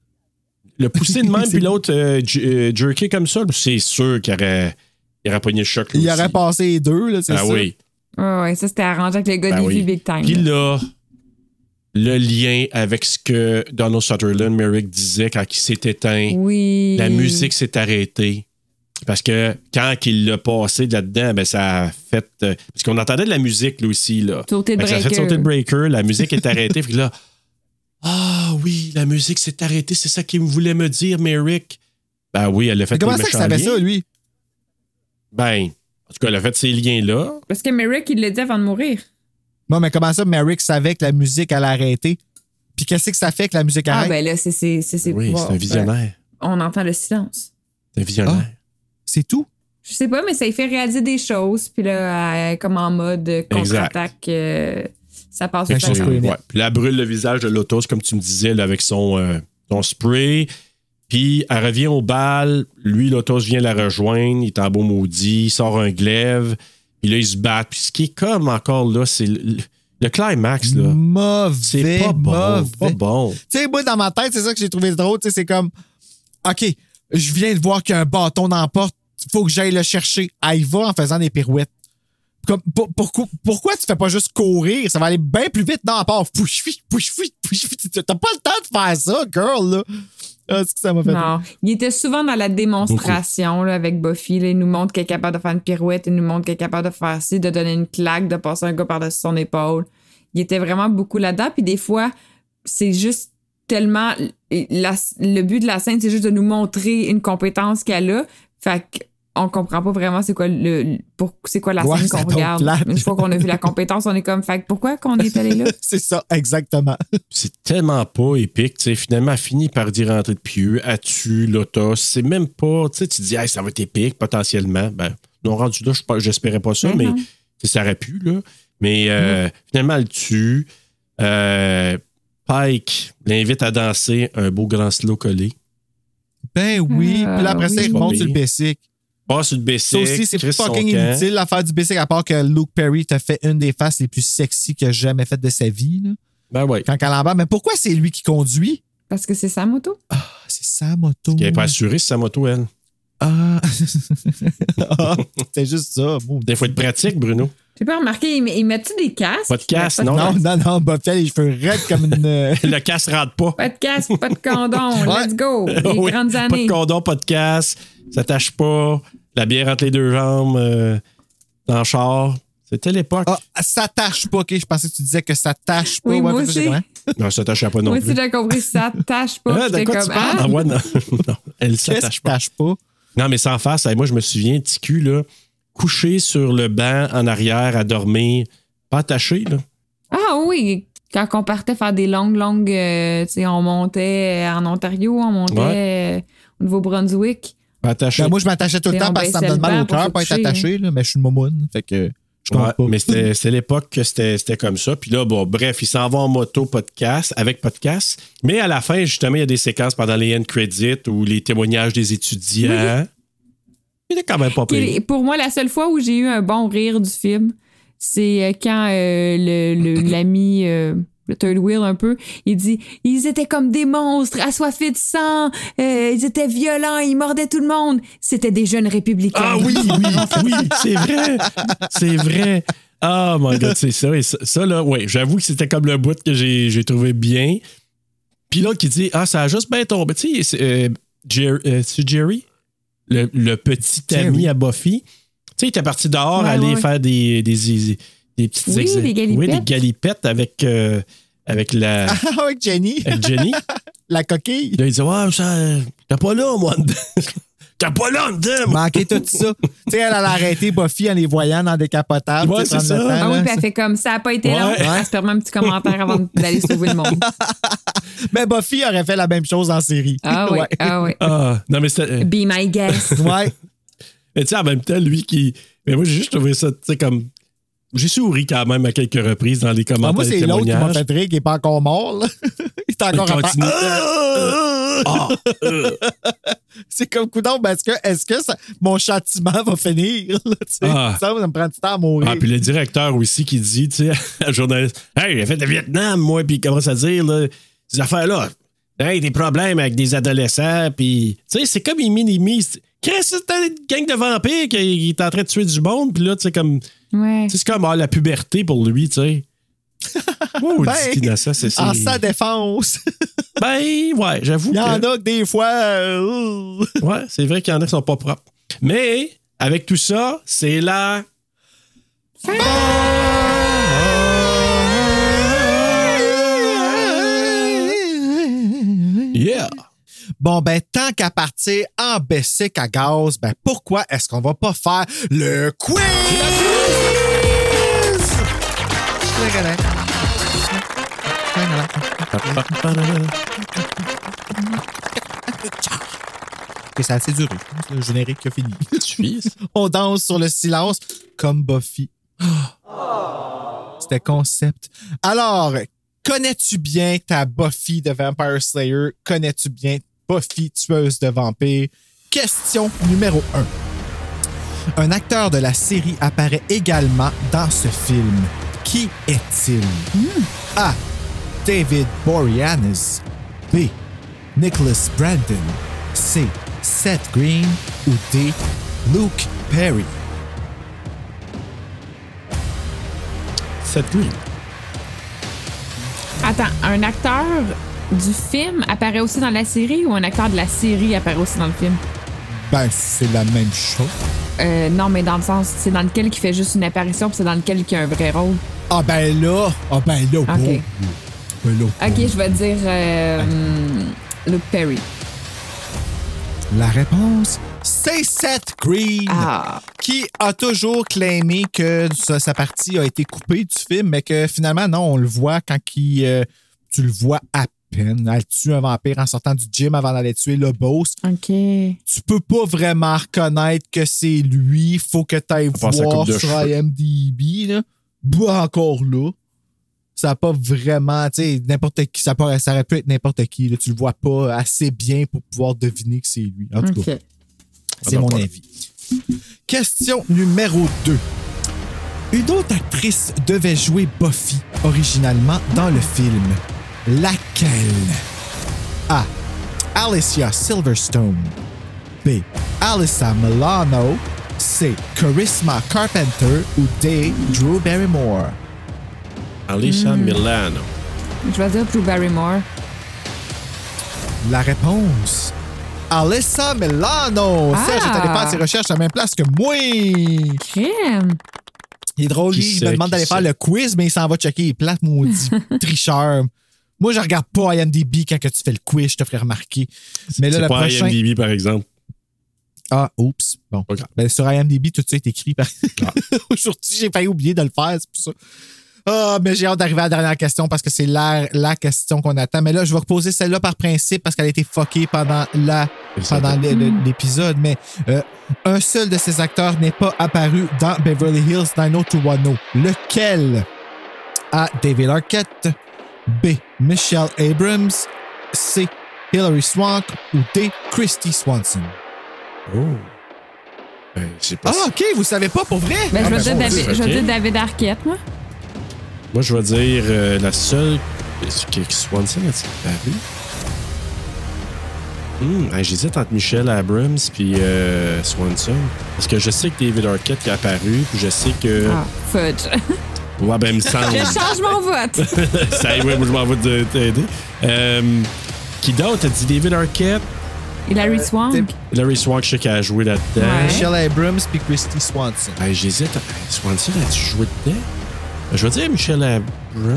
Le pousser de même, puis l'autre euh, j- jerké comme ça, c'est sûr qu'il aurait, il aurait pogné le choc. Il aussi. aurait passé les deux, là, c'est ah, ça. Oui. Ouais, ouais, ça, c'était arrangé avec le gars ben des oui. vues Big Time. Puis là, le lien avec ce que Donald Sutherland, Merrick disait quand il s'est éteint. Oui. La musique s'est arrêtée. Parce que quand il l'a passé là-dedans, ben ça a fait... Euh, parce qu'on entendait de la musique, là aussi. Là. Sauter le breaker. Ça a fait sauter le breaker. La musique est arrêtée. Puis là, ah oui, la musique s'est arrêtée. C'est ça qu'il voulait me dire, Merrick. Ben oui, elle a fait Mais comment ça qu'il savait ça, lui? Ben, en tout cas, elle a fait ces liens-là. Parce que Merrick, il l'a dit avant de mourir. Non, mais comment ça, Merrick savait que la musique allait arrêter? Puis qu'est-ce que ça fait que la musique arrête? Ah, ben là, c'est c'est c'est Oui, pouvoirs. c'est un visionnaire. On entend le silence. C'est un visionnaire. Ah, c'est tout? Je sais pas, mais ça lui fait réaliser des choses. Puis là, elle, comme en mode contre-attaque, euh, ça passe au temps. Ouais. Puis là, elle brûle le visage de Lotus, comme tu me disais, là, avec son, euh, son spray. Puis elle revient au bal. Lui, Lotus vient la rejoindre. Il est en beau maudit. Il sort un glaive. Puis là, ils se battent. Puis ce qui est comme encore là, c'est le, le climax. Là. Mauvais. C'est pas bon. Mauvais. Pas bon. Tu sais, moi, dans ma tête, c'est ça que j'ai trouvé drôle. Tu sais, c'est comme, OK, je viens de voir qu'il y a un bâton dans la porte. Il faut que j'aille le chercher. Elle y va en faisant des pirouettes. Comme, pour, pourquoi, pourquoi tu fais pas juste courir? Ça va aller bien plus vite dans la part. Pouche, pouche, pouche, pouche. T'as pas le temps de faire ça, girl, là. Ah, c'est que ça m'a fait non. Il était souvent dans la démonstration là, avec Buffy. Là. Il nous montre qu'elle est capable de faire une pirouette. Il nous montre qu'elle est capable de faire ci, de donner une claque, de passer un gars par-dessus son épaule. Il était vraiment beaucoup là-dedans. Puis des fois, c'est juste tellement... La, le but de la scène, c'est juste de nous montrer une compétence qu'elle a. Fait qu'on comprend pas vraiment c'est quoi le pour, c'est quoi la ouais, scène qu'on regarde. Plate. Une fois qu'on a vu la compétence, on est comme fait pourquoi qu'on est allé là? C'est ça, exactement. C'est tellement pas épique, tu sais, finalement elle finit par dire rentrer de pieux, elle tue Lotus, c'est même pas, tu sais, tu dis hey, ça va être épique potentiellement. Ben non rendu là, j'espérais pas ça, mm-hmm. mais ça aurait pu là. Mais euh, mm-hmm. finalement elle tue. Euh, Pike l'invite à danser un beau grand slow collé. Ben oui, euh, puis là après oui. ça, il remonte sur le basic. Pas sur le basic. Ça aussi, c'est fucking inutile l'affaire du basic, à part que Luke Perry t'a fait une des faces les plus sexy qu'il a jamais faites de sa vie. Là. Ben oui. Quand elle embarque, mais pourquoi c'est lui qui conduit? Parce que c'est sa moto. Ah, c'est sa moto. Il n'avait pas assuré c'est sa moto, elle. Ah, ah c'est juste ça. Il faut être pratique, Bruno. J'ai pas remarqué, ils mettent-tu des casques? Pas de casque, non. Non, non, non, Bob fait les cheveux raides comme une... Le casque rentre pas. Pas de casque, pas de condom. Let's go. Les oui, grandes années. Pas de condom, pas de casque. Ça tâche pas. La bière entre les deux jambes euh, dans le char. C'était l'époque. Ah, ça tâche pas, OK? Je pensais que tu disais que ça tâche pas. Oui, ouais, moi aussi. Non, ça t'attachait pas non Moi plus. aussi, j'ai compris, ça t'attache pas. Ah, de J'étais quoi comme, tu parles? ah. Ah ouais, non. non, elle Qu'est-ce s'attache qui pas. tâche pas? Non, mais sans face, moi, je me souviens, T Q, là, couché sur le banc en arrière à dormir, pas attaché, là. Ah oui, quand on partait faire des longues, longues, euh, tu sais, on montait en Ontario, on montait Ouais. euh, au Nouveau-Brunswick. Pas attaché. Ben, moi, je m'attachais tout le Et temps on parce que ça me baissait donne le mal au banc pour cœur, se pas être coucher, attaché, là, mais je suis une momoune. Fait que je compte Ouais, pas. mais c'était c'était l'époque que c'était c'était comme ça. Puis là, bon, bref, il s'en va en moto, podcast, avec podcast. Mais à la fin, justement, il y a des séquences pendant les end credits ou les témoignages des étudiants. Il est quand même pas payé. Et pour moi, la seule fois où j'ai eu un bon rire du film, c'est euh, quand euh, le, le- l'ami, euh, le third wheel un peu, il dit « Ils étaient comme des monstres, assoiffés de sang, euh, ils étaient violents, ils mordaient tout le monde. C'était des jeunes républicains. » Ah oui, oui, oui, c'est vrai. C'est vrai. Oh my God, c'est ça. Et ça, ça, là, ouais, j'avoue que c'était comme le bout que j'ai, j'ai trouvé bien. Puis l'autre qui dit « Ah, ça a juste bien tombé. » Tu sais, c'est, euh, Jerry, euh, c'est Jerry? Le, le petit Jerry. ami à Buffy. Tu sais, il était parti dehors Ouais, aller ouais. faire des, des, des, des petites Oui, exa- des galipettes. Oui, des galipettes avec, euh, avec la Avec Jenny, avec Jenny. la coquille. Là, il dit « Ouais, ça, t'es pas là, moi, dedans. T'es pas là, dedans, moi. Manquer tout ça. Tu sais, elle a arrêté Buffy en les voyant dans décapotable. Ouais, tu sais, c'est prendre le ça. temps, Ah oui, là. puis elle fait comme ça, n'a pas été Ouais. long. Elle se permet un petit commentaire avant d'aller sauver le monde. Mais Buffy aurait fait la même chose en série. Ah oui, Ouais. ah oui. Ah, non, mais c'était. Be my guest. Ouais. Mais tu sais, en même temps, lui qui. Mais moi, j'ai juste trouvé ça, tu sais, comme. J'ai souri quand même à quelques reprises dans les Ah, commentaires. moi, c'est des l'autre qui m'a témoignages. fait rire, qui n'est pas encore mort. Là. Il est encore Il en continue. Ah, euh. C'est comme coudonc, ben, est-ce que, est-ce que ça- mon châtiment va finir? Là, tu sais? Ah. Ça, ça me prend du temps à mourir. Ah, puis le directeur aussi qui dit, tu sais, à la journaliste, hey, j'ai fait le Vietnam, moi, puis il commence à dire, là, ces affaires-là, hey, des problèmes avec des adolescents, puis, tu sais, c'est comme il minimise. Qu'est-ce que c'est une gang de vampires qui est en train de tuer du monde, puis là, tu sais, comme. Ouais. C'est comme ah, la puberté pour lui, tu sais. Oh, Ben, dit innocent, c'est ça. en sa défense. Ben, ouais, j'avoue Il y en que. a que des fois. euh, Ouais, c'est vrai qu'il y en a qui sont pas propres. Mais, avec tout ça, c'est la. Yeah! Bon, ben, tant qu'à partir en Bessic à gaz, ben, pourquoi est-ce qu'on va pas faire le quiz? Et ça a assez duré. Le générique qui a fini. On danse sur le silence comme Buffy. C'était concept. Alors, connais-tu bien ta Buffy de Vampire Slayer? Connais-tu bien Buffy tueuse de vampires? Question numéro un. Un acteur de la série apparaît également dans ce film. Qui est-il? A. David Boreanaz. B. Nicholas Brandon. C. Seth Green. Ou D. Luke Perry. Seth Green. Attends, un acteur du film apparaît aussi dans la série ou un acteur de la série apparaît aussi dans le film? Ben, c'est la même chose. Euh, non, mais dans le sens, c'est dans lequel il fait juste une apparition puis c'est dans lequel il a un vrai rôle. Ah ben là, ah ben là, OK. bon. Ben là, OK, je vais dire euh, hum, Luke Perry. la réponse, c'est Seth Green, Ah. qui a toujours claimé que sa, sa partie a été coupée du film, mais que finalement, non, on le voit quand il, euh, tu le vois à peine. Elle tue un vampire en sortant du gym avant d'aller tuer le boss. OK. Tu peux pas vraiment reconnaître que c'est lui. Faut que tu ailles On pense à la voir coupe de sur cheveux. I M D B. Là. Bah, encore là. Ça n'a pas vraiment, tu sais, n'importe qui, ça, peut, ça aurait pu être n'importe qui. Là. Tu le vois pas assez bien pour pouvoir deviner que c'est lui. En tout OK. cas, c'est Ah, mon ben, avis. Question numéro deux. Une autre actrice devait jouer Buffy originalement dans le film. Laquelle? A. Alicia Silverstone. B. Alyssa Milano. C. Charisma Carpenter. Ou D. Drew Barrymore. Alicia Hmm. Milano. Je vais dire Drew Barrymore. La réponse. Alyssa Milano. Ah. Ça, j'étais allé faire ses recherches à la même place que moi. Crème. Il est drôle, Qui lui, il sait, me demande qui d'aller sait? faire le quiz, mais il s'en va checker les plates, maudit tricheur. Moi, je regarde pas I M D B quand que tu fais le quiz, je te ferai remarquer. Mais là, c'est le pas prochain... I M D B, par exemple. Ah, oups. Bon. Okay. Ben, sur I M D B, tout ça est écrit. Par... Ah. Aujourd'hui, j'ai failli oublier de le faire, c'est pour ça. Ah, mais j'ai hâte d'arriver à la dernière question parce que c'est la, la question qu'on attend. Mais là, je vais reposer celle-là par principe parce qu'elle a été fuckée pendant, la, pendant le, le, l'épisode. Mais euh, un seul de ces acteurs n'est pas apparu dans Beverly Hills nine oh two one oh. Lequel? A. David Arquette. B. Michelle Abrams. C. Hilary Swank. Ou D. Christy Swanson. Oh. Ben, c'est pas Ah, OK, vous savez pas pour vrai? Ben, ah, je, vais ben, dire bon, David, okay. je vais dire David Arquette, moi. Moi, je vais dire euh, la seule. Est-ce que Swanson a-t-il apparu? Hum, j'hésite entre Michelle Abrams et euh, Swanson. Parce que je sais que David Arquette qui a apparu, puis je sais que. Ah, fudge. Ouais, ben, il me semble. Je change mon vote. Ça y est, ouais, moi, je m'en vais t'aider. Euh, qui d'autre? T'as dit David Arquette? Hilary Swank. Hilary Swank, je sais qu'elle a joué là-dedans. Ouais. Michelle Abrams puis Christy Swanson. Ben, j'hésite. Swanson, as-tu joué dedans? Je vais dire Michelle Abrams.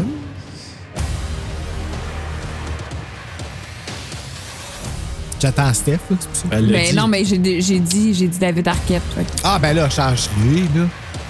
J'attends Steph, là, c'est pour ça. Elle l'a Ben dit. non, mais j'ai, j'ai, dit, j'ai dit David Arquette. Fait. Ah, ben là, change-lui, là.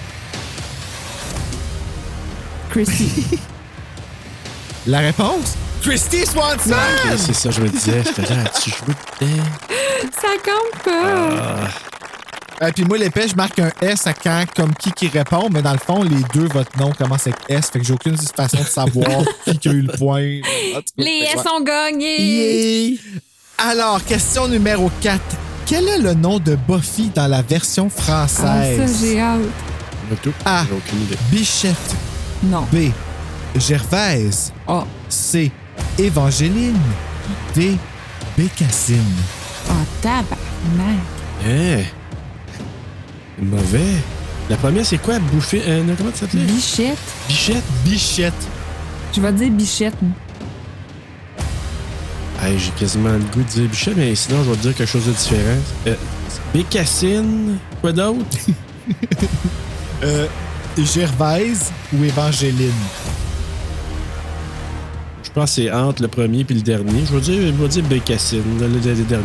Christy. La réponse? Christy Swanson! Ok, c'est ça, je me disais. J'étais là, as-tu joué dedans? Ça compte pas. Ah. Et puis moi, l'épée, je marque un S à quand, comme qui qui répond, mais dans le fond, les deux, votre nom commence avec S, fait que j'ai aucune façon de savoir qui qui a eu le point. En tout cas, Les S ouais. ont gagné. Yeah. Alors, question numéro quatre. Quel est le nom de Buffy dans la version Ah, française? ça, j'ai hâte. Le tout. A. J'ai aucune idée. Bichette. Non. B. Gervaise. Ah. C. Évangeline. D. Bécassine. Ah, tabarnak. Hein? Mauvais. La première, c'est quoi? Bouffée. Euh, non, comment ça s'appelait? Bichette. Bichette. Bichette. Je vais dire Bichette. Hey, j'ai quasiment le goût de dire Bichette, mais sinon, je vais te dire quelque chose de différent. Euh, Bécassine. Quoi d'autre? euh, Gervaise ou Évangeline? Je pense que c'est entre le premier et le dernier. Je vais dire, je vais dire Bécassine, le, le, le dernier.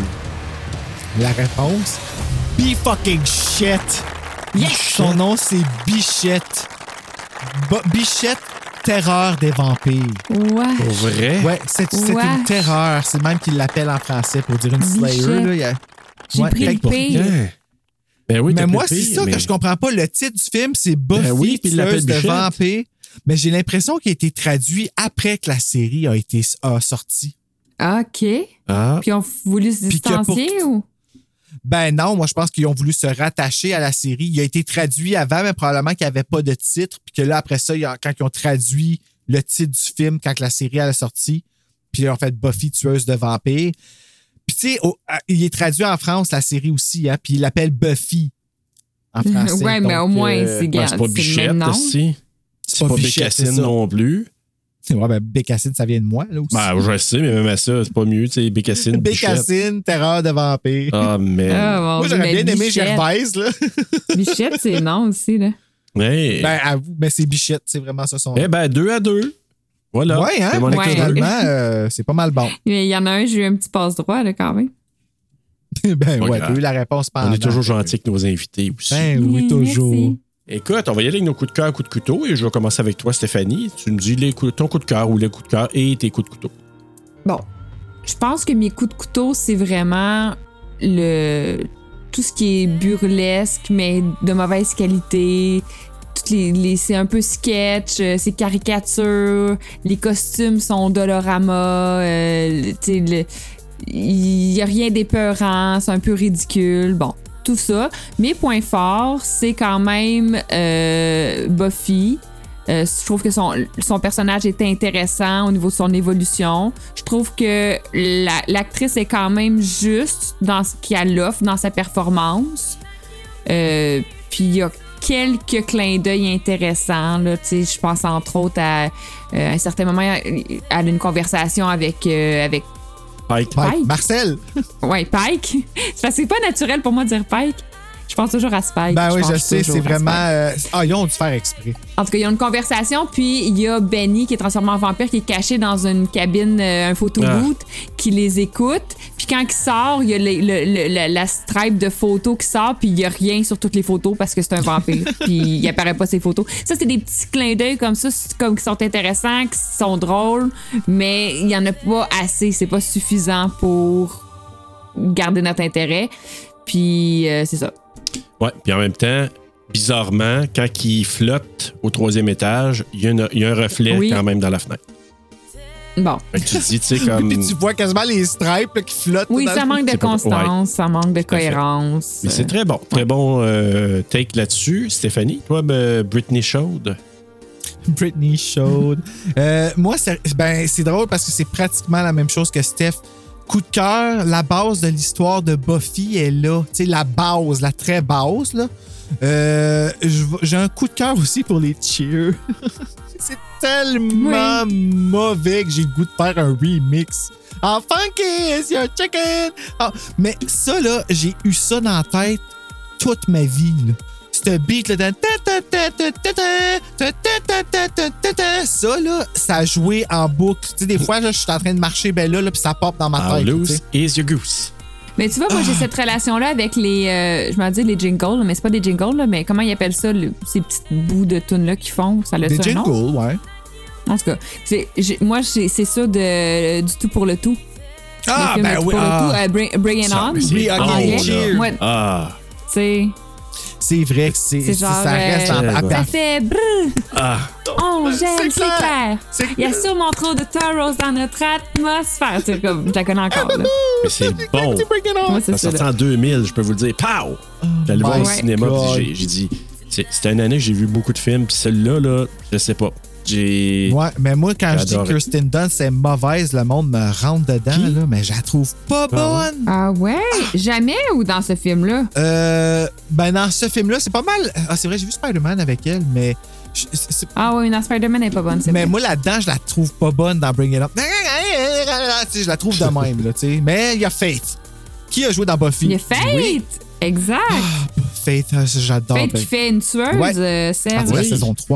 La réponse? B-fucking shit! Yes! Son nom, c'est Bichette. Bo- Bichette, terreur des vampires. Ouais. Pour vrai? Ouais, c'est, c'est Ouais. une terreur. C'est le même qu'il l'appelle en français pour dire une Slayer. Bichette. Là, il y a... J'ai Ouais, pris fait le que- pire. Hein? Ben oui, Mais t'as moi, pris le c'est pire, ça mais- que je comprends pas. Le titre du film, c'est Buffy, Ben oui, puis il l'appelle tueuse de Bichette. vampires. Mais j'ai l'impression qu'il a été traduit après que la série a été a sorti. OK. Ah. Puis ils ont voulu se Puis que pour- distancier ou? Ben non, moi je pense qu'ils ont voulu se rattacher à la série. Il a été traduit avant, mais probablement qu'il n'y avait pas de titre. Puis que là, après ça, ils ont- quand ils ont traduit le titre du film, quand la série elle a sorti, puis ils ont fait Buffy, tueuse de vampires. Puis tu sais, au- à- il est traduit en France, la série aussi, hein, puis il l'appelle Buffy en français. Ouais, mais Donc, au moins, euh, c'est Ben, gars. c'est pas c'est le Bichette, même nom. aussi. C'est pas Bichette, Bécassine c'est ça. non plus. Ouais, ben Bécassine, ça vient de moi, là aussi. Ben, je sais, mais même à ça, c'est pas mieux, tu sais, Bécassine, Bichette. Bécassine, terreur de vampire. Ah, man. Ah, mon Moi, Dieu, j'aurais mais bien aimé Bichette. Gervaise, là. Bichette, c'est non aussi, là. Hey. Ben, avoue, mais c'est Bichette, c'est vraiment ça son Eh ben, deux à deux. Voilà. Ouais, hein? C'est mon Ouais. équipe. Finalement, euh, c'est pas mal bon. Il y en a un, j'ai eu un petit passe-droit, là, quand même. ben Pas ouais, grave. t'as eu la réponse pendant. On est toujours gentil avec nos invités aussi. Ben oui, Oui, toujours. merci. Écoute, on va y aller avec nos coups de cœur, coups de couteau, et je vais commencer avec toi, Stéphanie. Tu me dis les coups, ton coup de cœur ou les coups de cœur et tes coups de couteau. Bon. Je pense que mes coups de couteau, c'est vraiment le tout ce qui est burlesque, mais de mauvaise qualité. Toutes les, les- c'est un peu sketch, euh, c'est caricature, les costumes sont dolorama, euh, tu sais, le- il y a rien d'épeurant, c'est un peu ridicule. Bon, tout ça. Mes points forts, c'est quand même euh, Buffy. Euh, je trouve que son, son personnage est intéressant au niveau de son évolution. Je trouve que la- l'actrice est quand même juste dans ce qu'elle offre, dans sa performance. Euh, Puis il y a quelques clins d'œil intéressants. Là, tu sais, je pense entre autres à, euh, à un certain moment, elle a une conversation avec, euh, avec Pike. Pike. Pike. Marcel. ouais, Pike. C'est parce que c'est pas naturel pour moi de dire Pike. Je pense toujours à Spike. Ben oui, je pense sais, toujours c'est à vraiment. Spike. euh, Ah, ils ont dû faire exprès. En tout cas, il y a une conversation, puis il y a Benny qui est transformé en vampire, qui est caché dans une cabine, euh, un photo Ah. booth, qui les écoute. Puis quand il sort, il y a le- le- le- la, la stripe de photos qui sort, puis il y a rien sur toutes les photos parce que c'est un vampire. Puis il apparaît pas ses photos. Ça, c'est des petits clins d'œil comme ça, c'est comme qui sont intéressants, qui sont drôles, mais il y en a pas assez. C'est pas suffisant pour garder notre intérêt. Puis euh, c'est ça. Ouais, puis en même temps, bizarrement, quand il flotte au troisième étage, il y a, une- il y a un reflet Oui. quand même dans la fenêtre. Bon. Fait que tu te dis, tu sais, comme. Puis tu vois quasiment les stripes là, qui flottent. Oui, dans ça le- manque de C'est pas- constance, ça manque de Tout à fait. cohérence. Mais c'est très bon. Très bon euh, take là-dessus. Stéphanie, toi, ben, Britney Chaude. Britney Chaude. Euh, moi, c'est, ben, c'est drôle parce que c'est pratiquement la même chose que Steph. Coup de cœur, la base de l'histoire de Buffy est là. Tu sais, la base, la très base, là. Euh, je- j'ai un coup de cœur aussi pour les Cheers. C'est tellement mauvais que j'ai le goût de faire un remix. En funky is your chicken. Ah, mais ça, là, j'ai eu ça dans la tête toute ma vie, là. Ce beat là, de ta ta ta ta ta ta ta ta ta ta ta ta, ça là, ça a joué en boucle. Tu sais, des fois, là, je suis en train de marcher ben là, là puis ça pop dans ma How tête. tu loose sais. is your goose? Mais tu vois, moi, j'ai cette relation-là avec les. euh, je m'en dis les jingles, là, mais c'est pas des jingles, là, mais comment ils appellent ça, le- ces petits bouts de tunes-là qu'ils font? Ça a Des ça un nom? jingles, ouais. En tout cas, c'est- j'ai- moi, j'ai- c'est ça de, du tout pour le tout. Ah, Le film ben du tout oui, pour ah. le tout, euh, Bring, Bring It Ça, On. mais c'est Oui, ok, bon, là. cheers. Moi, Ah, tu sais, C'est vrai que c'est, c'est c'est- genre. ça reste euh, en euh, à ça peine. fait brrr, ah. on j'aime, C'est c'est clair. clair. C'est Il y a sûrement trop de toros dans notre atmosphère. Tu sais, comme, je la connais encore, là. Mais c'est bon. Bring it on. Moi, Ça c'est a ça. sorti là. en deux mille, je peux vous le dire. Pow! J'allais le voir au my cinéma, God. puis j'ai, j'ai dit, c'est- c'était une année que j'ai vu beaucoup de films, puis celle-là, là, je sais pas. J'ai. Ouais, mais moi, quand je dis J'adore. que Kirsten Dunst est mauvaise, le monde me rentre dedans, Qui? là, mais je la trouve pas bonne. Ah ouais? Jamais ou dans ce film-là? Euh, ben, dans ce film-là, c'est pas mal. Ah, c'est vrai, j'ai vu Spider-Man avec elle, mais. je- c'est- c'est- Ah oui, dans Spider-Man, elle est pas bonne, c'est Mais vrai. moi, là-dedans, je la trouve pas bonne dans Bring It Up. Tu sais, je la trouve de même, là, tu sais. Mais il y a Faith. Qui a joué dans Buffy? Il y a Faith! Oui. Exact! Faith, euh, j'adore. Faith ben. qui fait une tueuse, Ouais. euh, Ah, Serge. c'est la saison trois.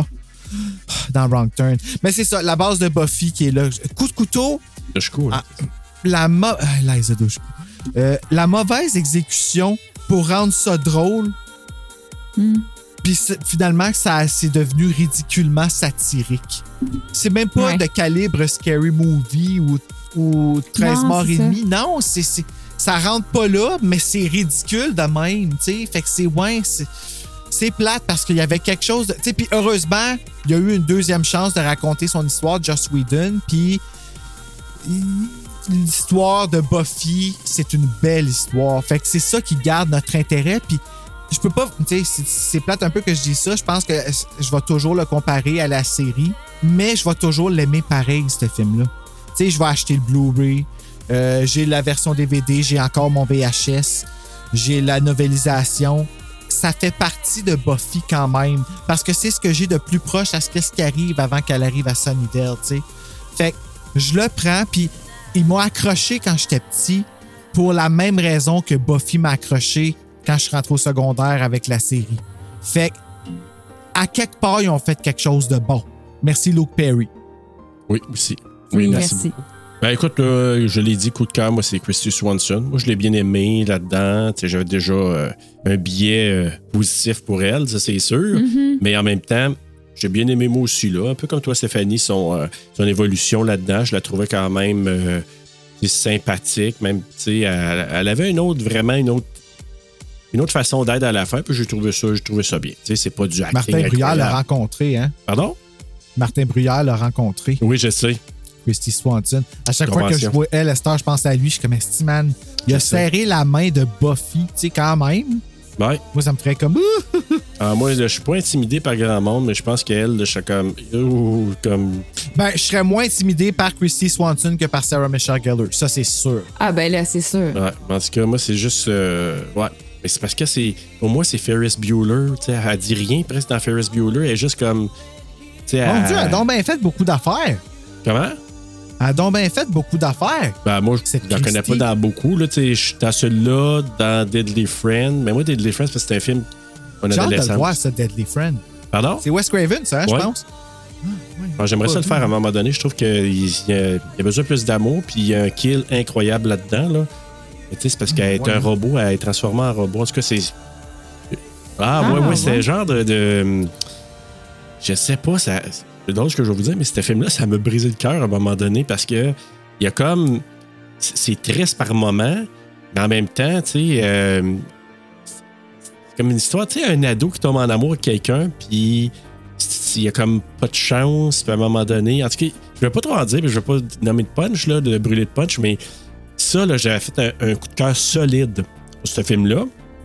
Dans Wrong Turn. Mais c'est ça, la base de Buffy qui est là. Coup de couteau, Je suis cool. Ah. la, mo- ah, Liza Dushku. Euh, la mauvaise exécution pour rendre ça drôle. Hmm. Puis c'est- finalement, ça c'est devenu ridiculement satirique. C'est même pas Ouais. de calibre Scary Movie ou, ou treize Non, morts c'est et ça. demi. Non, c'est, c'est- ça rentre pas là, mais c'est ridicule de même. T'sais. Fait que c'est ouais, c'est. C'est plate parce qu'il y avait quelque chose de. Tu sais, puis heureusement, il y a eu une deuxième chance de raconter son histoire de Joss Whedon. Puis l'histoire de Buffy, c'est une belle histoire. Fait que c'est ça qui garde notre intérêt. Puis je peux pas. Tu sais, c'est, c'est plate un peu que je dis ça. Je pense que je vais toujours le comparer à la série. Mais je vais toujours l'aimer pareil, ce film-là. Tu sais, je vais acheter le Blu-ray. Euh, j'ai la version D V D. J'ai encore mon V H S. J'ai la novélisation. Ça fait partie de Buffy quand même. Parce que c'est ce que j'ai de plus proche à ce qu'est-ce qui arrive avant qu'elle arrive à Sunnydale, tu sais. Fait que je le prends, puis ils m'ont accroché quand j'étais petit pour la même raison que Buffy m'a accroché quand je suis rentré au secondaire avec la série. Fait que, à quelque part, ils ont fait quelque chose de bon. Merci Luke Perry. Oui, aussi. Oui, merci. beaucoup. Ben écoute, euh, je l'ai dit, coup de cœur, moi, c'est Christy Swanson. Moi, je l'ai bien aimé là-dedans. Tu sais, j'avais déjà euh, un billet euh, positif pour elle, ça, c'est sûr. Mm-hmm. Mais en même temps, j'ai bien aimé moi aussi, là. Un peu comme toi, Stéphanie, son, euh, son évolution là-dedans. Je la trouvais quand même euh, sympathique. Même, tu sais, elle, elle avait une autre, vraiment une autre, une autre façon d'être à la fin. Puis j'ai trouvé ça, j'ai trouvé ça bien. Tu sais, c'est pas du acting Martin Bruyère l'a incroyable. rencontré, hein? Pardon? Martin Bruyère l'a rencontré. Oui, je sais. Christy Swanson. À chaque fois que je Convention. vois elle, Esther, je pense à lui. Je suis comme, Esti, man, il a Je sais. serré la main de Buffy, tu sais, quand même. Ouais. Moi, ça me ferait comme... Ah, moi, là, je suis pas intimidé par grand monde, mais je pense qu'elle, là, je suis comme. ouh, comme... Ben, je serais moins intimidé par Christy Swanson que par Sarah Michelle Gellar. Ça, c'est sûr. Ah ben là, c'est sûr. Ouais, en tout cas, moi, c'est juste. euh, ouais. Mais c'est parce que c'est. Pour moi, c'est Ferris Bueller. Tu sais, elle dit rien presque dans Ferris Bueller. Elle est juste comme. Tu sais, Mon elle- Dieu, elle a donc bien fait beaucoup d'affaires. Comment? Elle a donc bien fait beaucoup d'affaires. Ben, moi, je ne la connais pas dans beaucoup. Là, je suis dans celui-là, dans Deadly Friend. Mais moi, Deadly Friend, c'est un film en J'ai hâte de adolescence. le voir, ça, Deadly Friend. Pardon? C'est Wes Craven, ça, hein, ouais. je pense. Ah, ouais. Alors, j'aimerais ça le faire à un moment donné. Je trouve qu'il y, y a besoin de plus d'amour. Puis il y a un kill incroyable là-dedans. Là. C'est parce qu'elle est ouais. un robot, elle est transformée en robot. En tout cas, c'est. Ah, ah ouais, ouais, ouais. C'est le genre de, de. Je sais pas, ça. C'est drôle ce que je vais vous dire, mais ce film-là, ça m'a brisé le cœur à un moment donné parce que il y a comme. C'est triste par moment, mais en même temps, tu sais. Euh, c'est comme une histoire, tu sais, un ado qui tombe en amour avec quelqu'un, puis il y a comme pas de chance, puis à un moment donné. En tout cas, je vais pas trop en dire, mais je vais pas nommer de punch, là, de brûler de punch, mais ça, là, j'avais fait un, un coup de cœur solide pour ce film-là.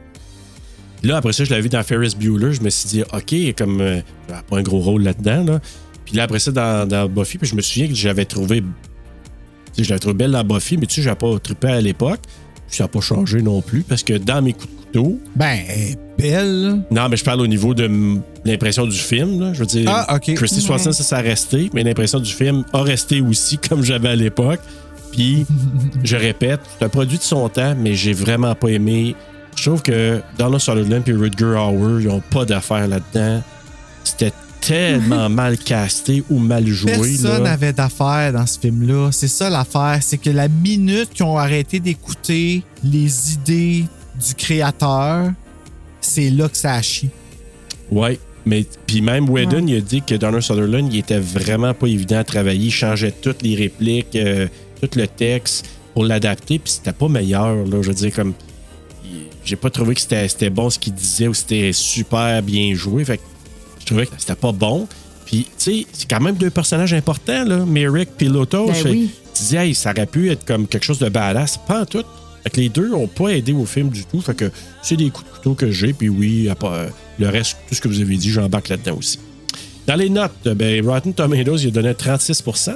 Là, après ça, je l'avais vu dans Ferris Bueller. Je me suis dit, OK, comme. Euh, il n'y a pas un gros rôle là-dedans. Là. Puis là, après ça, dans, dans Buffy, puis je me souviens que j'avais trouvé. Tu sais, je l'avais trouvé belle dans Buffy, mais tu sais, je n'avais pas trippé à l'époque. Puis ça n'a pas changé non plus, parce que dans mes coups de couteau. Ben, belle. Non, mais je parle au niveau de m- l'impression du film. Là. Je veux dire, ah, OK. Christy Swanson, ouais. ça, ça a resté, mais l'impression du film a resté aussi, comme j'avais à l'époque. Puis, je répète, c'est un produit de son temps, mais j'ai vraiment pas aimé. Je trouve que Donald Sutherland et Rutger Hauer, ils n'ont pas d'affaires là-dedans. C'était tellement mal casté ou mal joué. Personne n'avait d'affaires dans ce film-là. C'est ça l'affaire. C'est que la minute qu'ils ont arrêté d'écouter les idées du créateur, c'est là que ça a chié. Ouais. Mais puis même Whedon, ouais. il a dit que Donald Sutherland, il était vraiment pas évident à travailler. Il changeait toutes les répliques, euh, tout le texte pour l'adapter, puis c'était pas meilleur. Là, je veux dire, comme. J'ai pas trouvé que c'était, c'était bon ce qu'il disait ou c'était super bien joué. Fait que je trouvais que c'était pas bon. Puis, tu sais, c'est quand même deux personnages importants, là. Merrick et Lotos. Ben oui. Tu disais, hey, ça aurait pu être comme quelque chose de badass. Pas en tout. Fait que les deux n'ont pas aidé au film du tout. Fait que c'est des coups de couteau que j'ai. Puis oui, pas, le reste, tout ce que vous avez dit, j'embarque là-dedans aussi. Dans les notes, ben, Rotten Tomatoes, il a donné trente-six pour cent.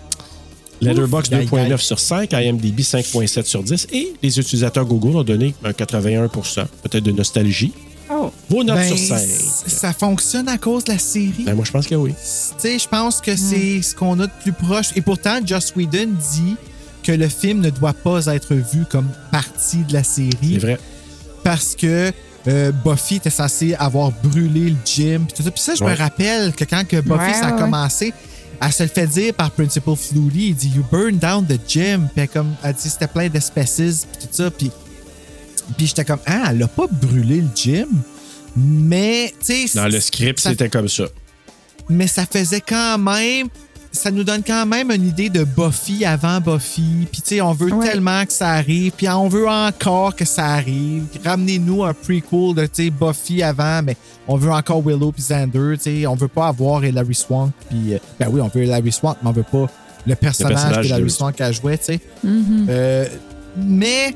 Letterboxd deux virgule neuf sur cinq, I M D B cinq virgule sept sur dix et les utilisateurs Google ont donné un quatre-vingt-un pour cent, peut-être de nostalgie. Oh. Vos notes ben, sur cinq. Ça fonctionne à cause de la série. Ben moi, je pense que oui. Tu sais, je pense que mm. c'est ce qu'on a de plus proche. Et pourtant, Joss Whedon dit que le film ne doit pas être vu comme partie de la série. C'est vrai. Parce que euh, Buffy était censée avoir brûlé le gym. Puis ça, puis ça je ouais. me rappelle que quand que Buffy ouais, ça a ouais. commencé, elle se le fait dire par Principal Flutie. Il dit « You burn down the gym ». Puis elle, comme, elle dit c'était plein d'espèces, puis tout ça. Puis, puis j'étais comme « Ah, elle a pas brûlé le gym ». Mais, tu sais... Dans le script, ça, c'était comme ça. Mais ça faisait quand même... Ça nous donne quand même une idée de Buffy avant Buffy. Puis, tu sais, on veut ouais. tellement que ça arrive. Puis, on veut encore que ça arrive. Ramenez-nous un prequel de, tu sais, Buffy avant, mais on veut encore Willow puis Xander. Tu sais, on veut pas avoir Hilary Swank. Puis, euh, ben oui, on veut Hilary Swank, mais on veut pas le personnage, le personnage qu'Hilary Swank a joué, tu sais. Mm-hmm. Euh, mais...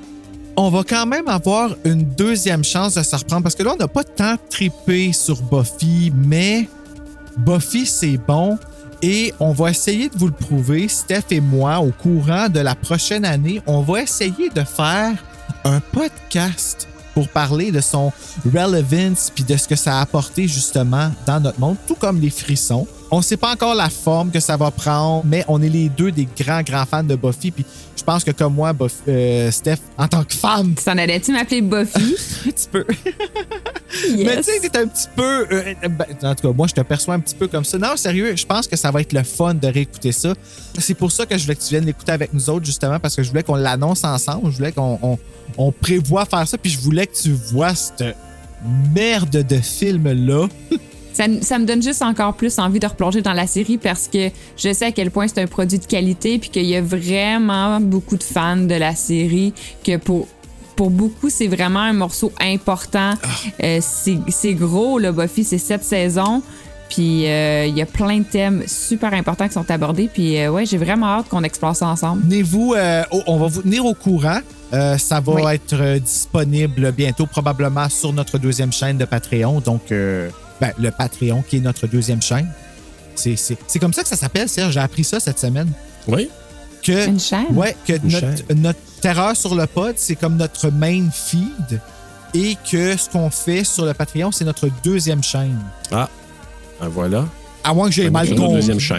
on va quand même avoir une deuxième chance de se reprendre parce que là, on n'a pas tant trippé sur Buffy, mais Buffy, c'est bon et on va essayer de vous le prouver, Steph et moi, au courant de la prochaine année. On va essayer de faire un podcast pour parler de son relevance puis de ce que ça a apporté justement dans notre monde, tout comme les frissons. On ne sait pas encore la forme que ça va prendre, mais on est les deux des grands, grands fans de Buffy. Puis je pense que comme moi, Buffy, euh, Steph, en tant que femme... T'en allais-tu m'appeler Buffy? Un petit peu. Yes. Mais tu sais, t'es un petit peu... Euh, ben, en tout cas, moi, je te perçois un petit peu comme ça. Non, sérieux, je pense que ça va être le fun de réécouter ça. C'est pour ça que je voulais que tu viennes l'écouter avec nous autres, justement, parce que je voulais qu'on l'annonce ensemble. Je voulais qu'on on, on prévoit faire ça, puis je voulais que tu vois cette merde de film-là. Ça, ça me donne juste encore plus envie de replonger dans la série parce que je sais à quel point c'est un produit de qualité puis qu'il y a vraiment beaucoup de fans de la série, que pour, pour beaucoup, c'est vraiment un morceau important. Ah. Euh, c'est, c'est gros, là, Buffy, c'est sept saisons. Puis euh, il y a plein de thèmes super importants qui sont abordés. Puis euh, ouais, j'ai vraiment hâte qu'on explore ça ensemble. Tenez-vous, euh, on va vous tenir au courant. Euh, ça va oui. être euh, disponible bientôt, probablement sur notre deuxième chaîne de Patreon. Donc... Euh, Ben, le Patreon, qui est notre deuxième chaîne. C'est, c'est, c'est comme ça que ça s'appelle, Serge. J'ai appris ça cette semaine. Oui. Que, Une chaîne? Ouais, que Une notre, chaîne. notre Terreur sur le pod, c'est comme notre main feed. Et que ce qu'on fait sur le Patreon, c'est notre deuxième chaîne. Ah, ben voilà. À moins que j'ai ben, mal compris. compris. Deuxième chaîne.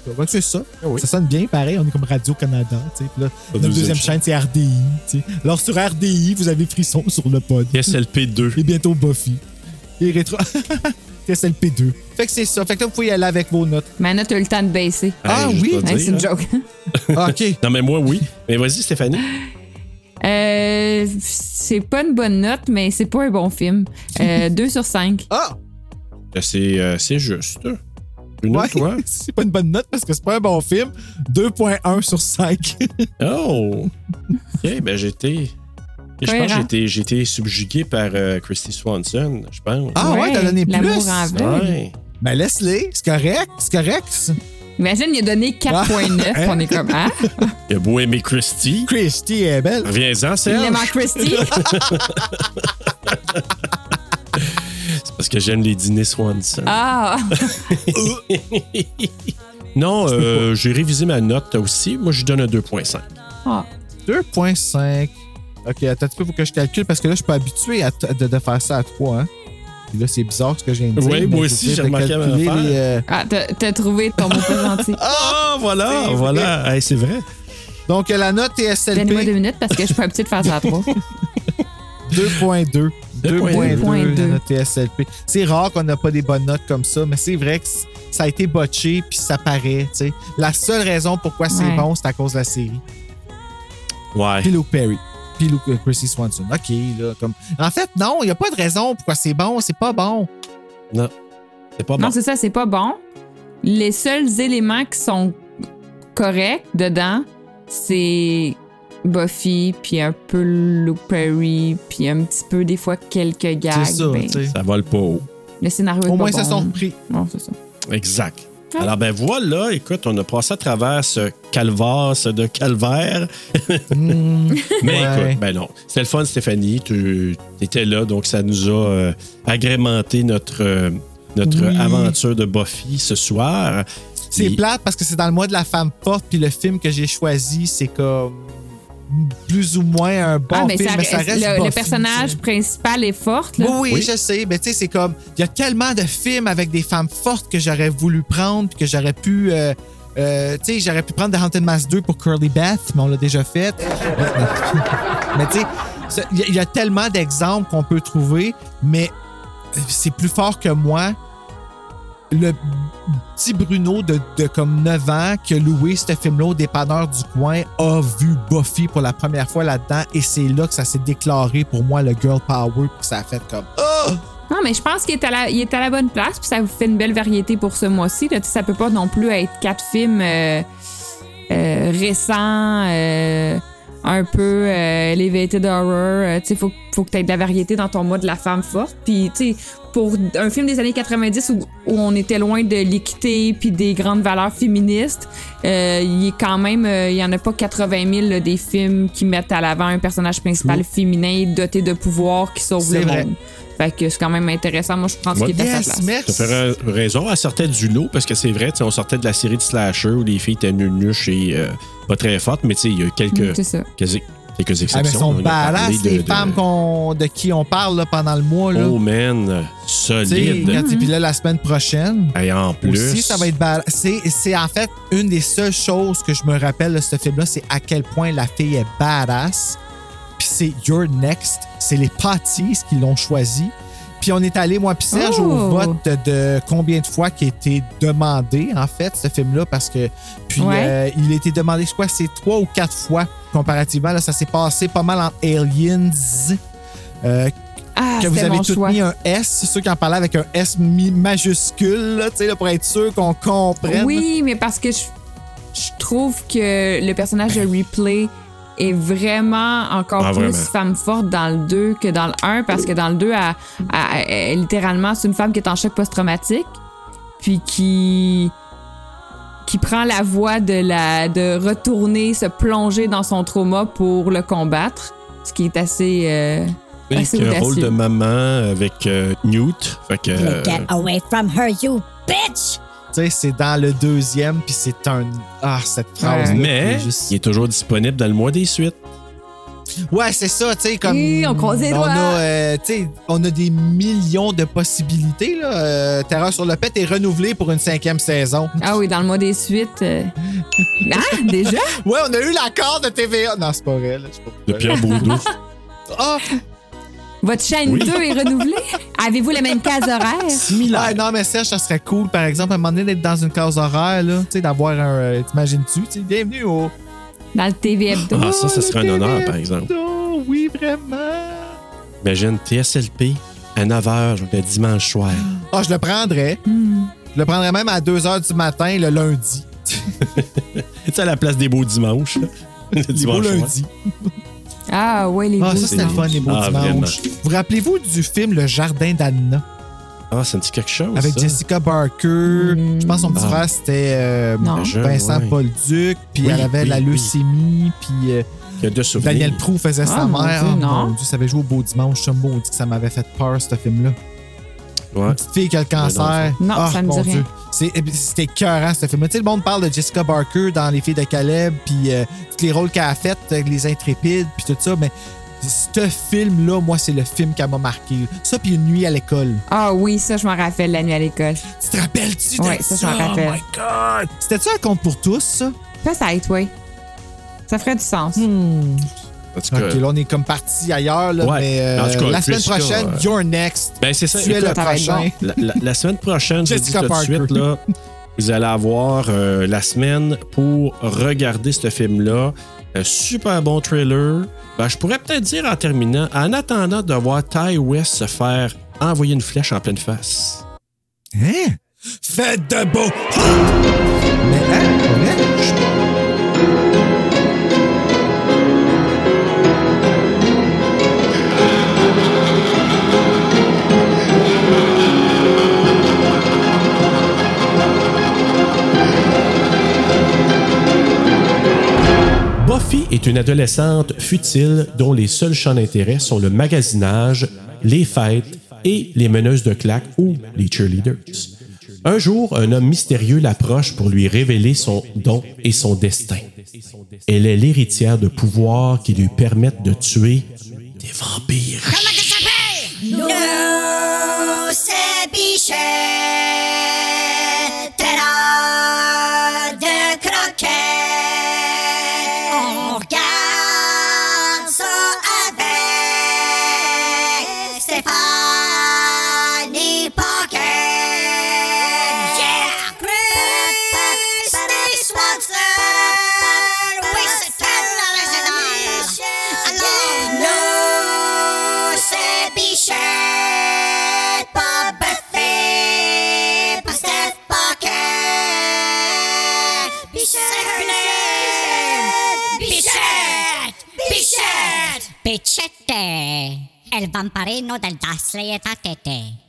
cas, c'est ça. Ah oui. Ça sonne bien, pareil. On est comme Radio-Canada. Tu sais. Puis là, La notre deuxième deuxième chaîne, c'est R D I. Tu sais. Alors, sur R D I, vous avez Frisson sur le pod. T S L P deux. Et bientôt Buffy. Et Rétro. T S L P deux. Fait que c'est ça. Fait que là, vous pouvez y aller avec vos notes. Ma note a eu le temps de baisser. Ah Hey, oui? juste pas Hey, dire, c'est une hein. joke. Ah, OK. Non, mais moi, oui. Mais vas-y, Stéphanie. Euh, c'est pas une bonne note, mais c'est pas un bon film. Euh, deux sur cinq. Ah! C'est, euh, c'est juste. Une Ouais, autre, toi? c'est pas une bonne note parce que c'est pas un bon film. deux virgule un sur cinq. Oh! OK, ben j'étais... Je pense que Cohérent. j'étais, j'étais subjugué par euh, Christy Swanson, je pense. Ah ouais, t'as donné plus? L'amour en aveugle. Ouais. Ben laisse-les, c'est correct, c'est correct. Imagine, il a donné quatre virgule neuf. Ah. On est comme, hein? Il a beau aimer Christy. Christy est belle. Reviens-en, Il Serge. aime en Christy. C'est parce que j'aime les dîners Swanson. Ah! Non, euh, j'ai révisé ma note aussi. Moi, je lui donne un deux virgule cinq. Ah. deux virgule cinq. OK, attends un petit peu, faut que je calcule parce que là, je suis pas habitué à t- de, de faire ça à trois. Hein. Puis là, c'est bizarre ce que je viens de dire. Oui, mais moi je aussi, veux j'ai dire, de remarqué la même calculer affaire. les, euh, Ah, t'as, t'as trouvé ton mot pas gentil. Ah, voilà, c'est voilà. Hey, c'est vrai. Donc, la note T S L Donne-moi deux P, minutes parce que je suis pas habituée de faire ça à trois. deux virgule deux. deux virgule deux, deux. la note T S L P. C'est rare qu'on n'a pas des bonnes notes comme ça, mais c'est vrai que c- ça a été botché puis ça paraît. tu sais. La seule raison pourquoi c'est Ouais. bon, c'est à cause de la série. Ouais. Puis Luke Perry. Puis Luke, euh, Chrissy Swanson. OK, là, comme... En fait, non, il n'y a pas de raison pourquoi c'est bon. C'est pas bon. Non, c'est pas bon. Non, c'est ça, c'est pas bon. Les seuls éléments qui sont corrects dedans, c'est Buffy, puis un peu Luke Perry, puis un petit peu, des fois, quelques gags. C'est ça, Ben, tu sais. Ça vole pas haut. le scénario est Au pas moins, bon. ça sont repris. Non, c'est ça. Exact. Alors, ben voilà, écoute, on a passé à travers ce calvaire, ce de calvaire. Mm, Mais ouais. écoute, ben non. C'était le fun, Stéphanie. Tu étais là, donc ça nous a euh, agrémenté notre, euh, notre Oui. aventure de Buffy ce soir. C'est Et- plate parce que c'est dans le mois de la femme forte, puis le film que j'ai choisi, c'est comme plus ou moins un bon ah, mais film, ça, mais ça reste le, le Buffy, personnage tu sais. principal est forte. Là. Oui, oui, Oui. je sais. Mais tu sais, c'est comme. Il y a tellement de films avec des femmes fortes que j'aurais voulu prendre, puis que j'aurais pu. euh, euh, tu sais, j'aurais pu prendre The Haunted Mass deux pour Curly Beth, mais on l'a déjà fait. mais tu sais, ça- il y, a- il y a tellement d'exemples qu'on peut trouver, mais c'est plus fort que moi. Le petit Bruno de, de comme neuf ans qui a loué ce film-là au dépanneur du coin a vu Buffy pour la première fois là-dedans et c'est là que ça s'est déclaré pour moi le girl power puis que ça a fait comme oh! Non, mais je pense qu'il est à la, il est à la bonne place, puis ça vous fait une belle variété pour ce mois-ci. Là. Tu sais, ça peut pas non plus être quatre films euh, euh, récents, euh, un peu euh, elevated horror. Euh, tu sais, faut, faut que tu aies de la variété dans ton mois de la femme forte. Puis, tu sais, pour un film des années quatre-vingt-dix où, où on était loin de l'équité puis des grandes valeurs féministes, euh, il est quand même, euh, il y en a pas quatre-vingt mille là, des films qui mettent à l'avant un personnage principal féminin doté de pouvoir qui sauve C'est le vrai. monde. Fait que c'est quand même intéressant. Moi, je pense Ouais. qu'il est à sa Yes, place. merci. Tu as fait raison, elle sortait du lot parce que c'est vrai, tu sais, on sortait de la série de slasher où les filles étaient nunuches et euh, pas très fortes, mais tu sais, il y a quelques, Mm, c'est ça. quelques, quelques exceptions. Ah, mais sont On a parlé badass, de- les de- femmes qu'on- de qui on parle là, pendant le mois. Là. Oh man, Tu sais, solide. quand- Puis là, la semaine prochaine, Et en plus, aussi, ça va être badass. C'est, c'est en fait une des seules choses que je me rappelle de ce film-là, c'est à quel point la fille est badass. Puis c'est You're Next. C'est les Patties qui l'ont choisi. Puis on est allé, moi puis Serge, Oh! au vote de, de combien de fois qui a été demandé, en fait, ce film-là, parce que puis Ouais. euh, il a été demandé, je crois, c'est trois ou quatre fois comparativement. Là, ça s'est passé pas mal en Aliens. Euh, Ah, que vous c'était avez mon tout choix. mis un S, c'est ceux qui en parlaient avec un S mi- majuscule, là, tu sais, là, pour être sûr qu'on comprenne. Oui, mais parce que je, je trouve que le personnage de Ripley est vraiment encore Ah, plus vraiment. femme forte dans le deux que dans le un, parce que dans le deux, elle- elle- elle- littéralement, c'est une femme qui est en choc post-traumatique, puis qui qui prend la voie de la de retourner se plonger dans son trauma pour le combattre, ce qui est assez euh, avec assez un rôle audacieux. de maman avec euh, Newt. Fait que, euh, Get away from her, you bitch! Tu sais, c'est dans le deuxième, puis c'est un. Ah, cette phrase. Ouais. mais juste... il est toujours disponible dans le mois des suites. Ouais, c'est ça, tu sais, comme. Oui, on croise les on doigts. a, euh, tu sais, on a des millions de possibilités, là. Euh, Terreur sur le pet est renouvelé pour une cinquième saison. Ah oui, dans le mois des suites. euh. Ah, déjà? Ouais, on a eu l'accord de T V A. Non, c'est pas vrai, là. Je sais pas De pourquoi. Pierre Baudou. Ah! Votre chaîne Oui. deux est renouvelée? Avez-vous la même case horaire? Similaire. non, mais Serge, ça serait cool, par exemple, à un moment donné, d'être dans une case horaire, là. Tu sais, d'avoir un. euh, T'imagines-tu? Tu sais, bienvenue au. Dans le T V Hebdo? Ah, ça, ça serait un honneur, par exemple. Oh, oui, vraiment. Imagine T S L P à neuf heures le dimanche soir. Ah, je le prendrais. Hmm. Je le prendrais même à deux heures du matin, le lundi. Tu sais, à la place des beaux dimanches. là. Le Les beaux dimanche soir. lundis. Ah ouais, les Ah, beaux ça, c'était le fun, dimanches. les beaux Ah, dimanches. vraiment. Vous rappelez-vous du film Le Jardin d'Anna? Ah, ça me dit quelque chose. Avec ça. Jessica Barker. Je pense que son petit Ah. frère, c'était euh, Non. Jeune, Vincent ouais. Paul-Duc. Puis Oui, elle avait oui, la oui. leucémie. Puis euh, Il y a deux souvenirs. Daniel Proulx faisait Ah, sa mon mère. Dieu, Oh, non. mon Dieu, ça avait joué au Beau Dimanche. Ça me dit que ça m'avait fait peur, ce film-là. Ouais. Une petite fille qui a le cancer. Non, Ah, ça me mon dit Dieu. rien. C'est- C'était écœurant, ce film. Tu sais, le monde parle de Jessica Barker dans Les Filles de Caleb, puis euh, tous les rôles qu'elle a fait avec Les Intrépides, puis tout ça, mais ce film-là, moi, c'est le film qui m'a marqué. Ça, puis Une nuit à l'école. Ah oui, ça, je m'en rappelle, la nuit à l'école. Tu te rappelles-tu de Ouais, ça, je m'en rappelle. Oh my God! C'était-tu un conte pour tous, ça? Peut-être, oui. Ça ferait du sens. Hmm. En tout cas, OK, là, on est comme parti ailleurs, là, Ouais. mais euh, En tout cas, la semaine Jessica, prochaine, euh, you're next. ben, c'est ça. Tu es Écoute, le ça va être prochain. La, la- la semaine prochaine, je vous dis Jessica tout de Parker. suite, là, vous allez avoir euh, la semaine pour regarder ce film-là. Un super bon trailer. Ben, je pourrais peut-être dire en terminant, en attendant de voir Ty West se faire envoyer une flèche en pleine face. Hein? Faites de beau! Mais, hein? Pour vrai? Buffy est une adolescente futile dont les seuls champs d'intérêt sont le magasinage, les fêtes et les meneuses de claques ou les cheerleaders. Un jour, un homme mystérieux l'approche pour lui révéler son don et son destin. Elle est l'héritière de pouvoirs qui lui permettent de tuer des vampires. Comment ça s'appelle? Nous, c'est Bichette, terreur de croquet. On regarde ça avec Stéphanie Pocket. Yeah! Christy Swanson, oui, c'est international. Alors, nous, c'est Bichette, pas Buffy, pas Steph Pocket. Bichette, c'est her name. Bichette, Bichette. Bichette, el vamparino del Dasle et Atete.